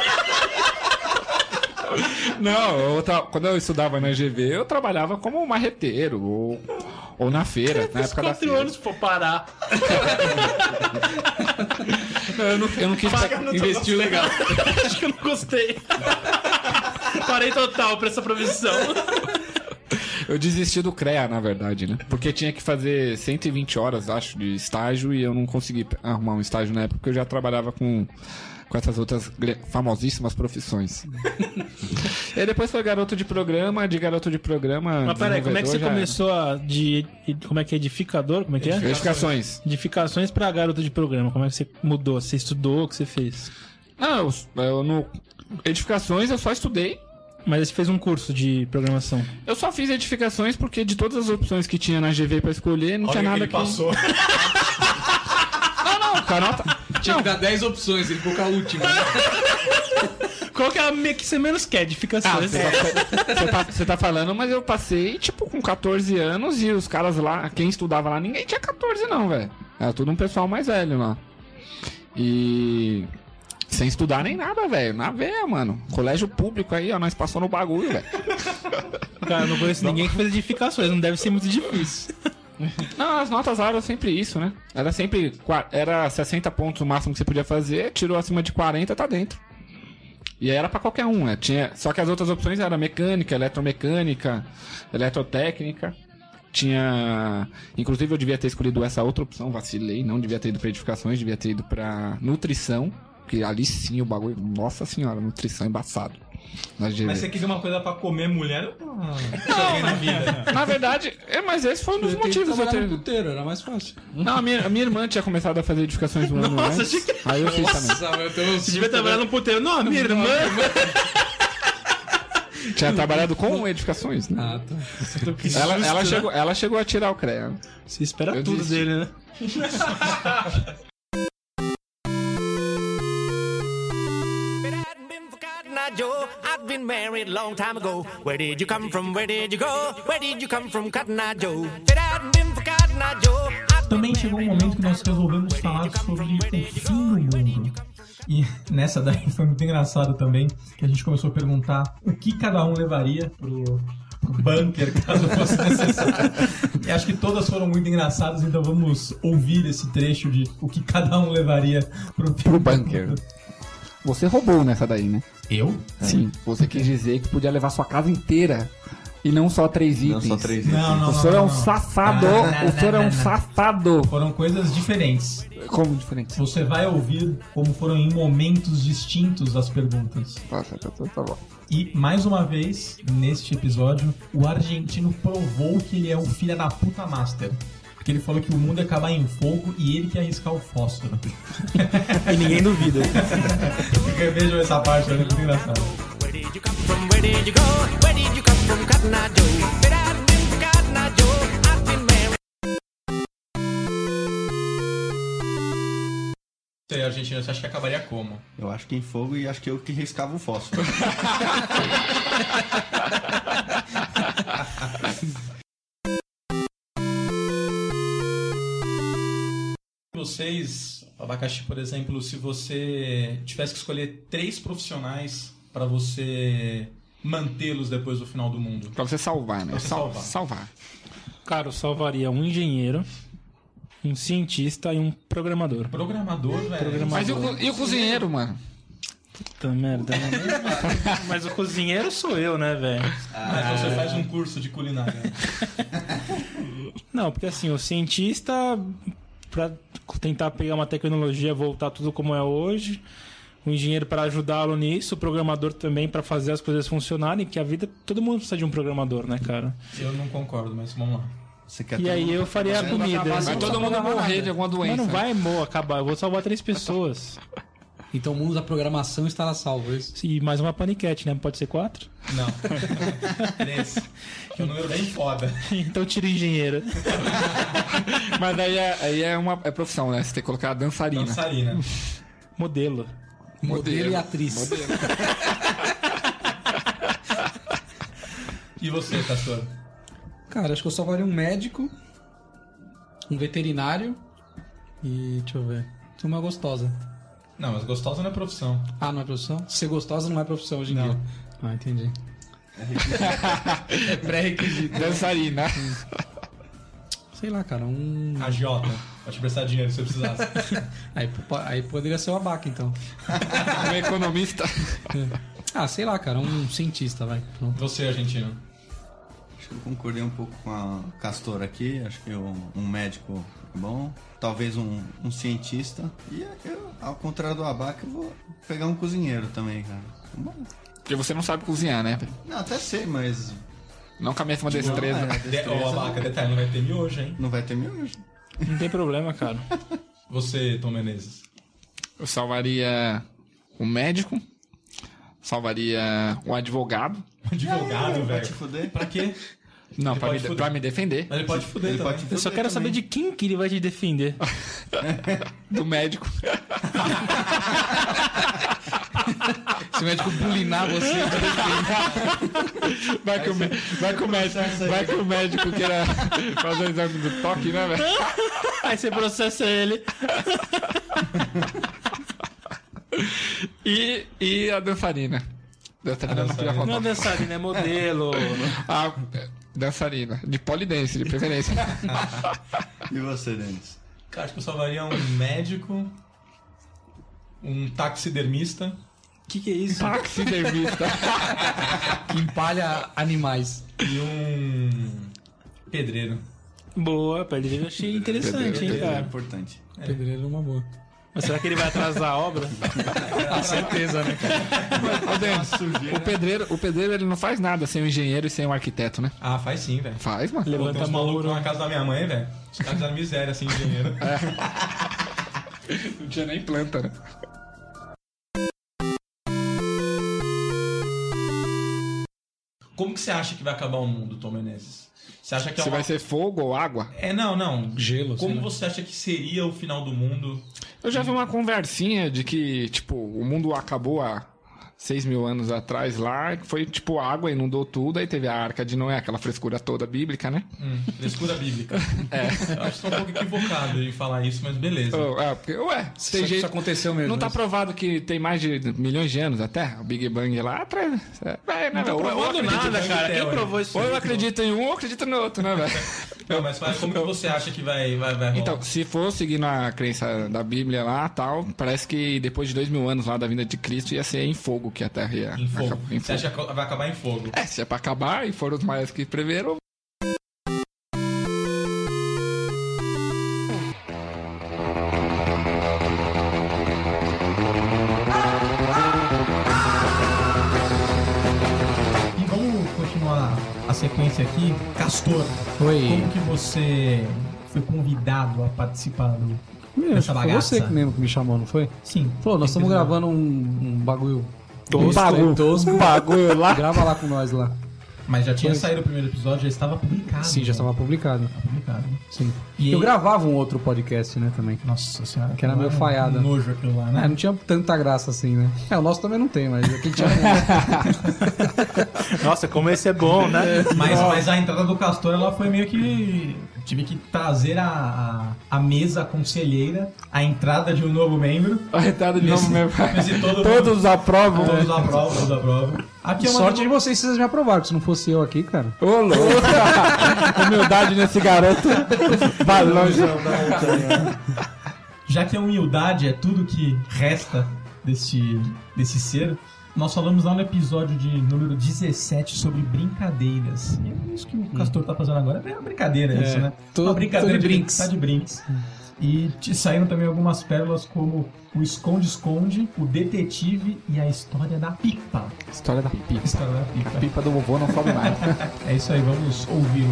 Não, eu tra- quando eu estudava na G V, eu trabalhava como marreteiro ou, ou na feira, na Os época da quatro feira. anos, pô, parar. Não, eu, não, eu não quis Paga, não tô investir gostando. legal. Acho que eu não gostei. Parei total pra essa profissão. Eu desisti do C R E A, na verdade, né? Porque tinha que fazer cento e vinte horas, acho, de estágio e eu não consegui arrumar um estágio na época porque eu já trabalhava com, com essas outras gle- famosíssimas profissões. E aí depois foi garoto de programa, de garoto de programa. Mas peraí, como é que você desenvolvedor, já começou a. De, como é que é? Edificador? Como é que é? Edificações. Edificações pra garoto de programa. Como é que você mudou? Você estudou? O que você fez? Não, eu, eu no, Edificações eu só estudei. Mas você fez um curso de programação? Eu só fiz edificações porque de todas as opções que tinha na G V pra escolher, não Olha tinha que nada ele que... passou. Não, não, cara, nota... Tinha que dar dez opções, ele ficou com a última. Qual que é a que você menos quer? Edificações. Ah, você tá, você tá falando, mas eu passei, tipo, com catorze anos e os caras lá, quem estudava lá, ninguém tinha catorze não, velho. Era tudo um pessoal mais velho lá. E... sem estudar nem nada, velho. Na veia, mano. Colégio público aí, ó, nós passou no bagulho, velho. Cara, eu não conheço ninguém que fez edificações, não deve ser muito difícil. Não, as notas eram sempre isso, né? Era sempre... Era sessenta pontos o máximo que você podia fazer, tirou acima de quarenta, tá dentro. E aí era pra qualquer um, né? Tinha... Só que as outras opções eram mecânica, eletromecânica, eletrotécnica. Tinha... Inclusive eu devia ter escolhido essa outra opção, vacilei. Não devia ter ido pra edificações, devia ter ido pra nutrição. Porque ali sim o bagulho... Nossa senhora, nutrição embaçado. Mas você queria uma coisa pra comer mulher? Não, na vida. Na verdade, é, mas esse foi um dos motivos. Eu ter... puteiro, era mais fácil. Não, a minha, a minha irmã tinha começado a fazer edificações um ano Nossa, antes. que... Aí eu fiz Nossa, também. Meu, você devia trabalhar no puteiro. Não, a minha irmã... Tinha trabalhado com edificações, né? Ah, tá. Ela, justo, ela, né? chegou, ela chegou a tirar o C R E A. Você espera Eu tudo desisti. dele, né? Joe, I've been married long time ago. Where did you come from? Where did you go? Where did you come from, Cotton Eye Joe? If it hadn't been for Cotton Eye Joe, I've Também chegou um momento que nós resolvemos falar sobre o fim do mundo. E nessa daí foi muito engraçado também, que a gente começou a perguntar o que cada um levaria pro, pro bunker, caso fosse necessário. E acho que todas foram muito engraçadas, então vamos ouvir esse trecho de o que cada um levaria pro, Pro bunker. Você roubou nessa daí, né? Eu? Sim, você quis dizer que podia levar sua casa inteira e não só três itens. Não só três itens. Não, não, o não, senhor não, é um não. safado. Não, não, o senhor não, é um não. safado. Foram coisas diferentes. Como diferentes? Você vai ouvir como foram em momentos distintos as perguntas. Tá, tá, tá, tá bom. E, mais uma vez, neste episódio, o argentino provou que ele é um filho da puta master. Porque ele falou que o mundo ia acabar em fogo e ele que ia arriscar o fósforo. E ninguém duvida. Vejam essa parte, é muito engraçado. Where did you come from? Where did you go? Where did you come from, Cotton Eye Joe? If it hadn't been for Cotton Eye Joe, I've been married. Você, argentino, você acha que acabaria como? Eu acho que em fogo e acho que eu que riscava o fósforo. Vocês, Abacaxi, por exemplo, se você tivesse que escolher três profissionais para você mantê-los depois do final do mundo. Pra você salvar, né? Pra você Sal- salvar. salvar. Cara, eu salvaria um engenheiro, um cientista e um programador. Programador, velho. Programador. Mas e o, co- e o cozinheiro, mano? Puta merda. né? Mas o cozinheiro sou eu, né, velho? Mas você faz um curso de culinária. Não, porque assim, o cientista, pra tentar pegar uma tecnologia, voltar tudo como é hoje, o engenheiro para ajudá-lo nisso, o programador também para fazer as coisas funcionarem, que a vida, todo mundo precisa de um programador, né, cara? Eu não concordo, mas vamos lá. Você quer E todo aí mundo eu faria a trabalhando? comida. Vai Não todo vou mundo salvar morrer nada. de alguma Mas doença. não vai mo- acabar, eu vou salvar três pessoas. Então o mundo da programação estará salvo, é isso? E mais uma paniquete, né? Pode ser quatro? Não. Três. Que é um número bem foda. Então tira engenheiro. Mas daí é, aí é uma é profissão, né? Você tem que colocar dançarina. Dançarina. Modelo. Modelo e atriz. Modelo. E você, Castor? Cara, acho que eu salvaria um médico, um veterinário e, deixa eu ver, uma gostosa. Não, mas gostosa não é profissão. Ah, não é profissão? Ser gostosa não é profissão hoje em Não. dia. Ah, entendi. É pré-requisito. Dançarina. Sei lá, cara, um... Agiota. Pra te prestar dinheiro se você precisasse. Aí, po- aí poderia ser o abaca, então. Um economista. Ah, sei lá, cara, um cientista, vai. Pronto. Você, argentino? Acho que eu concordei um pouco com a Castor aqui. Acho que um, um médico é bom. Talvez um, um cientista. E eu, ao contrário do Abaca, eu vou pegar um cozinheiro também, cara. Bom, Porque você não sabe cozinhar, né? não, até sei, mas Não com a mesma destreza. Não, é, De... destreza Ô, Abaca, não. detalhe, não vai ter miojo, hein? Não vai ter miojo. Não tem problema, cara. Você, Tom Menezes. Eu salvaria o médico, salvaria um advogado. Advogado, velho. Vai te fuder? Pra quê? Não, Ele pra me, pode fuder. pra me defender. Mas ele pode fuder Ele também. pode te Eu só fuder quero também. saber de quem que ele vai te defender. Do médico. Se o médico bulinar você, Vai que o, mé- vai que o médico, vai que o médico queira fazer o exame do toque, né, velho? Aí você processa ele. E, e a dançarina. Dançarina não podia Não é faltar. dançarina, é modelo. A dançarina. De polidense, de preferência. E você, Denis? Cara, acho que eu salvaria um médico, um taxidermista. O que, que é isso? Taxidermista. que empalha animais. E um pedreiro. Boa, pedreiro eu achei interessante, hein, É cara. importante. Pedreiro é uma boa. Mas será que ele vai atrasar a obra? Com certeza, né, cara? Ô, Denis, o pedreiro, o pedreiro ele não faz nada sem o engenheiro e sem o arquiteto, né? Ah, faz sim, velho. Faz, mano. Levanta Levanta uns a mão. malucos na casa da minha mãe, velho. Os caras fizeram miséria, assim, engenheiro. Não tinha nem planta, né? Como que você acha que vai acabar o mundo, Tom Menezes? Você acha que é Se uma... vai ser fogo ou água? É, não, não. Gelo, Como assim, né? você acha que seria o final do mundo? Eu já vi uma conversinha de que, tipo, o mundo acabou há seis mil anos atrás lá, que foi, tipo, água, inundou tudo, aí teve a Arca de Noé, aquela frescura toda bíblica, né? Hum, frescura bíblica. É. Eu acho que estou um pouco equivocado em falar isso, mas beleza. Oh, é, porque, ué, Isso, tem isso jeito... aconteceu mesmo. Não tá né? provado que tem mais de milhões de anos até? O Big Bang lá atrás. É, é, né, Não tá velho? Ou eu provando acredito- nada, cara. Quem teoria. provou isso? Ou eu aí? acredito em um ou eu acredito no outro, né, velho? Não, mas fala, como que você acha que vai, vai, vai rolar? Então, se for seguindo a crença da Bíblia lá tal, parece que depois de dois mil anos lá da vinda de Cristo ia ser em fogo que a Terra ia Em fogo. acabar. Em Você fogo. acha que vai acabar em fogo? É, se é pra acabar e foram os maiores que preveram. E vamos continuar a sequência aqui. Castor, Oi. como que você foi convidado a participar do, Meu, dessa foi bagaça? você mesmo que me chamou, não foi? Sim. Falou, nós Quem estamos quiser. gravando um, um bagulho. Um bagulho. tosco. Um bagulho lá. Grava lá com nós lá. Mas já tinha Foi. saído o primeiro episódio, já estava publicado. Sim, já né? estava publicado. Tá publicado. Sim. E eu aí- gravava um outro podcast, né, também. Nossa senhora. Que era aquilo meio lá falhada. Um nojo aquilo lá, É, né? não tinha tanta graça assim, né? É, o nosso também não tem, mas aquele tinha. Nossa, como esse é bom, né? Mas, mas a entrada do Castor, ela foi meio que... Tive que trazer a, a, a mesa conselheira, a entrada de um novo membro. A entrada de novo membro. Nesse todo Todos aprovam. Todos aprovam, todos aprovam. Aqui é uma Sorte de vocês, vocês me aprovaram, que se não fosse eu aqui, cara. Ô, louco. Humildade nesse garoto. Vai longe. Já que a humildade é tudo que resta desse, desse ser, nós falamos lá no episódio de número dezessete sobre brincadeiras. E é isso que o Castor tá fazendo agora. É uma brincadeira É, isso, né? tô- uma brincadeira tô de de brinks. Tá de brinks. E te saíram também algumas pérolas como o Esconde-Esconde, o Detetive e a História da Pipa. História da pipa. História da Pipa. A pipa do vovô não sobe mais. É isso aí, vamos ouvi-lo.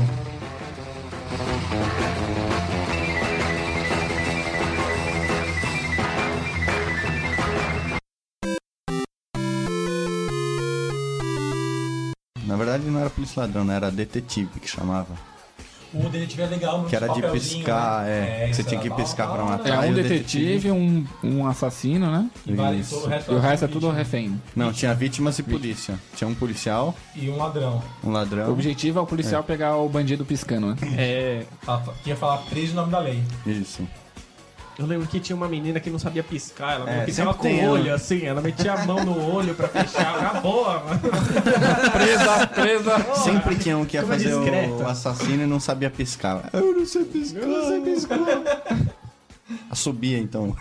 Na verdade não era polícia ladrão, né? Era detetive que chamava. O detetive é legal no Que era de papelzinho, piscar, né? é. que você isso tinha que era piscar pau, pra pau, matar. É e um o detetive, um, um assassino, né? E, vale, Isso. todo o resto E o resto é vítima. tudo refém. Não, tinha vítimas e polícia. Tinha um policial, E um ladrão. um O ladrão. objetivo é o policial pegar o bandido piscando, né? É. Queria falar três em nome da lei. Isso. Eu lembro que tinha uma menina que não sabia piscar, ela É, não piscava sempre com tem o olho, ela. assim, ela metia a mão no olho pra fechar, acabou, mano. Presa, presa. Sempre tinha um que ia Como é fazer discreta. o assassino e não sabia piscar. Eu não sei piscar. Eu não sei piscar. Assobia então.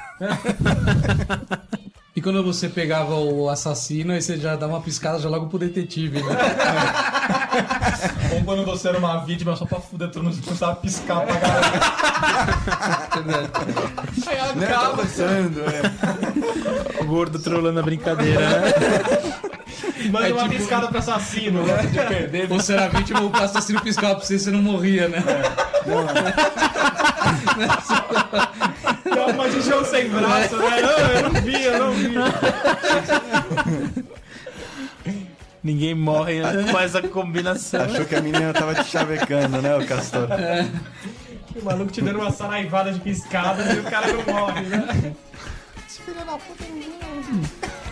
E quando você pegava o assassino, aí você já dava uma piscada já logo pro detetive, né? Ou quando você era uma vítima só pra fuder, todo mundo começava a piscar pra galera. Aí Né? Tá acaba. passando, é. O gordo trolando a brincadeira, né? Manda É uma tipo- piscada pro assassino, né? De perder. Ou você era vítima, o assassino piscava pra você e você não morria, né? Dá uma de chão sem braço, né? Não, eu não vi, eu não vi. Ninguém morre com essa combinação. Achou que a menina tava te chavecando, né, o Castor? É. O maluco te dando uma saraivada de piscada e o cara não morre, né? Esse filho da puta não morre.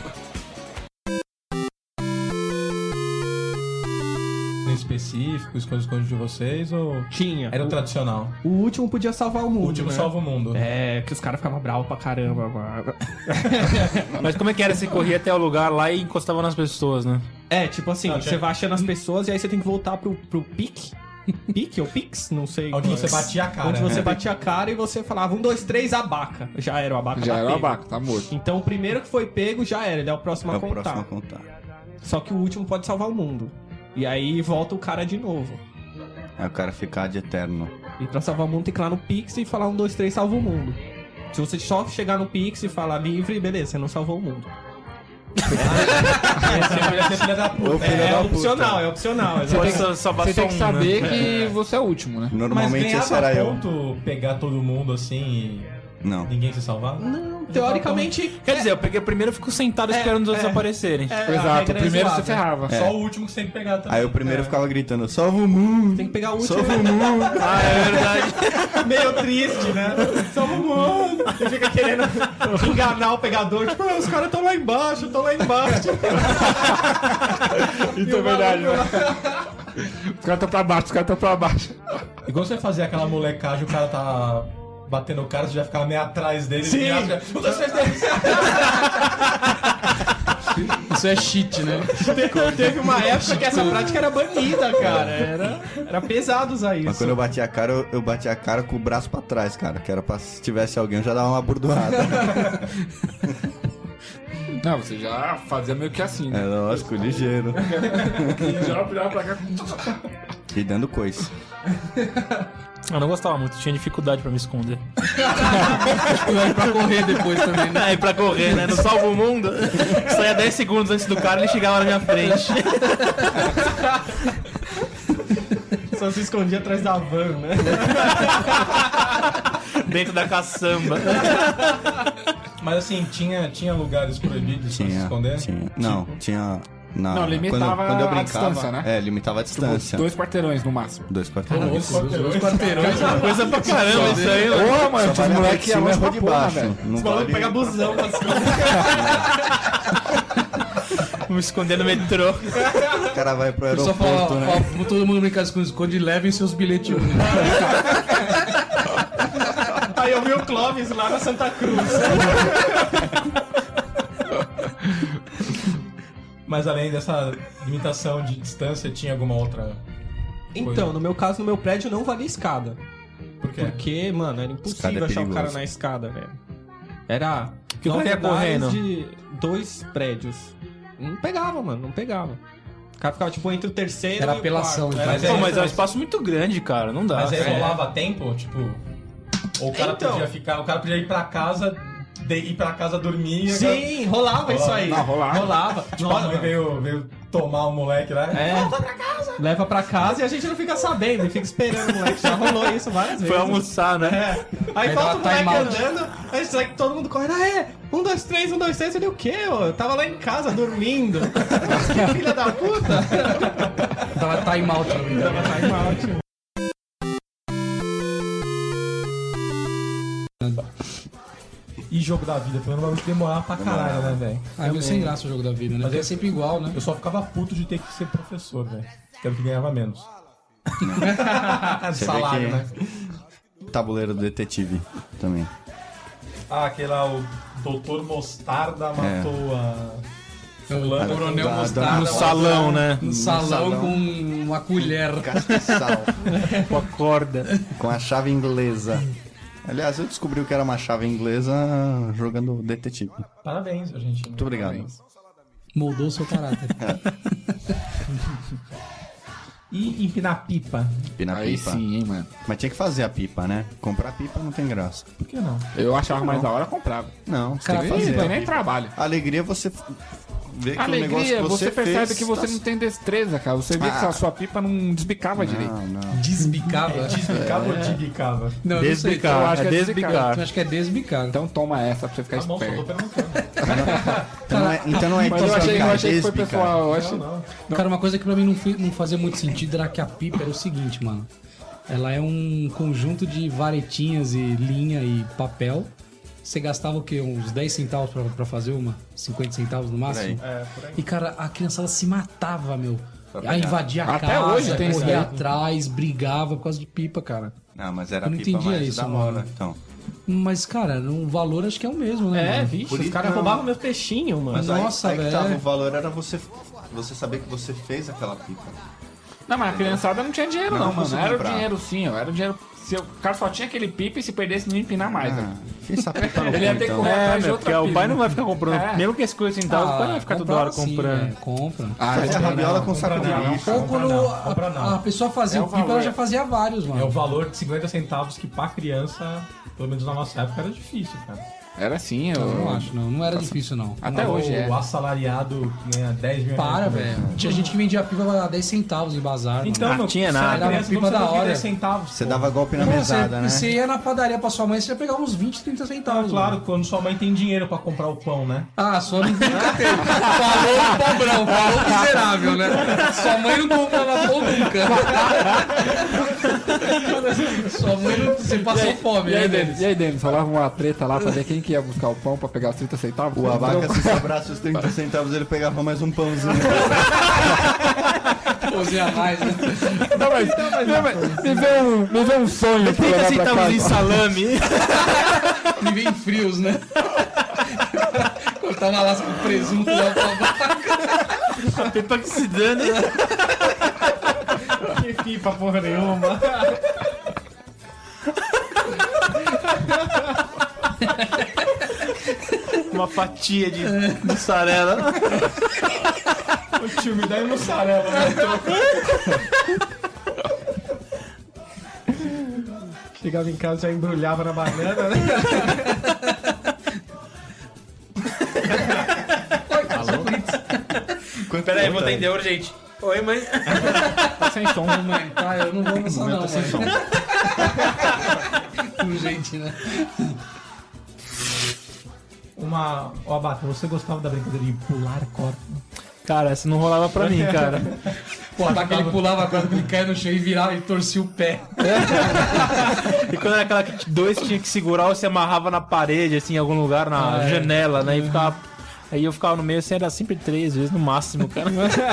Específico, esconde-esconde de vocês ou tinha? Era o tradicional. O último podia salvar o mundo. O último né? salva o mundo. É, que os caras ficavam bravos pra caramba, mano. Mas como é que era? Você corria até o lugar lá e encostava nas pessoas, né? É, tipo assim, Não, você já- vai achando as pessoas e aí você tem que voltar pro, pro pique. Pique ou pix? Não sei. Onde qual você é. batia a cara, Onde você né? batia a cara e você falava um, dois, três, abaca. Já era o abaca. Já tá era o pego. abaca, tá morto. Então o primeiro que foi pego já era, ele é o próximo É a o contar. próximo a contar. Só que o último pode salvar o mundo. E aí volta o cara de novo. É o cara ficar de eterno. E pra salvar o mundo tem que ir lá no Pix e falar um, dois, três, salva o mundo. Se você só chegar no Pix e falar livre, beleza, você não salvou o mundo. Você é filha da puta. Ô, filha É da opcional, puta. é opcional. Você tem, que- salvar você só tem que um, saber né? que você é o último, né? Mas Normalmente esse ganhava era eu. ponto pegar todo mundo assim e Não. ninguém se salvar? Não, teoricamente. Quer dizer, eu peguei o primeiro e fico sentado esperando os outros aparecerem. É, a Exato, regra é primeiro zoada. você ferrava. É. Só o último que você tem que pegar também. Aí o primeiro É. ficava gritando, salva o mundo! Tem que pegar o último. Salva o mundo! Ah, é verdade. Meio triste, né? Salva o mundo. Você fica querendo enganar o pegador. Tipo, "Ah, os caras estão lá embaixo, estão lá embaixo. Isso é verdade, né? Os caras estão pra baixo, os caras estão pra baixo. E quando você fazia aquela molecagem, o cara tá batendo o cara, você já ficava meio atrás dele. Sim. e já- Um, dois, três, três. Isso é cheat, né? Te- Teve uma época que essa prática era banida, cara. Era, era pesado usar Mas isso. quando eu bati a cara, eu, eu bati a cara com o braço pra trás, cara. Que era pra se tivesse alguém, eu já dava uma burdoada. Não, você já fazia meio que assim, É né? lógico, ligeiro. Já virava pra cá. E dando coice. Eu não gostava muito, tinha dificuldade pra me esconder. Pra correr depois também, né? É, pra correr, né? No Salva o Mundo, saía dez segundos antes do cara e ele chegava na minha frente. Só se escondia atrás da van, né? Dentro da caçamba. Mas assim, tinha, tinha lugares proibidos pra se Tinha, esconder? tinha. Não, tinha... Na, Não, limitava quando, quando eu a brincava, distância, né? É, limitava a distância. Dois quarteirões no máximo. Dois quarteirões. Dois quarteirões, mano. Coisa pra caramba isso aí, mano. Porra, mano, Só tinha vale uns a moleque de cima e a longe rua pra de porra, baixo. velho. Não Os malucos vale... pegam busão pra se esconder. Me esconder no metrô. O cara vai pro Eu só aeroporto, falo, né? ó, todo mundo brincar com esconde e levem seus bilhetes únicos. Aí eu vi o Clóvis lá na Santa Cruz. Mas além dessa limitação de distância, tinha alguma outra Então, coisa? no meu caso, no meu prédio não valia escada. Por quê? Porque, mano, era Escada impossível é achar o cara perigoso. na escada, velho. Era Que o nove cara ia andares correndo. de dois prédios. Não pegava, mano, não pegava. O cara ficava, tipo, entre o terceiro Era e o apelação, quarto. então. Era- Pô, mas é um espaço muito grande, cara. Não dá. Mas aí É. rolava tempo, tipo... Ou o cara Então. podia ficar... O cara podia ir pra casa... De, ir pra casa dormir... e Sim, rolava isso aí. Não, rolava. Rolava. Tipo, a Nossa, mãe veio, veio tomar o moleque lá. É. Leva pra casa e a gente não fica sabendo, fica esperando o moleque. Já rolou isso várias vezes. Foi almoçar, né? É. Aí Aí volta dá o moleque time out. andando, aí sai que todo mundo correndo. Ah, é? Um, dois, três, um, dois, três. Ele o quê? Ô? Eu tava lá em casa dormindo. Que filha da puta. Tava time out. né? Tava time out. E jogo da vida, foi um bagulho que demorava pra caralho, né, velho? Ah, é meio sem graça o jogo da vida, né? Mas Porque é- é sempre igual, né? Eu só ficava puto de ter que ser professor, velho. Que era o que ganhava menos. Você Salário, vê né? que... Tabuleiro do detetive também. Ah, aquele lá, o doutor Mostarda matou a... O Fulano. Coronel Da- da- Mostarda. No salão, né? No salão salão. com uma colher. Castiçal. Com a corda. Com a chave inglesa. Aliás, eu descobri o que era uma chave inglesa jogando detetive. Parabéns, gente. Muito obrigado. Moldou o seu caráter. E empinar pipa? Pina Aí pipa. sim, hein, mano. Mas tinha que fazer a pipa, né? Comprar pipa não tem graça. Por que não? Eu achava mais da hora, comprava. Não, você Cara, tem que não fazer. tem nem trabalho. A alegria é você f- ver que o Alegria, negócio que você, você, percebe fez que você tá- não tem destreza, cara. Você vê Ah. que a sua pipa não desbicava direito. Não, não. Desbicava. Desbicava ou desbicava? Não, eu não sei. Desbicar. Eu acho que é é desbicar. desbicar. Eu acho que é desbicar. Então toma essa pra você ficar Tá bom, só tô esperto. perguntando. Então não é, é, então não é Mas eu achei, eu achei que foi Desbi, pessoal. Eu achei... Não, cara, uma coisa que pra mim não, fi- não fazia muito sentido era que a pipa era o seguinte, mano. Ela é um conjunto de varetinhas e linha e papel. Você gastava o quê? Uns dez centavos pra, pra fazer uma? cinquenta centavos no máximo? Por aí. É, por aí. E, cara, a criançada se matava, meu. Pra Aí pegar. invadia a Até casa, hoje tem isso corria aí. atrás, brigava por causa de pipa, cara. Não, mas era Eu não pipa entendia mais isso, da mano. hora, então. Mas, cara, o valor acho que é o mesmo, né? É, mano? vixe, Por os isso caras não. roubavam meus peixinhos, mano. Mas Nossa, aí, aí que velho. tava, o valor era você, você saber que você fez aquela pipa. Não, mas a criançada não tinha dinheiro, não, Não, mano. não Era o comprar. dinheiro sim, ó. Era o dinheiro. Se o cara só tinha aquele pipa e se perdesse não ia empinar mais. Ah, né? fiz essa pipa no Ele ia cu, ter que então. correr É, atrás de meu, outra porque o pipa. pai não vai ficar comprando. É. Mesmo que cinquenta centavos, o pai não vai ficar toda hora comprava sim, comprando. é, compra. Ah, fazia rabiola com saco de lixo. Ou quando não, a- compra não. a, pessoa fazia É o o pipa, valor. ela já fazia vários, mano. É o valor de cinquenta centavos que pra criança, pelo menos na nossa época, era difícil, cara. Era assim, eu Eu não acho, não. Não era difícil, não. Até o, hoje é. O assalariado que ganha dez mil Para, reais por velho. mês. Tinha gente que vendia pipa a dez centavos em bazar. Então, mano. meu, tinha você era nada. criança, Dava pipa não da precisa de hora. dez centavos. Você pô. dava golpe na Não, mesada, você, né? você ia na padaria pra sua mãe, você ia pegar uns vinte, trinta Ah, centavos. claro, mano. quando sua mãe tem dinheiro pra comprar o pão, né? Ah, sua mãe nunca teve. Falou pobrão, falou miserável, né? Sua mãe não comprava pão nunca. Sua mãe não... Você passou fome, E aí, né, Denis? Denis? E aí, Denis? Rolava uma treta lá pra ver quem que ia buscar o pão pra pegar os trinta centavos? O abaca, se sobrasse os trinta centavos, ele pegava mais um pãozinho. Pãozinho a mais, né? Não, mas, não, mas me vê um, me vê um sonho pra levar pra centavos casa. em salame. Me vem frios, né? Cortar uma lasca com presunto lá pra vaca. A pipa que se dane. Que pipa porra nenhuma. Uma fatia de mussarela. O tio me dá mussarela, né? Chegava em casa já embrulhava na banana, né? Pera aí, vou atender urgente. Oi, mãe. Tá sem som, Mãe, tá, eu não vou almoçar não, Tá sem som. mãe. Urgente, né? Uma... Ó, Abaca, você gostava da brincadeira de pular corda? Cara, essa não rolava pra mim, cara. Pô, a vaca ele pulava a corda, ele caía no chão e virava e torcia o pé. E quando era aquela que dois tinha que segurar, ou se amarrava na parede, assim, em algum lugar, na Ah, é. janela, né? E ficava... Aí eu ficava no meio, assim, era sempre três vezes no máximo, cara.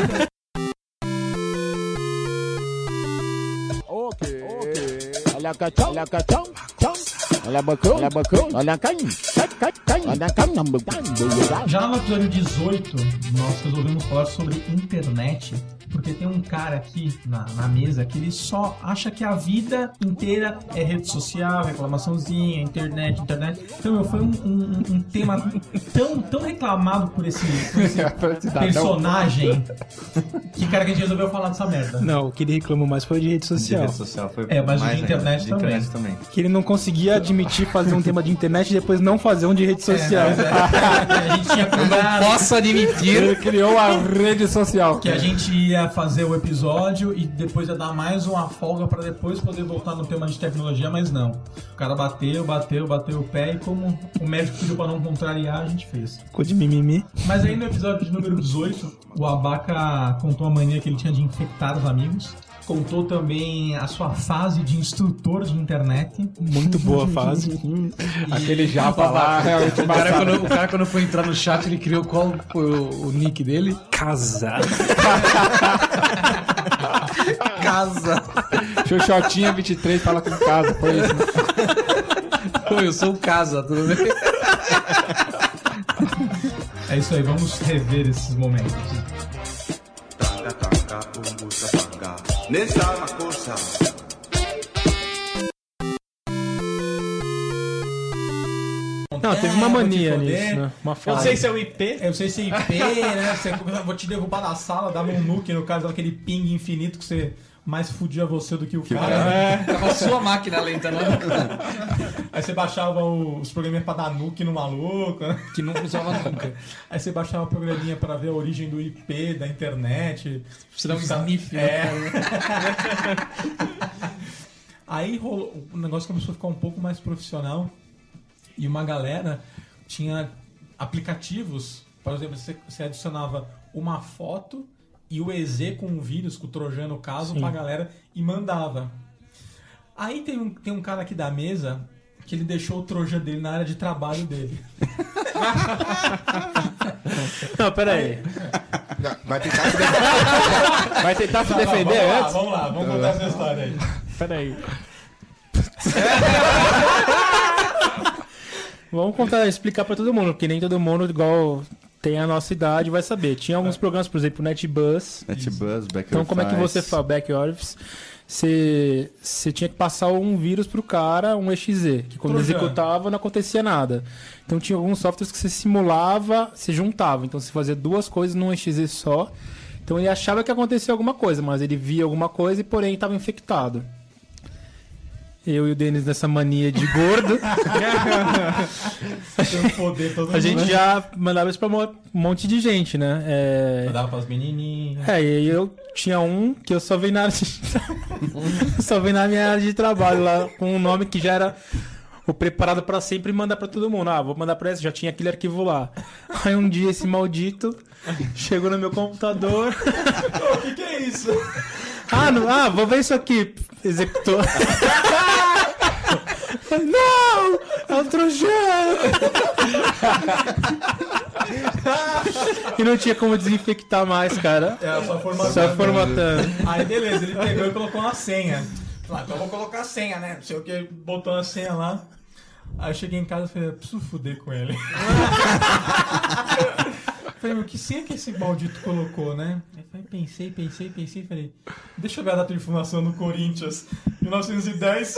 Olha cachão, olha cachão, olha bacão, olha bacão, olha canho, olha canho, Já no episódio dezoito, nós resolvemos falar sobre internet, porque tem um cara aqui na, na mesa que ele só acha que a vida inteira é rede social, reclamaçãozinha, internet, internet. Então, meu, foi um, um, um tema tão, tão reclamado por esse, por esse personagem que, cara, que a gente resolveu falar dessa merda. Não, o que ele reclamou mais foi de rede De social. rede social foi É, mas o de mais internet ainda, de também. internet também. Que ele não conseguia admitir fazer um tema de internet e depois não fazer um de rede social. É, a gente tinha combinado Posso admitir. Ele criou a rede social. que a gente ia fazer o episódio e depois ia dar mais uma folga pra depois poder voltar no tema de tecnologia, mas não. O cara bateu, bateu, bateu o pé e como o médico pediu pra não contrariar, a gente fez. Ficou de mimimi. Mas aí no episódio de número dezoito, o Abaca contou a mania que ele tinha de infectar os amigos. Contou também a sua fase de instrutor de internet. Muito boa fase. Aquele japa lá, realmente O cara, quando, o cara, quando foi entrar no chat, ele criou qual foi o, o nick dele? Casa. Casa. Xoxotinha vinte e três fala com casa, foi isso. Né? Pô, eu sou o Casa, tudo bem? É isso aí, vamos rever esses momentos. Não, teve uma É, mania vou te nisso, foder. né? Uma Eu fase. sei se é o I P. Eu sei se é I P, né? Você, eu vou te derrubar da sala, dar um nuke, no caso, aquele ping infinito que você mais fudia você do que o cara. É. Tava a sua máquina lenta, não? Aí você baixava o- os programinhas pra dar nuke no maluco. né? Que não usava nunca. Aí você baixava o programinha pra ver a origem do I P, da internet. Você dá um sniff, né? É. Aí rolou, o negócio começou a ficar um pouco mais profissional e uma galera tinha aplicativos por exemplo, você, você adicionava uma foto e o E Z com o vírus, com o Trojan no caso, Sim. pra galera e mandava. Aí tem um, tem um cara aqui da mesa que ele deixou o Trojan dele na área de trabalho dele. Não, pera aí. Vai tentar se defender, vai tentar se Não, não, defender vamos lá, antes? vamos lá, vamos contar essa história aí. Pera aí. Vamos contar, explicar pra todo mundo, porque nem todo mundo, igual tem a nossa idade, vai saber. Tinha alguns programas, por exemplo, NetBuzz. NetBuzz, Back Então, como é que você faz Back Office? Você, você tinha que passar um vírus pro cara, um E X E, que quando Trojan. executava não acontecia nada. Então tinha alguns softwares que você simulava, se juntava. Então você fazia duas coisas num E X E só. Então ele achava que acontecia alguma coisa, mas ele via alguma coisa e porém estava infectado. Eu e o Denis nessa mania de gordo. Foder todo A mundo. gente já mandava isso pra um monte de gente, né? É... Mandava pras menininhas. É, e eu tinha um que eu só vi na área de... só vi na minha área de trabalho lá, com um nome que já era o preparado pra sempre e mandar pra todo mundo. Ah, vou mandar pra esse, já tinha aquele arquivo lá. Aí um dia esse maldito chegou no meu computador. O que, que é isso? Ah, não, ah, vou ver isso aqui. Executou. Não! É um Trojan! E não tinha como desinfectar mais, cara. Era só formatando. Só formatando. Aí beleza, ele pegou e colocou uma senha. Ah, então eu vou colocar a senha, né? Não sei o que, botou uma senha lá. Aí eu cheguei em casa e falei, preciso fuder com ele. Falei, meu, que senha que esse maldito colocou, né? Aí falei, pensei, pensei, pensei, falei, deixa eu ver a data de fundação do Corinthians, mil novecentos e dez.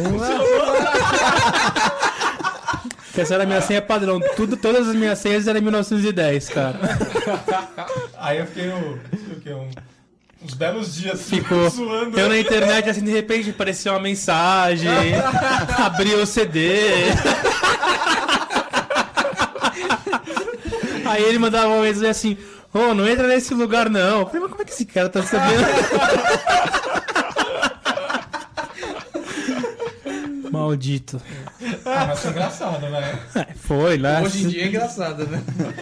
Essa era a minha senha padrão. Tudo, todas as minhas senhas eram mil novecentos e dez, cara. Aí eu fiquei o, o quê, um, uns belos dias Ficou. suando. Eu na internet, assim, de repente apareceu uma mensagem, abriu o C D. Aí ele mandava uma mensagem assim, ô, oh, não entra nesse lugar não. Eu falei, mas como é que esse cara tá sabendo? Maldito. Ah, mas foi engraçado, né? É, foi, lá. Hoje em dia é engraçado, né?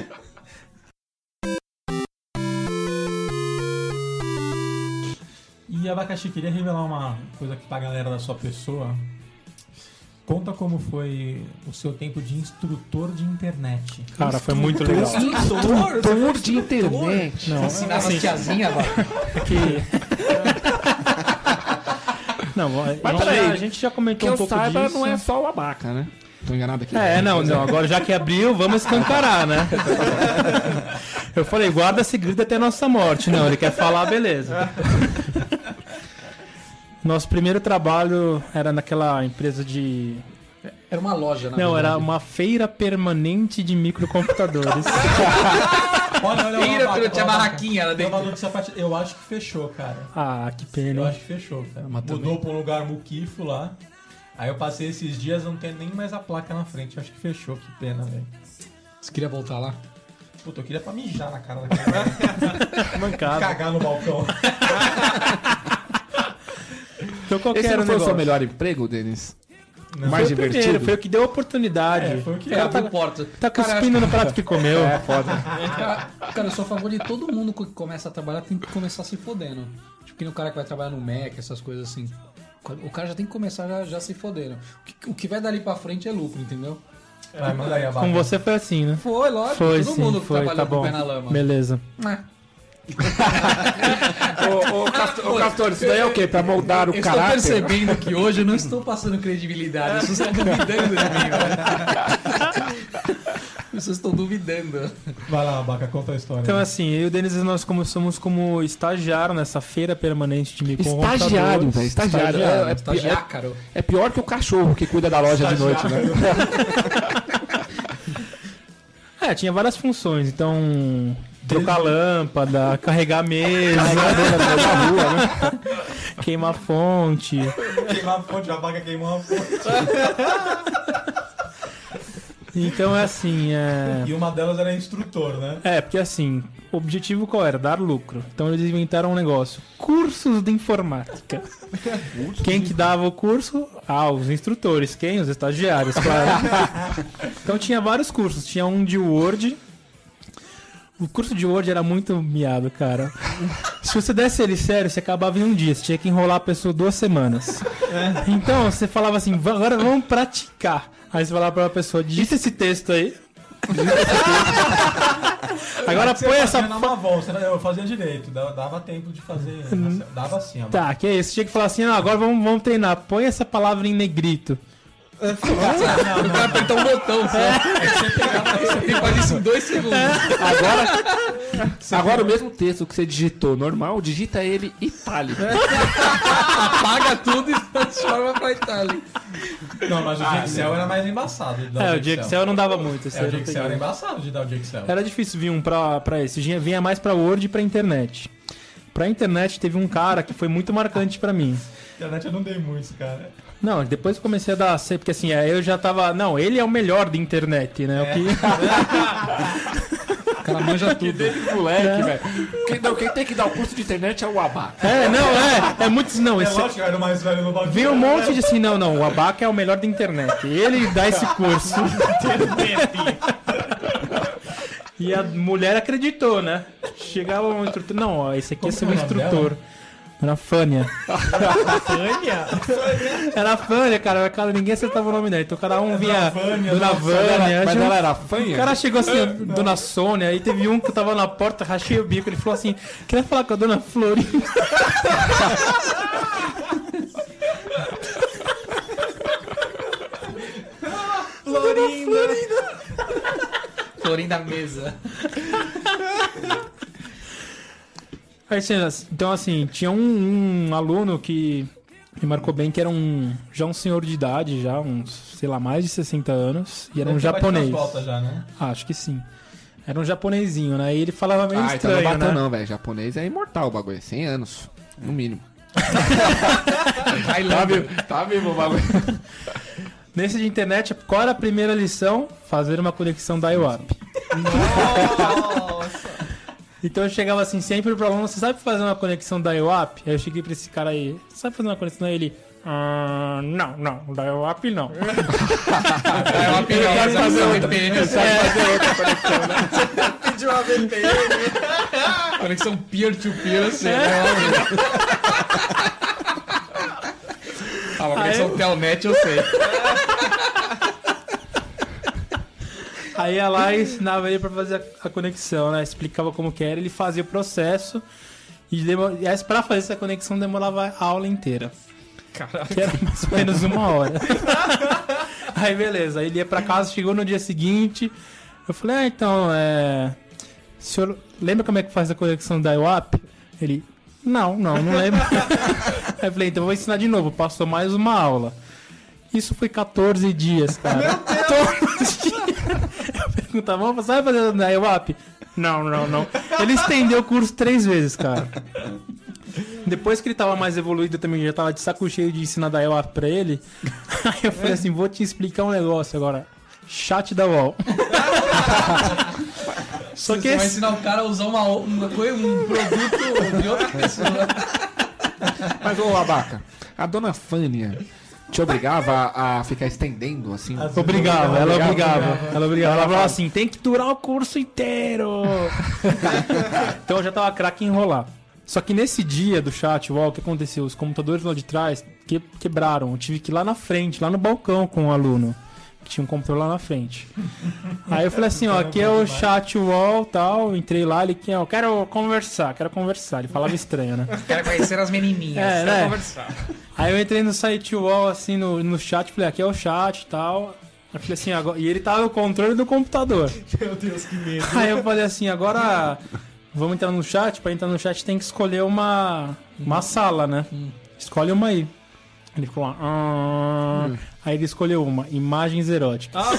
E Abacaxi, queria revelar uma coisa aqui pra galera da sua pessoa. Conta como foi o seu tempo de instrutor de internet. Cara, foi muito legal. Instrutor, instrutor de internet. Não, Ensinar assim, as tiazinhas agora. É que... Não, Mas a, gente peraí, já, a gente já comentou que um pouco eu saiba, disso. não é só o Abaca, né? Tô enganado aqui. É, não, não. Agora já que abriu, vamos escancarar, né? Eu falei, guarda segredo até a nossa morte. Não, ele quer falar, beleza. Nosso primeiro trabalho era naquela empresa de... Era uma loja, na Não, verdade. era uma feira permanente de microcomputadores. Olha, olha, Feira, Abaca, pelo- tinha Abaca. barraquinha lá dentro. Provador de sapatilha. Eu acho que fechou, cara. Ah, que pena. Eu hein? acho que fechou, cara. Mas Mudou também- pra um lugar muquifo lá. Aí eu passei esses dias, não tem nem mais a placa na frente. Eu acho que fechou, que pena, velho. Você queria voltar lá? Puta, eu queria pra mijar na cara daquela. Mancada. Cagar no balcão. Então qual que Esse era não o foi o seu negócio? melhor emprego, Denis? Não. Mais Foi o divertido? primeiro, foi o que deu a oportunidade. É, foi o que O cara abriu tá, porta. tá cuspindo no prato que comeu. É, foda. Cara, cara, eu sou a favor de todo mundo que começa a trabalhar tem que começar se fodendo. Tipo, que nem o cara que vai trabalhar no Mac, essas coisas assim. O cara já tem que começar já, já se fodendo. O que, o que vai dali pra frente é lucro, entendeu? Vai, manda aí, Abaca. Com você foi assim, né? Foi, lógico. Foi, todo sim, mundo foi, trabalhou tá com o bom. pé na lama. Beleza. É. Ô, ô, Castor, ô, Castor, isso daí é o quê? Pra moldar o eu caráter? estou percebendo que hoje eu não estou passando credibilidade. Vocês estão duvidando de mim, velho. Vocês estão duvidando. Vai lá, Abaca, conta a história. Então, assim, eu e o Denis, nós começamos como estagiário nessa feira permanente de microcomputadores. Estagiário, velho. Estagiário. É, é, Estagiário. é, é pior que o cachorro que cuida da loja de noite, né? É, tinha várias funções. Então, trocar lâmpada, carregar mesa, na rua, né? queimar fonte. Queimar a fonte, a Abaca queimou a fonte. Então é assim, é... E uma delas era instrutor, né? É, porque assim, o objetivo qual era? Dar lucro. Então eles inventaram um negócio. Cursos de informática. Quem que dava o curso? Ah, os instrutores. Quem? Os estagiários, claro. Então tinha vários cursos. Tinha um de Word, O curso de Word era muito miado, cara. Se você desse ele sério, você acabava em um dia. Você tinha que enrolar a pessoa duas semanas. É. Então, você falava assim, agora vamos praticar. Aí você falava pra pessoa, digita esse texto aí. Digita esse texto. Agora você põe essa... na avó, eu fazia direito, dava tempo de fazer... Dava assim, ó. Tá, que é isso. Tinha que falar assim, ah, agora vamos, vamos treinar. Põe essa palavra em negrito. Não, não, não, apertar um botão só. É. É que você pegava, você tem que fazer isso em dois segundos. É. Agora, agora o mesmo texto que você digitou normal, digita ele itálico. É. Apaga tudo e transforma pra itálico. Não, mas o ah, Excel era mais embaçado. De dar é, o o de Excel não dava muito. É, o de Excel era embaçado de dar o de Excel. Era difícil vir um pra, pra esse. Vinha mais pra Word e pra internet. Pra internet teve um cara que foi muito marcante pra mim. Internet eu não dei muito, cara. Não, depois eu comecei a dar... Porque assim, aí eu já tava... Não, ele é o melhor da internet, né? É. O que... O cara manja tudo. Dele, moleque, é. velho. Quem, não, quem tem que dar o curso de internet é o Abaca. É, não, é. É muito... Não, é esse... lógico que era o mais velho no bagulho. Vem um monte de assim, não, não. O Abaca é o melhor da internet. Ele dá esse curso. E a mulher acreditou, né? Chegava um instrutor... Não, ó, esse aqui é seu instrutor. Era a Fânia. Fânia? Era a Fânia, cara. cara. Ninguém acertava o nome dela. Então cada um vinha. Fânia, Dona Vânia. Mas ela era a Fânia? O cara chegou assim, é, Dona Sônia. Aí teve um que tava na porta, rachei o bico. Ele falou assim: queria falar com a Dona Florinda. Florinda. Florinda. Florinda mesa. Aí, então, assim, tinha um, um aluno que me marcou bem, que era um já um senhor de idade, já uns, sei lá, mais de sessenta anos, e era um japonês. Já, né? Ah, acho que sim. Era um japonesinho, né? E ele falava meio ah, estranho, então não bateu né? não, velho. Japonês é imortal o bagulho, cem anos, no mínimo. tá vivo, tá vivo o bagulho. Nesse de internet, qual era a primeira lição? Fazer uma conexão da I W A P. Nossa! Então eu chegava assim sempre pro aluno, você sabe fazer uma conexão da I W A P? Aí eu cheguei pra esse cara aí, você sabe fazer uma conexão? Aí ele, ah, não, não, da I W A P não. Da I W A P não, mas fazer uma V P N, você sabe fazer outra conexão, né? Você pediu uma V P N. Conexão peer-to-peer, assim, né? Ah, uma conexão telnet eu sei. Aí ia lá e ensinava ele pra fazer a conexão, né? Explicava como que era, ele fazia o processo. E, demor... e aí, pra fazer essa conexão demorava a aula inteira. Caraca. Que era mais ou menos uma hora. Aí beleza, aí ele ia pra casa, chegou no dia seguinte. Eu falei, ah, então, é... O senhor lembra como é que faz a conexão da I W A P? Ele, não, não, não lembro. Aí eu falei, então eu vou ensinar de novo. Passou mais uma aula. Isso foi quatorze dias, cara. Meu Deus! Todos os dias. Eu perguntava, você vai fazer na I W A P? Não, não, não. Ele estendeu o curso três vezes, cara. Depois que ele tava mais evoluído, eu também já tava de saco cheio de ensinar da I W A P pra ele. Aí eu falei assim, vou te explicar um negócio agora. Chat da U O L. Só que você esse... vai ensinar o cara a usar uma, uma, um produto de outra pessoa. Mas, ô Abaca, a dona Fânia te obrigava a, a ficar estendendo, assim? Obrigava, ela obrigava. Ela obrigava. Ela falava assim, tem que durar o curso inteiro. Então eu já tava craque em enrolar. Só que nesse dia do chat, uau, o que aconteceu? Os computadores lá de trás que, quebraram. Eu tive que ir lá na frente, lá no balcão com o aluno. Que tinha um computador lá na frente. Aí eu falei assim, ó, aqui é o chat wall e tal. Entrei lá, ele quer, eu quero conversar, quero conversar. Ele falava estranho, né? Quero conhecer as menininhas, é, quero né? conversar. Aí eu entrei no site wall, assim, no, no chat, falei, aqui é o chat e tal. Eu falei assim, agora... E ele tava no controle do computador. Meu Deus, que medo. Aí eu falei assim, agora vamos entrar no chat. Pra entrar no chat tem que escolher uma, uma sala, né? Escolhe uma aí. Ele ficou lá. Ah... Hum. Aí ele escolheu uma, imagens eróticas. Ah,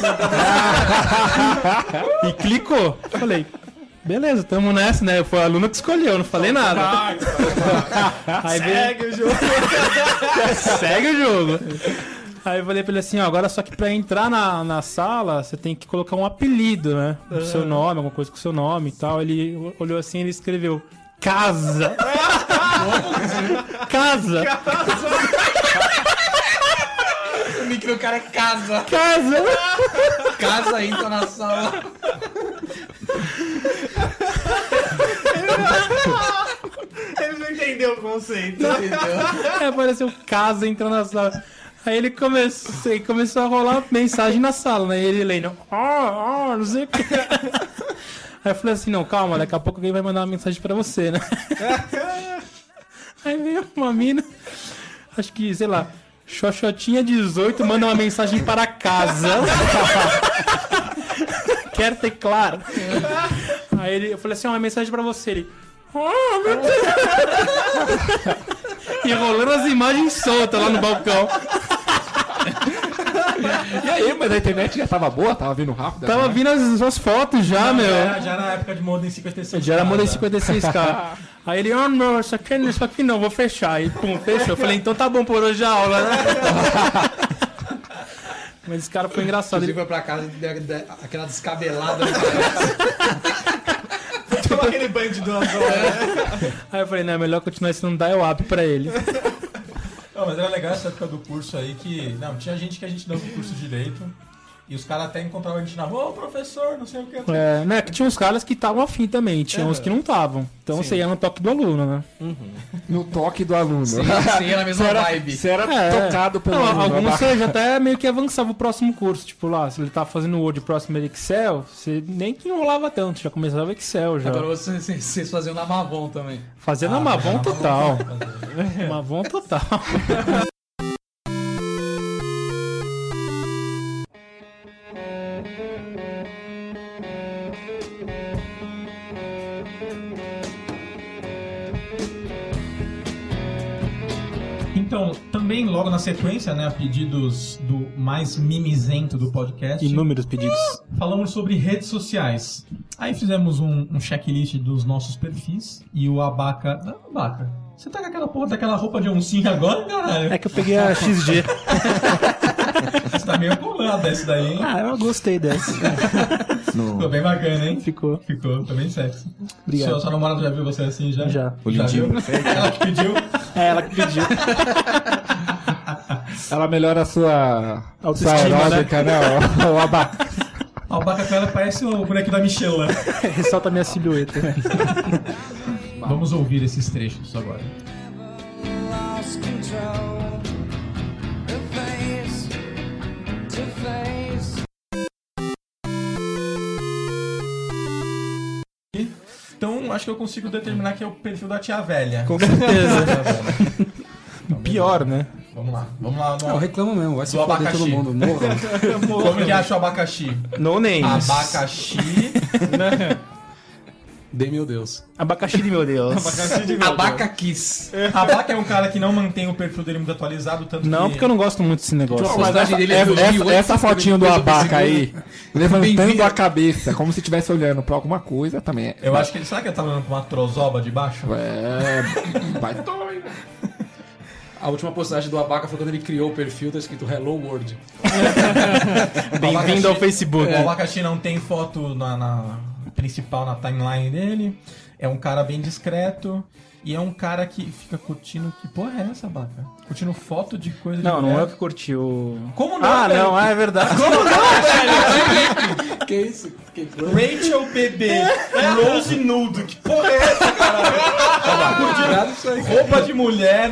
meu Deus. E clicou. Eu falei, beleza, tamo nessa, né? Foi o aluno que escolheu, eu não falei nada. Aí Segue veio... o jogo. Segue o jogo. Aí eu falei pra ele assim, ó, agora só que pra entrar na, na sala, você tem que colocar um apelido, né? O seu nome, alguma coisa com o seu nome e tal. Ele olhou assim e ele escreveu, casa. Casa. Casa. O nick do cara é casa. Casa. Casa, entra na sala. Eles não entenderam o conceito. Aí apareceu casa entrando na sala. Aí ele começou, ele começou a rolar mensagem na sala, né? E ele lendo, ah, ah, não sei o que. Aí eu falei assim, não, calma, daqui a pouco alguém vai mandar uma mensagem pra você, né? Aí veio uma mina, acho que, sei lá, Xoxotinha dezoito manda uma mensagem para casa. Quer ter claro. Aí ele, eu falei assim, uma mensagem pra você. Ele, oh, meu Deus. E rolando as imagens soltas lá no balcão. E aí, mas a internet já tava boa? Tava vindo rápido? Tava né? vindo as, as fotos já, Não, meu. Já era, já era na época de Modem cinquenta e seis. Já era Modem cinquenta e seis K. Aí ele, oh não, isso aqui, isso aqui não, vou fechar. Aí pum, fechou. Eu falei, então tá bom por hoje a aula, né? Mas esse cara foi engraçado. Ele foi pra casa, deu aquela descabelada. Toma aquele banho de duas horas, né? Aí eu falei, não, é melhor continuar ensinando dial-up pra ele. Não, mas era legal essa época do curso aí que... Não, tinha gente que a gente dava o curso direito e os caras até encontravam a gente na rua, ô professor, não sei o que. É, né, que tinha uns caras que estavam afim também, tinha É. uns que não estavam. Então Sim. você ia no toque do aluno, né? Uhum. No toque do aluno. Sim, sim, era a mesma Você era- vibe. Você era É. tocado pelo Não, aluno. alguns Abaca. você já até meio que avançava o próximo curso. Tipo lá, se ele tava fazendo Word próximo era Excel, você nem que enrolava tanto, já começava Excel já. Agora vocês, vocês faziam na Mavon também. Fazia na Ah, Mavon na total. Mavon. Mavon total. Então, também logo na sequência, né, a pedidos do mais mimizento do podcast. Inúmeros pedidos. Falamos sobre redes sociais. Aí fizemos um, um checklist dos nossos perfis e o Abaca... Não, Abaca, você tá com aquela porra daquela roupa de oncinha agora, caralho? É que eu peguei a X G. Você tá meio colada essa daí, hein? Ah, eu gostei dessa. Ficou bem bacana, hein? Ficou. Ficou, tá bem sexy. Obrigado. Sua, sua namorada já viu você assim, já? Já. O lindinho. Ela que pediu? É, ela que pediu. Ela melhora a sua Autoestima, sua aeróbica, né? O, o abaca. A Abaca com ela parece o boneco da Michelin. Ressalta a minha silhueta. Vamos ouvir esses trechos agora. Lost control, the face to face. Então, acho que eu consigo determinar que é o perfil da tia velha. Com certeza. Tia velha. Pior, né? Vamos lá, vamos lá. No... Não, reclama mesmo, vai se do foder abacaxi. todo mundo. Morra. Como que acha o abacaxi? No names. Abacaxi. De meu Deus. Abacaxi de meu Deus. Abacaxi de meu Abaca Kiss. Abaca é um cara que não mantém o perfil dele muito atualizado, tanto Não, que... porque eu não gosto muito desse negócio. Não, mas essa, essa, essa fotinho do abaca aí, levantando a cabeça, como se estivesse olhando pra alguma coisa também. Eu acho que ele... Será que ele tá olhando com uma trozoba de baixo? É... Vai A última postagem do Abaca foi quando ele criou o perfil, tá escrito Hello World. Bem-vindo ao Facebook. O abacaxi não tem foto na, na principal, na timeline dele. É um cara bem discreto. E é um cara que fica curtindo... Que porra é essa, Abaca? Curtindo foto de coisa de Não, não mulher. é o que curtiu. Como não, Ah, velho? não, ah, é verdade. Como não, velho? Que isso? Que foi? Rachel Bebê, Rose Nudo, que porra é essa, caralho? Cuidado isso aí. Roupa de mulher.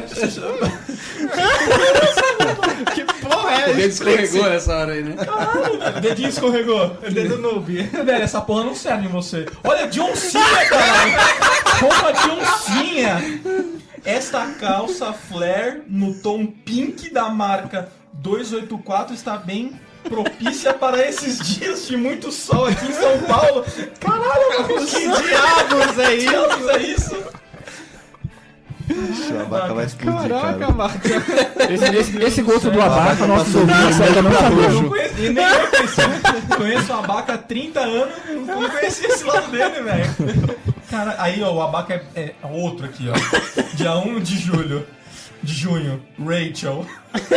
Que porra é essa? O dedo escorregou nessa hora aí, né? Caralho, dedinho escorregou. Dedo noob. Velho, essa porra não serve em você. Olha, de oncinha, caralho. Roupa de oncinha. Esta calça flare no tom pink da marca dois oito quatro está bem propícia para esses dias de muito sol aqui em São Paulo. Caralho, que diabos é isso? diabos é isso? Ixi, a Abaca vai explodir, Caraca, cara. Marcos. Esse, esse, esse gosto do abaca, nossos ouvintes ainda não Eu não sabiam. conheço, e nem eu conheci. Conheço o Abaca há trinta anos, não conheci esse lado dele, velho. Cara, aí ó, o Abaca é, é outro aqui, ó. Dia um de julho. De junho, Rachel.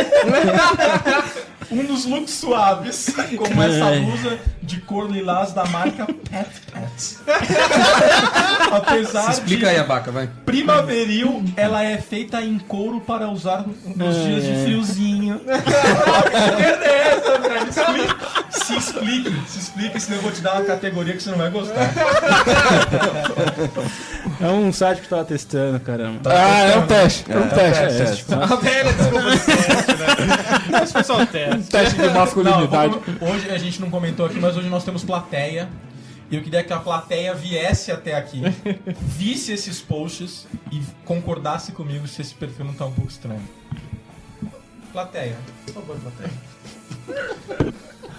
Um dos looks suaves, como essa blusa de cor lilás da marca Pet Pet. Apesar Se explica de aí, Abaca, vai. primaveril, ela é feita em couro para usar nos dias de friozinho. Que merda é essa, velho? Explica. Se explica explique, se explique, senão eu vou te dar uma categoria que você não vai gostar. É um site que eu tava testando, caramba. Ah, é um teste. É um É, teste. é um teste. A velha desculpa do teste, né? Mas foi só um teste. Teste de masculinidade. Não, vou- hoje a gente não comentou aqui, mas hoje nós temos plateia. E eu queria que a plateia viesse até aqui, visse esses posts e concordasse comigo se esse perfil não tá um pouco estranho. Plateia. Por favor, plateia.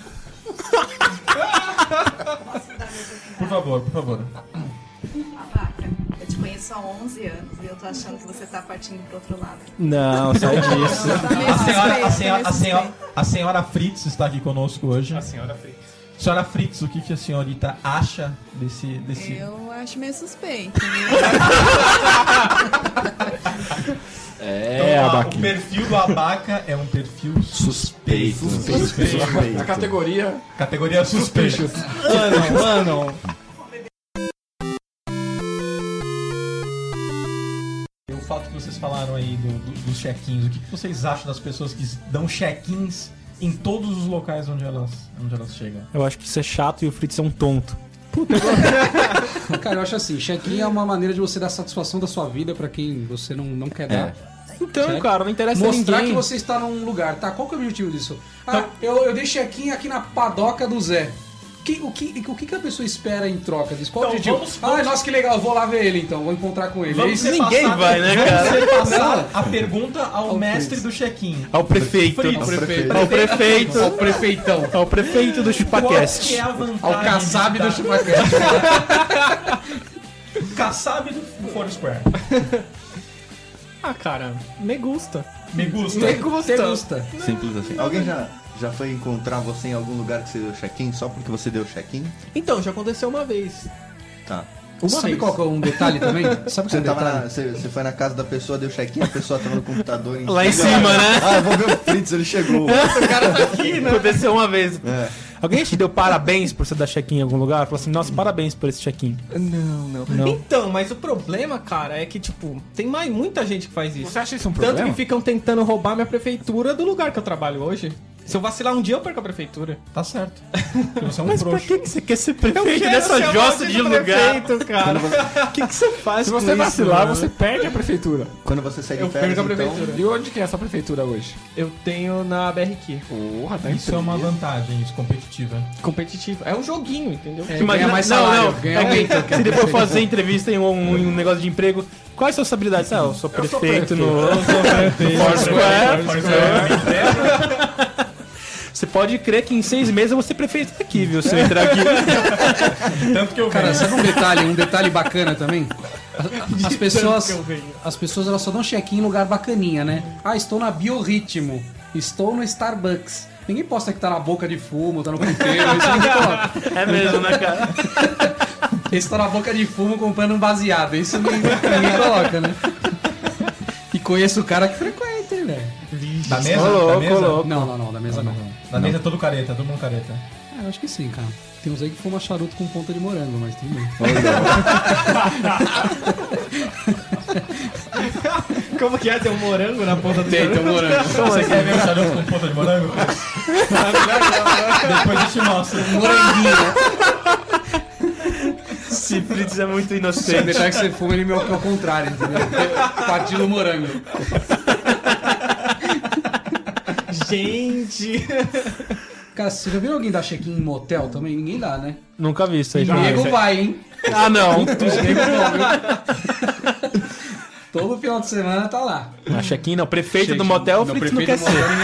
Por favor, por favor. Abaca, eu te conheço há onze anos e eu tô achando que você tá partindo pro outro lado. Não, sai disso. A senhora, a, senhora, a, senhora, a senhora Fritz está aqui conosco hoje. A senhora Fritz. Senhora Fritz, o que, que a senhorita acha desse... desse... Eu acho meio suspeito. É, então, a, o perfil do Abaca é um perfil suspeito. Suspeito. Suspeito. A categoria... Categoria suspeito. Mano, mano... O fato que vocês falaram aí do, do, dos check-ins, o que, que vocês acham das pessoas que dão check-ins em todos os locais onde elas, onde elas chegam? Eu acho que isso é chato e o Fritz é um tonto. Puta, cara, eu acho assim, check-in é uma maneira de você dar satisfação da sua vida pra quem você não, não quer dar. Então, certo? cara, não interessa Mostrar ninguém. que você está num lugar, tá? Qual que é o objetivo disso? Ah, eu, eu dei check-in aqui na padoca do Zé. Que, o, que, o que que a pessoa espera em troca disso? Qual o Então, objetivo? vamos- vamos- Ah, nossa, que legal, eu vou lá ver ele então, vou encontrar com ele. Vamos É isso? ser Ninguém passar- vai, né, vamos cara? ser passar Não. a pergunta ao, Ao mestre do check-in. Ao prefeito. Fritz. Ao prefeito. Ao prefeito. Ao prefeitão. Ao prefeito do Qual ChupaCast. que é a vantagem? Ao Kassab de do dar- ChupaCast. Kassab do Foursquare. Ah, cara, me gusta. Me gusta. Me gusta. Te gusta. Simples assim. Alguém já, já foi encontrar você em algum lugar que você deu check-in só porque você deu check-in? Então, já aconteceu uma vez. Tá. Uma Sabe vez. qual que é um detalhe também? Sabe qual é Você, um tava detalhe? na, você, você foi na casa da pessoa, deu check-in, a pessoa tava no computador em Lá em cima, né? Ah, eu vou ver o Fritz, ele chegou. O cara tá aqui, né? Aconteceu uma vez. É. Alguém te deu parabéns por você dar check-in em algum lugar? Falou assim, nossa, parabéns por esse check-in. Não, não, Não. Então, mas o problema, cara, é que, tipo, tem mais, muita gente que faz isso. Você acha isso um Tanto problema? que ficam tentando roubar minha prefeitura do lugar que eu trabalho hoje. Se eu vacilar um dia, eu perco a prefeitura. Tá certo. Você é um Mas pra trouxa. que que você quer ser Eu prefeito quero dessa ser um jossa maldito de lugar? prefeito, cara. O que que você faz Se com você isso, vacilar, mano? você perde a prefeitura. Quando você sai de Eu férias, perco a então... prefeitura. E onde que é essa prefeitura hoje? Eu tenho na B R Q. Porra, tá Isso é uma vantagem, isso competitiva. Competitivo. É um joguinho, entendeu? É, Imagina, ganha mais não, salário, não, ganha é que aumento, que é se depois prefeito. fazer entrevista em um, em um negócio de emprego, quais são as suas habilidades? Ah, eu sou Eu sou prefeito no... prefeito. Eu sou prefeito. Foursquare. Foursquare. Você pode crer que em seis meses eu vou ser prefeito aqui, viu? Se eu entrar aqui. Tanto que eu Cara, venho. sabe um detalhe, um detalhe bacana também? As, as pessoas, que eu venho. as pessoas elas só dão check-in em lugar bacaninha, né? Ah, estou na Biorritmo, estou no Starbucks. Ninguém posta que tá na boca de fumo, tá no puteiro, isso ninguém coloca. É mesmo, né, cara? Esse tá na boca de fumo comprando um baseado, isso ninguém, ninguém coloca, né? E conheço o cara que frequenta, hein, velho. Da mesa? Ô, louco, da mesa? louco. Não, não, não, da mesa não. Da mesa é todo careta, todo mundo careta. Ah, eu acho que sim, cara. Tem uns aí que fuma charuto com ponta de morango, mas tudo bem. Como que é? Tem um morango na ponta do Tem, tem um morango. Você quer ver o charuto com ponta de morango? Depois eu te mostro. Moranguinho. Esse Fritz é muito Sem inocente. deixar que você fuma, ele meio que ao contrário, entendeu? Partiu do morango. Gente! Cara, você já viu alguém dar check-in em motel também? Ninguém dá, né? Nunca vi isso aí. E nego vai, hein? Ah, não. Os nego vão, viu? Todo final de semana tá lá. A check-in não. Prefeito Check-in. do motel, o Não, Fritz não quer prefeito do ser.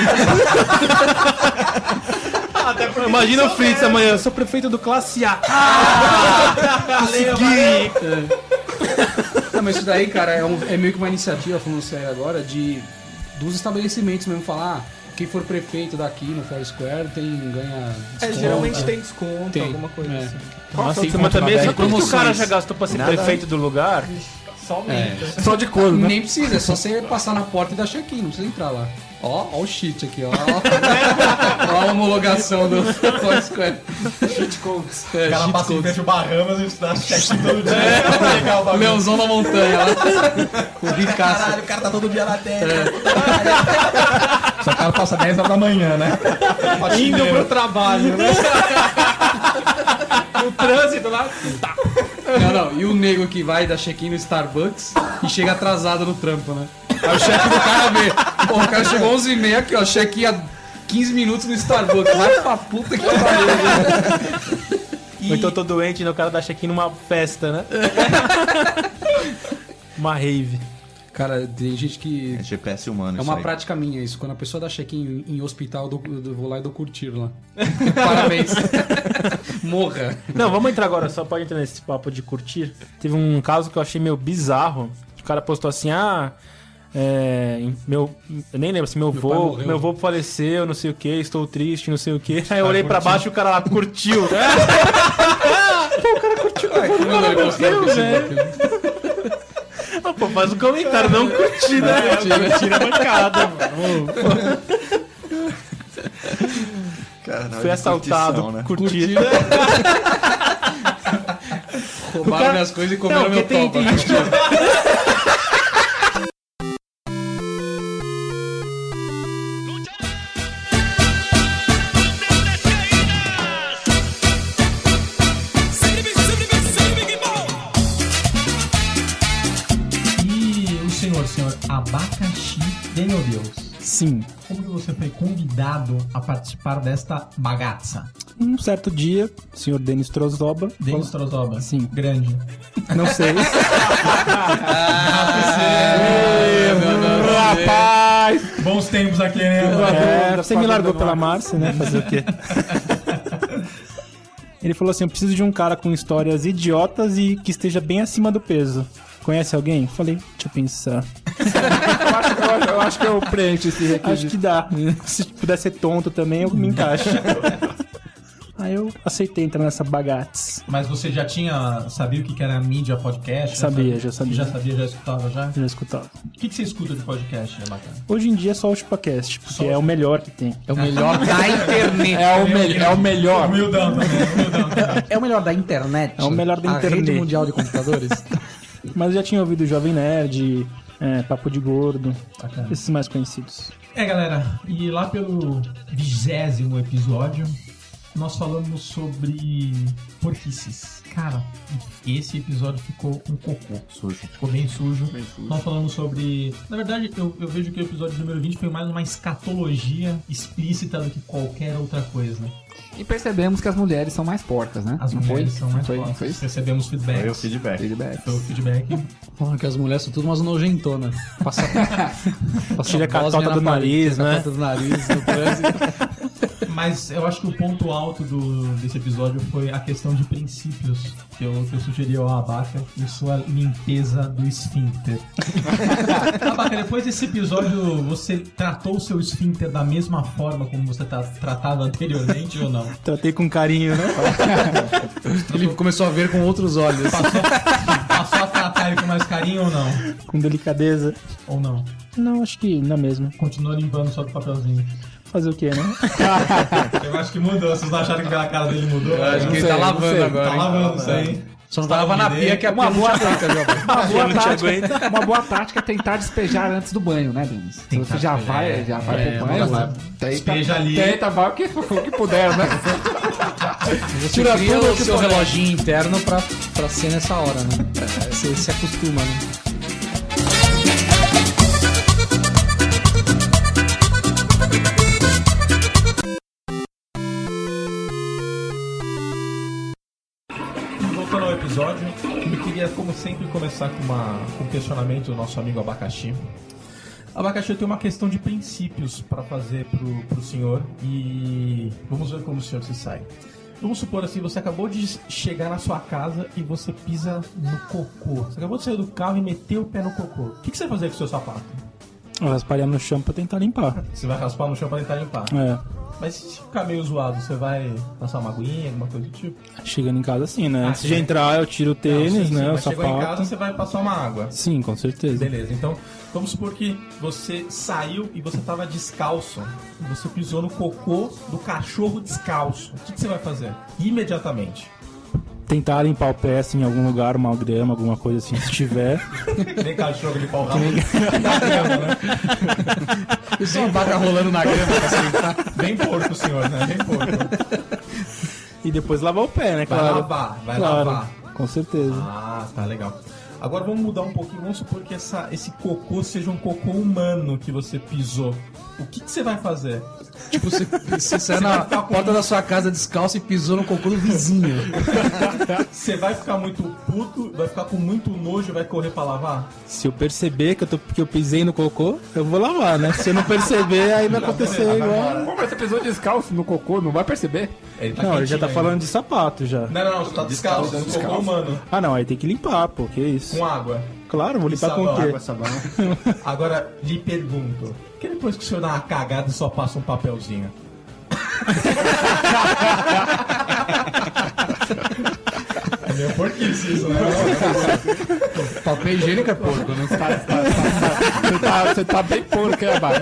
motel, Até porque Imagina o Fritz amanhã, eu sou prefeito do classe A. Ah, consegui! Não, mas isso daí, cara, é, um- é meio que uma iniciativa, falando sério agora, de dos estabelecimentos mesmo falar, ah, quem for prefeito daqui no Foursquare tem, ganha É, desconto. geralmente tem desconto, Tem, alguma coisa é. assim. Nossa, Tem mas também, conta só na quanto que o cara promoções. já gastou pra ser Nada. prefeito do lugar? Só aumenta. Só de cor, né? Nem precisa, é só você passar na porta e dar check-in, não precisa entrar lá. Ó, ó o cheat aqui, ó. Ó a homologação do Foursquare. Cheat codes. O cara passa em frente ao Bahamas e dá check-in todo dia. É. Pra pegar o bagulho. Leãozão na montanha lá. O ricaço. Caralho, o cara tá todo dia na terra. Só que o cara passa dez horas da manhã, né? Indo pro trabalho, né? No trânsito lá. Tá. Não, não. E o nego que vai dar check-in no Starbucks e chega atrasado no trampo, né? Aí o chefe do cara vê. Pô, o cara chegou onze e meia aqui, ó. Check-in há quinze minutos no Starbucks. Vai pra puta que pariu, né? Ou então tô doente e o cara dá check-in numa festa, né? Uma rave. Cara, tem gente que... É G P S humano. É isso uma aí. prática minha isso. Quando a pessoa dá check-in em hospital, eu, dou, eu vou lá e dou curtir lá. Parabéns. Morra. Não, vamos entrar agora, só pode entrar nesse papo de curtir. Teve um caso que eu achei meio bizarro. O cara postou assim, ah... É, meu, eu nem lembro se meu, meu vô, meu vô faleceu, não sei o que, estou triste, não sei o que. Aí eu olhei pra baixo e o cara lá curtiu. Pô, o cara curtiu. Ai, como eu ele postou no Facebook? Ah, pô, faz um comentário, não curtir, né? Tira a bancada, mano. Cara, foi assaltado, curtição, né? curtir. Roubaram cara... minhas coisas e comeram não, meu tem, toba. Tem... Abacaxi de meu Deus. Sim. Como que você foi convidado a participar desta bagaça? Um certo dia, o senhor Denis Trozoba. Denis Trozoba? Sim. Grande. Não sei. ah, rapaz! Bons tempos aqui, né? É, você me largou pela Márcia, né? Fazer o quê? Ele falou assim, eu preciso de um cara com histórias idiotas e que esteja bem acima do peso. Conhece alguém? Falei, deixa eu pensar. eu, acho, eu, acho, eu acho que eu preencho esse requisito. Acho que dá. Se puder ser tonto também, eu me encaixo. Aí eu aceitei entrar nessa bagates. Mas você já tinha... Sabia o que era mídia podcast? Sabia, já sabia. Já sabia, já escutava já? Já escutava. O que, que você escuta de podcast, é bacana? Hoje em dia é só o ChupaCast, porque só é o melhor que tem. É o melhor da internet. É o, me é o melhor. Humildão também, humildão também. É o melhor da internet? É o melhor da a internet. Rede Mundial de Computadores? Mas eu já tinha ouvido Jovem Nerd, é, Papo de Gordo, bacana. Esses mais conhecidos. É, galera, e lá pelo vigésimo episódio, nós falamos sobre porquices. Cara, esse episódio ficou um cocô. Sujo. Ficou bem sujo. Bem sujo. Nós falamos sobre... Na verdade, eu, eu vejo que o episódio número vinte foi mais uma escatologia explícita do que qualquer outra coisa. E percebemos que as mulheres são mais porcas, né? As não mulheres foi? são mais foi, porcas. Foi Recebemos feedback. Foi o feedback. feedback. Foi o feedback. Falando que as mulheres são tudo umas nojentonas. Passa, passa tira a catota do nariz, né? Catota do nariz, no trânsito. Mas eu acho que o ponto alto do, desse episódio foi a questão de princípios que eu, que eu sugeri ao Abaca e sua limpeza do esfíncter. Abaca, depois desse episódio, você tratou o seu esfíncter da mesma forma como você tá, tratava anteriormente ou não? Tratei com carinho, né? Ele começou a ver com outros olhos. Passou, passou a tratar ele com mais carinho ou não? Com delicadeza. Ou não? Não, acho que na mesma. Continua limpando só com papelzinho. Fazer o quê, né? Eu acho que mudou. Vocês não acharam que pela cara dele mudou? Eu acho que ele tá lavando agora. Tá lavando isso aí. Só não tava na pia que a uma boa, tática, uma, boa tática, uma boa tática é tentar despejar antes do banho, né, Denis? Se você já vai, já vai é, pro banho, vai. Despeja ali. Tenta, vai o que, o que puder, né? Você Tira cria tudo o seu puder. Reloginho interno pra, pra ser nessa hora, né? É, você se acostuma, né? Episódio, eu queria, como sempre, começar com, uma, com um questionamento do nosso amigo Abacaxi. Abacaxi, eu tenho uma questão de princípios para fazer pro, pro senhor e vamos ver como o senhor se sai. Vamos supor assim, você acabou de chegar na sua casa e você pisa no cocô. Você acabou de sair do carro e meteu o pé no cocô. O que, que você vai fazer com o seu sapato? Eu rasparia no chão pra tentar limpar. Você vai raspar no chão pra tentar limpar? É. Mas se ficar meio zoado, você vai passar uma aguinha, alguma coisa do tipo? Chegando em casa assim, né? Ah, Antes de entrar, eu tiro o tênis, não, sim, né? Sim, o mas sapato. Chegou em casa, você vai passar uma água. Sim, com certeza. Beleza, então vamos supor que você saiu e você tava descalço. E você pisou no cocô do cachorro descalço. O que, que você vai fazer? Imediatamente. tentar limpar o pé assim, em algum lugar, uma grama, alguma coisa assim, se tiver. Que nem cachorro de pau Que nem- Isso é uma vaca rolando na grama pra sentar. Bem porco, senhor, né? Bem porco. E depois lavar o pé, né? Vai Claro. lavar, vai Claro, lavar. com certeza. Ah, tá legal. Agora vamos mudar um pouquinho. Vamos supor que essa, esse cocô seja um cocô humano que você pisou. O que, que você vai fazer? Tipo, você, você saiu na porta da sua casa descalço e pisou no cocô do vizinho. Você vai ficar muito puto, vai ficar com muito nojo e vai correr pra lavar? Se eu perceber que eu, tô, que eu pisei no cocô, eu vou lavar, né? Se eu não perceber, aí vai acontecer igual. Pô, mas você pisou descalço no cocô, não vai perceber? Ele tá Não, ele já tá quentinho falando de sapato já. Não, não, não, você tá descalço, no cocô humano. Ah, não, aí tem que limpar, pô, que isso. Com água. Claro, vou E limpar com sabão. o quê? Água, sabão. Agora, lhe pergunto, por que depois que o senhor dá uma cagada só passa um papelzinho? É meio porquice isso, né? Papel higiênico é porco, né? Você tá, você tá- você tá- você tá bem porco, é, Barra?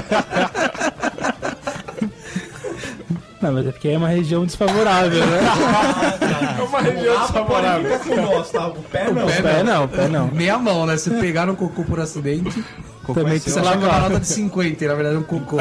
Não, mas é porque é uma região desfavorável, né? É uma região desfavorável. Fica com nós, tá? O pé não. O pé não, o pé não. Meia mão, né? Se pegar no cocô por acidente, Também você tem que achar que é uma lavar. nota de cinquenta e na verdade é um cocô.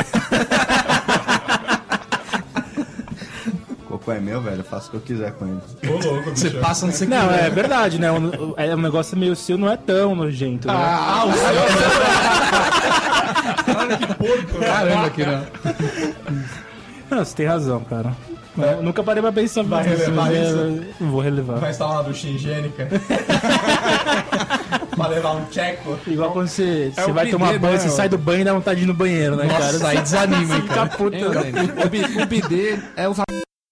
Cocô é meu, velho. Eu faço o que eu quiser com ele. Ô, louco, Você bicho. passa onde você Não, quiser. é verdade, né? Um, é um negócio meio seu, não é tão nojento, né? Ah, o senhor. Caralho, que porco, né? Caramba, que não. Não, você tem razão, cara. Eu nunca parei pra pensar Vai nisso, relevar mas isso? eu- eu vou relevar. Vai instalar uma ducha higiênica. Pra levar um tcheco. Igual quando você, É você o vai bidê, tomar banho, né, você ó. sai do banho e dá vontade de ir no banheiro, né, cara? Nossa, aí desanima, hein, Fica cara. puta. Eu, né? O, bi- o bidê é usar.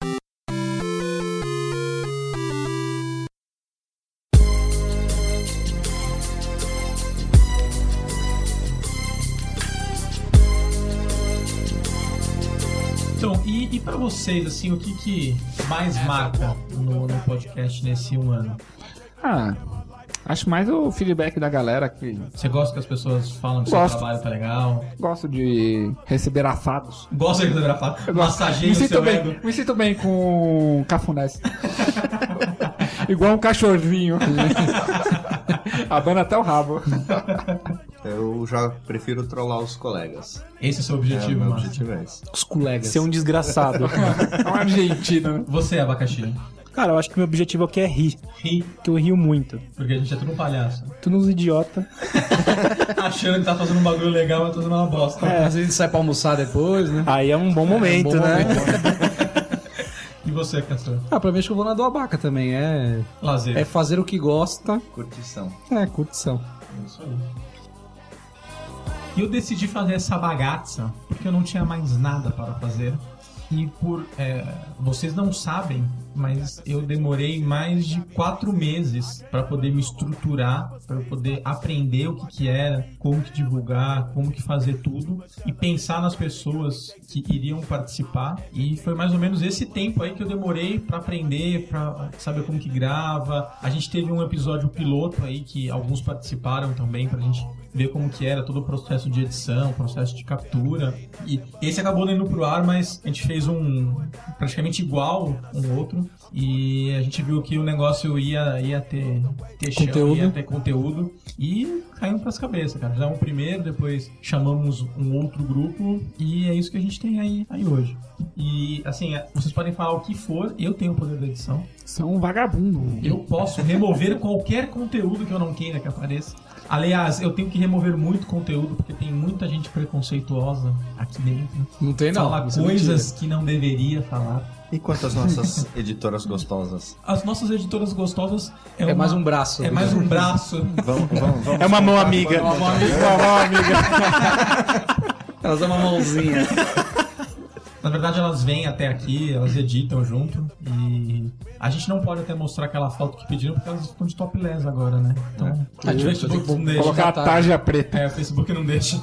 Então, e, e pra vocês, assim, o que, que mais marca no, no podcast nesse um ano? Ah, acho mais o feedback da galera que Você gosta que as pessoas falam que o Gosto. seu trabalho tá legal? gosto de receber afados. Gosta de fotografar? Eu gosto. Massageia Me o sinto seu bem, ego? me sinto bem com cafunés. Igual um cachorrinho. Abana até o rabo. Eu já prefiro trollar os colegas. Esse é o seu É, o objetivo, meu mano. objetivo é esse. Os colegas. Ser um desgraçado. É um argentino. Você, abacaxi. Cara, eu acho que meu objetivo aqui é rir. Ri, Que eu rio muito. porque a gente é tudo um palhaço. Tu nos idiota. Achando que tá fazendo um bagulho legal, mas tá fazendo uma bosta. Às vezes a gente sai pra almoçar depois, né? Aí é um bom momento, bom né? E você, Castor? Ah, pra mim acho que eu vou na do abaca também. É, Lazer. é fazer o que gosta. Curtição. É, curtição. Isso aí. E eu decidi fazer essa bagaça porque eu não tinha mais nada para fazer. E por. é, vocês não sabem, mas eu demorei mais de quatro meses para poder me estruturar, para eu poder aprender o que, que era, como que divulgar, como que fazer tudo e pensar nas pessoas que iriam participar. E foi mais ou menos esse tempo aí que eu demorei para aprender, para saber como que grava. A gente teve um episódio piloto aí que alguns participaram também pra gente ver como que era todo o processo de edição, processo de captura. E esse acabou não indo pro ar, mas a gente fez um praticamente igual um outro. E a gente viu que o negócio ia, ia ter, ter chão, Conteúdo. ia ter conteúdo. E caímos pras cabeças, cara. Fizemos um primeiro, depois chamamos um outro grupo. E é isso que a gente tem aí, aí hoje. E, assim, vocês podem falar o que for, eu tenho o poder da edição. São um vagabundo. Eu posso remover qualquer conteúdo que eu não queira que apareça. Aliás, eu tenho que remover muito conteúdo porque tem muita gente preconceituosa aqui dentro. Não tem, não. Fala Isso é coisas mentira. que não deveria falar. E quanto às nossas editoras gostosas? As nossas editoras gostosas é, É uma- mais um braço. É mais um braço. Vamos, vamos, vamos É uma mão contar amiga. quando- Uma mão amiga. Elas dão uma mãozinha. Na verdade, elas vêm até aqui, elas editam junto. E a gente não pode até mostrar aquela foto que pediram porque elas ficam de topless agora, né? Então, É. o Facebook não deixa. Colocar a tarja preta. É, o Facebook não deixa.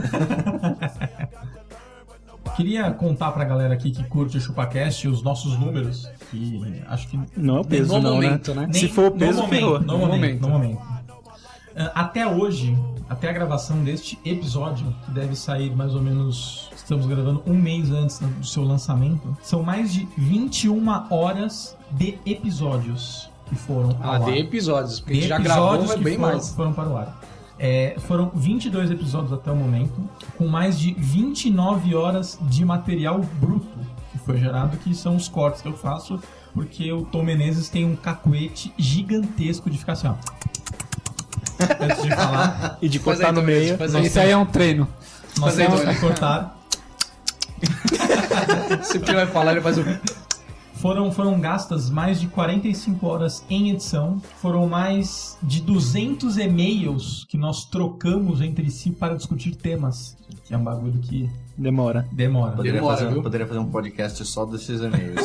Queria contar pra galera aqui que curte o ChupaCast os nossos números, que acho que... Não é o peso, No não, momento, né? né? Se for o peso, no ferrou. momento, no No momento, momento. no momento. Ah, Até hoje, até a gravação deste episódio, que deve sair mais ou menos, estamos gravando um mês antes do seu lançamento, são mais de vinte e uma horas de episódios que foram ao Ah, ar. de episódios, porque De já gravou episódios é que bem foram, mais. foram para o ar. É, foram vinte e dois episódios até o momento, com mais de vinte e nove horas de material bruto que foi gerado, que são os cortes que eu faço, porque o Tom Menezes tem um cacuete gigantesco de ficar assim, ó. Antes de falar. E de cortar no meio. Isso aí é um treino. Nós Faz aí, temos Tom. que cortar. Sempre que ele vai falar, ele faz o... Foram, foram gastas mais de quarenta e cinco horas em edição. Foram mais de duzentos e-mails que nós trocamos entre si para discutir temas. Que é um bagulho que Demora. demora. Poderia, Demora, fazer, viu? poderia fazer um podcast só desses e-mails.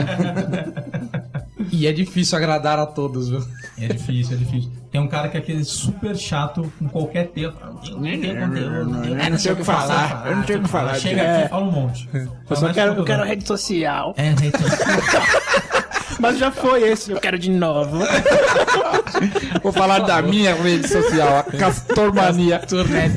E é difícil agradar a todos, viu? É difícil, é difícil. Tem um cara que é aquele super chato com qualquer tema. Eu não tenho conteúdo, eu não Eu não sei o que falar. Eu não tenho o que falar. Chega É. aqui e fala um monte. Eu só quero, eu quero rede social. É, rede social. Mas já foi esse, eu quero de novo. Vou falar da minha rede social, a Castormania. Turnet.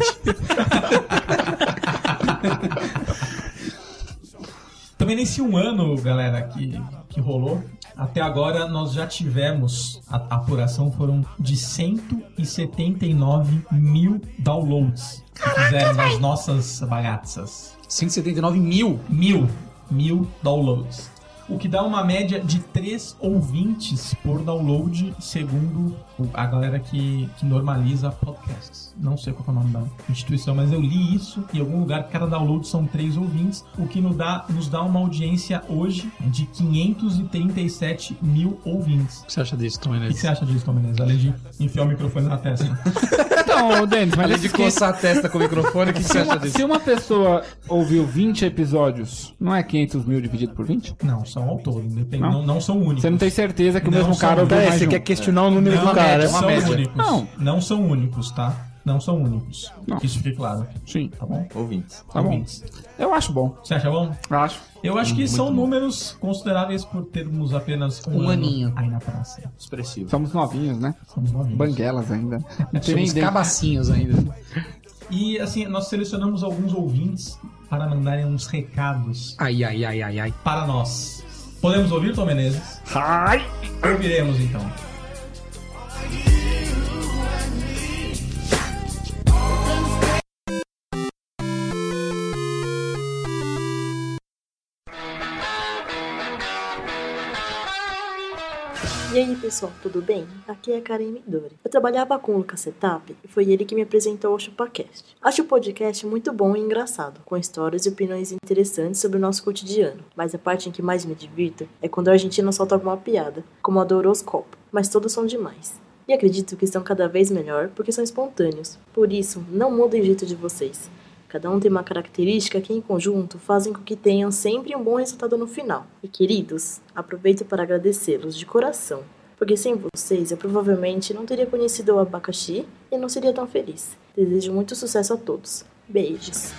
Também nesse um ano, galera, que, que rolou, até agora nós já tivemos, a, a apuração foram de cento e setenta e nove mil downloads que fizeram nas nossas bagaças. cento e setenta e nove mil? Mil. Mil downloads. O que dá uma média de três ouvintes por download, segundo o- a galera que, que normaliza podcasts. Não sei qual é o nome da instituição, mas eu li isso em algum lugar que cada download são três ouvintes, o que nos dá, nos dá uma audiência hoje de quinhentos e trinta e sete mil ouvintes. O que você acha disso, Tom O que Menezes? você acha disso, Tom Menezes? Além de enfiar o microfone na testa. Então, Denis, mas Além de esquece- coçar a testa com o microfone, o que você se, acha uma, disso? se uma pessoa ouviu vinte episódios, não é quinhentos mil dividido por vinte? Não, são ao todo, independente. Não? Não, não são únicos. Você não tem certeza que o Não mesmo são cara ouviu únicos. mais Você de um. quer questionar o número Não do cara. são média. únicos. Não. Não são únicos, tá? Não são únicos. Não. Que isso fique claro. Sim, Tá bom? Ouvintes. tá bom. Ouvintes. Eu acho bom. Você acha bom? Acho. Eu acho que Muito são bom. números consideráveis por termos apenas um, Um ano aninho. aí na praça. Expressivo. Somos novinhos, né? Somos novinhos. Banguelas ainda. Não tem nem Somos ideia. cabacinhos ainda. E assim, nós selecionamos alguns ouvintes para mandarem uns recados Ai, ai, ai, ai, ai. para nós. Podemos ouvir, Tom Menezes? Ai! Ouviremos então. E aí pessoal, tudo bem? Aqui é a Karen Midori. Eu trabalhava com o Lucas Setap e foi ele que me apresentou ao ChupaCast. Acho o podcast muito bom e engraçado, com histórias e opiniões interessantes sobre o nosso cotidiano. Mas a parte em que mais me divirto é quando a Argentina solta alguma piada, como a do horóscopo, mas todos são demais. E acredito que estão cada vez melhor porque são espontâneos. Por isso, não mudem o jeito de vocês. Cada um tem uma característica que, em conjunto, fazem com que tenham sempre um bom resultado no final. E, queridos, aproveito para agradecê-los de coração, porque sem vocês eu provavelmente não teria conhecido o abacaxi e não seria tão feliz. Desejo muito sucesso a todos. Beijos.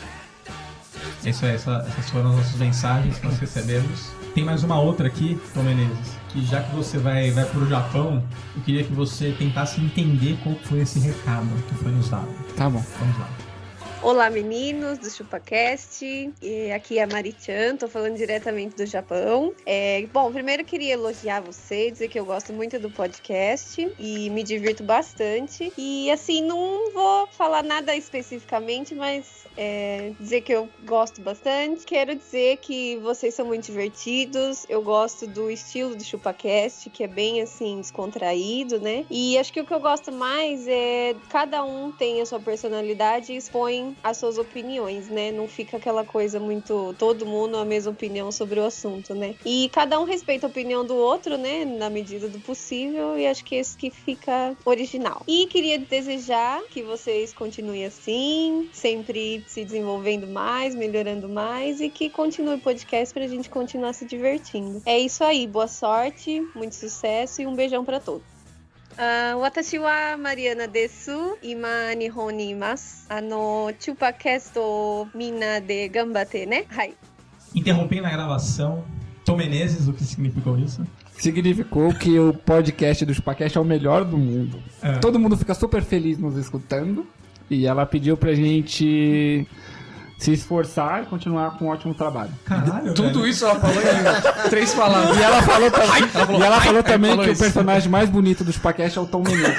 Isso aí, essa, essas foram as nossas mensagens que nós recebemos. Tem mais uma outra aqui, Tom Menezes, que já que você vai, vai pro Japão, eu queria que você tentasse entender qual foi esse recado que foi nos dado. Tá bom. Vamos lá. Olá meninos do ChupaCast, e aqui é a Mari-chan, tô falando diretamente do Japão. É, bom, primeiro eu queria elogiar você, dizer que eu gosto muito do podcast e me divirto bastante. E assim, não vou falar nada especificamente, mas é, dizer que eu gosto bastante. Quero dizer que vocês são muito divertidos, eu gosto do estilo do ChupaCast, que é bem assim, descontraído, né? E acho que o que eu gosto mais é cada um tem a sua personalidade e expõe as suas opiniões, né? Não fica aquela coisa muito todo mundo a mesma opinião sobre o assunto, né? E cada um respeita a opinião do outro, né? Na medida do possível, e acho que esse que fica original. E queria desejar que vocês continuem assim, sempre se desenvolvendo mais, melhorando mais, e que continue o podcast pra gente continuar se divertindo. É isso aí, boa sorte, muito sucesso e um beijão pra todos. Uh, watashi wa Mariana desu. Ima Nihon ni imasu. Ano, ChupaCast o minna de ganbatte, né? Hai. Interrompendo a gravação, Tom Menezes, o que significou isso? Significou que o podcast do ChupaCast é o melhor do mundo. É. Todo mundo fica super feliz nos escutando. E ela pediu pra gente se esforçar e continuar com um ótimo trabalho. Caralho, Tudo velho. isso ela falou em três palavras. E ela falou, tam- Ai, ela falou, e ela ai, falou ai, também falou que isso. o personagem mais bonito do Chupacast é o Tom Menezes.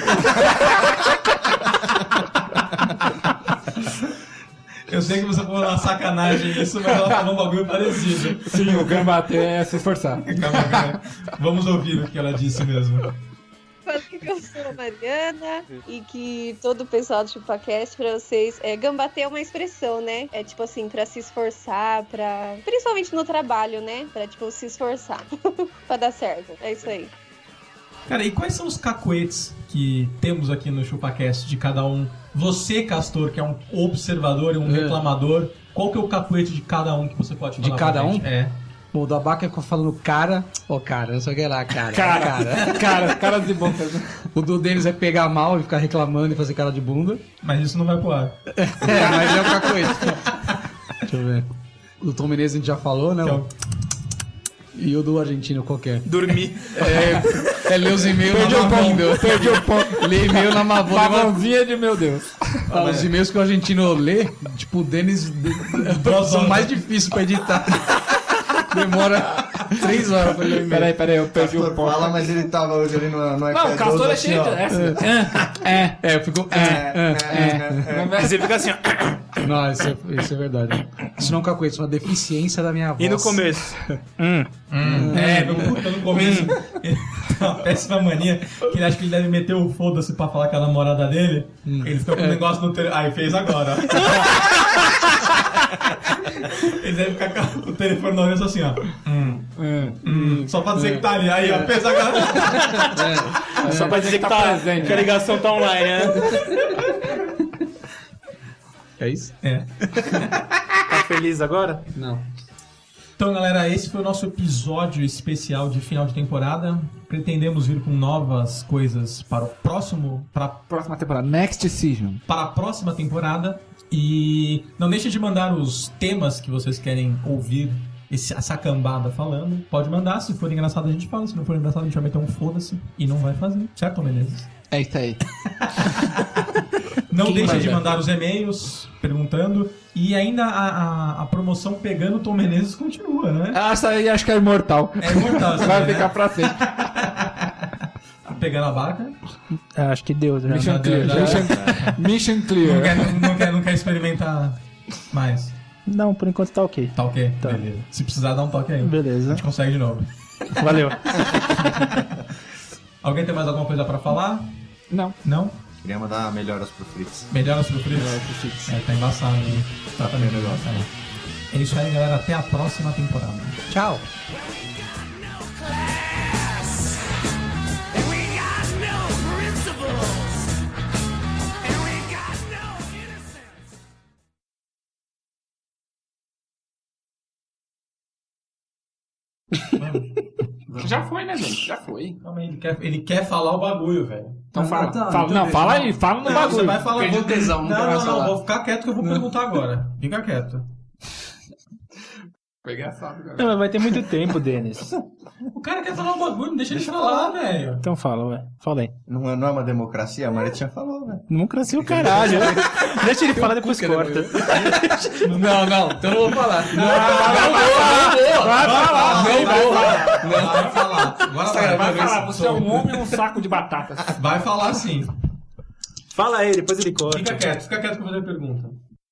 Eu sei que você falou uma sacanagem isso, mas ela falou um bagulho parecido. Sim, o Gambate é se esforçar. Calma, calma. Vamos ouvir o que ela disse mesmo. Falo que eu sou a Mariana e que todo o pessoal do ChupaCast, pra vocês, é, gambater é uma expressão, né? É tipo assim, pra se esforçar, pra... principalmente no trabalho, né? Pra, tipo, se esforçar pra dar certo. É isso aí. Cara, e quais são os cacuetes que temos aqui no ChupaCast de cada um? Você, Castor, que é um observador e um reclamador, qual que é o cacuete de cada um que você pode falar De cada pra um? gente? É. Bom, o do Abaca ficou falando cara. Ô, cara, não sei o que lá, cara. Cara, cara. cara, caras de boca. O do Denis é pegar mal e ficar reclamando e fazer cara de bunda. Mas isso não vai pro ar. É, mas é o cacoete. Deixa eu ver. O do Tom Menezes a gente já falou, né? Então. E o do argentino qualquer. Dormir. É, é ler os e-mails Perdi na o Mavonda. ponto, perdi o ponto. Ler e-mail na Mavonda. Pavãozinha de meu Deus. Ah, os e-mails que o argentino lê, tipo, o Denis são mais difíceis pra editar. Demora três horas pra ler e-mail. Peraí, peraí, eu perdi o Castor ponto. fala, mas ele tava hoje ali no, no Não, o Castor é cheio de... É, é, é, ficou. É, é, é. Mas ele fica assim, ó. Não, isso é, isso é verdade. Isso não é um cacoete, isso é uma deficiência da minha voz. E no começo? hum. Hum. É, no, puta, no começo. Ele tem uma péssima mania que ele acha que ele deve meter o foda-se pra falar com a namorada dele. Ele fica com o um negócio no telefone. Aí fez agora. Ele deve ficar com o telefone na orelha assim, ó. Hum. Hum. Hum. Só pra dizer que tá ali. Aí, ó, fez agora. É. Só pra dizer que, tá, presente. que a ligação tá online, né? É isso? É. Tá feliz agora? Não. Então, galera, esse foi o nosso episódio especial de final de temporada. Pretendemos vir com novas coisas para o próximo... Para Próxima temporada. Next Season. para a próxima temporada. E não deixe de mandar os temas que vocês querem ouvir esse, essa cambada falando. Pode mandar, se for engraçado a gente fala, se não for engraçado a gente vai meter um foda-se e não vai fazer. Certo, Menezes? É isso aí. Não Quem deixe manda? de mandar os e-mails perguntando. E ainda a, a, a promoção pegando o Tom Menezes continua, né? Ah, essa aí acho que é imortal. É imortal. Vai né? ficar pra sempre. Pegando a barca. Acho que deu, já. Mission clear. já- Mission, mission clear. Não quer, não, não quer, não quer experimentar mais. Não, por enquanto tá ok. Tá ok? Tá. Beleza. Se precisar, dá um toque aí. A Beleza. gente consegue de novo. Valeu. Alguém tem mais alguma coisa pra falar? Não. Não? Queria mandar melhoras pro Fritz. Melhoras pro Fritz? É, tá embaçado o tratamento do negócio aí. É isso aí, galera. Até a próxima temporada. Tchau. Já foi, né, gente? Já foi. Calma aí, ele quer, ele quer falar o bagulho, velho. Então fala. tá, fala então não, deixa, fala não. aí. Fala no Não, bagulho. você vai falar. Perdi vou- o tesão, Não, nunca não, mais não, falar. vou ficar quieto que eu vou perguntar agora. Fica quieto. Foi engraçado, galera. Não, mas vai ter muito tempo, Denis. O cara quer falar o bagulho, não deixa ele falar, velho. Então fala, ué. Fala aí. Não é, não é uma democracia? A Maritinha falou, velho. Democracia o caralho. Deixa ele falar, depois corta. Não, não, então eu não vou falar. Não, Vai falar. Não, Vai falar. Vai falar. Agora vai. Vai falar. Você é um homem e um saco de batatas. Vai falar sim. Fala aí, depois ele corta. Fica quieto, fica quieto que eu vou fazer a pergunta.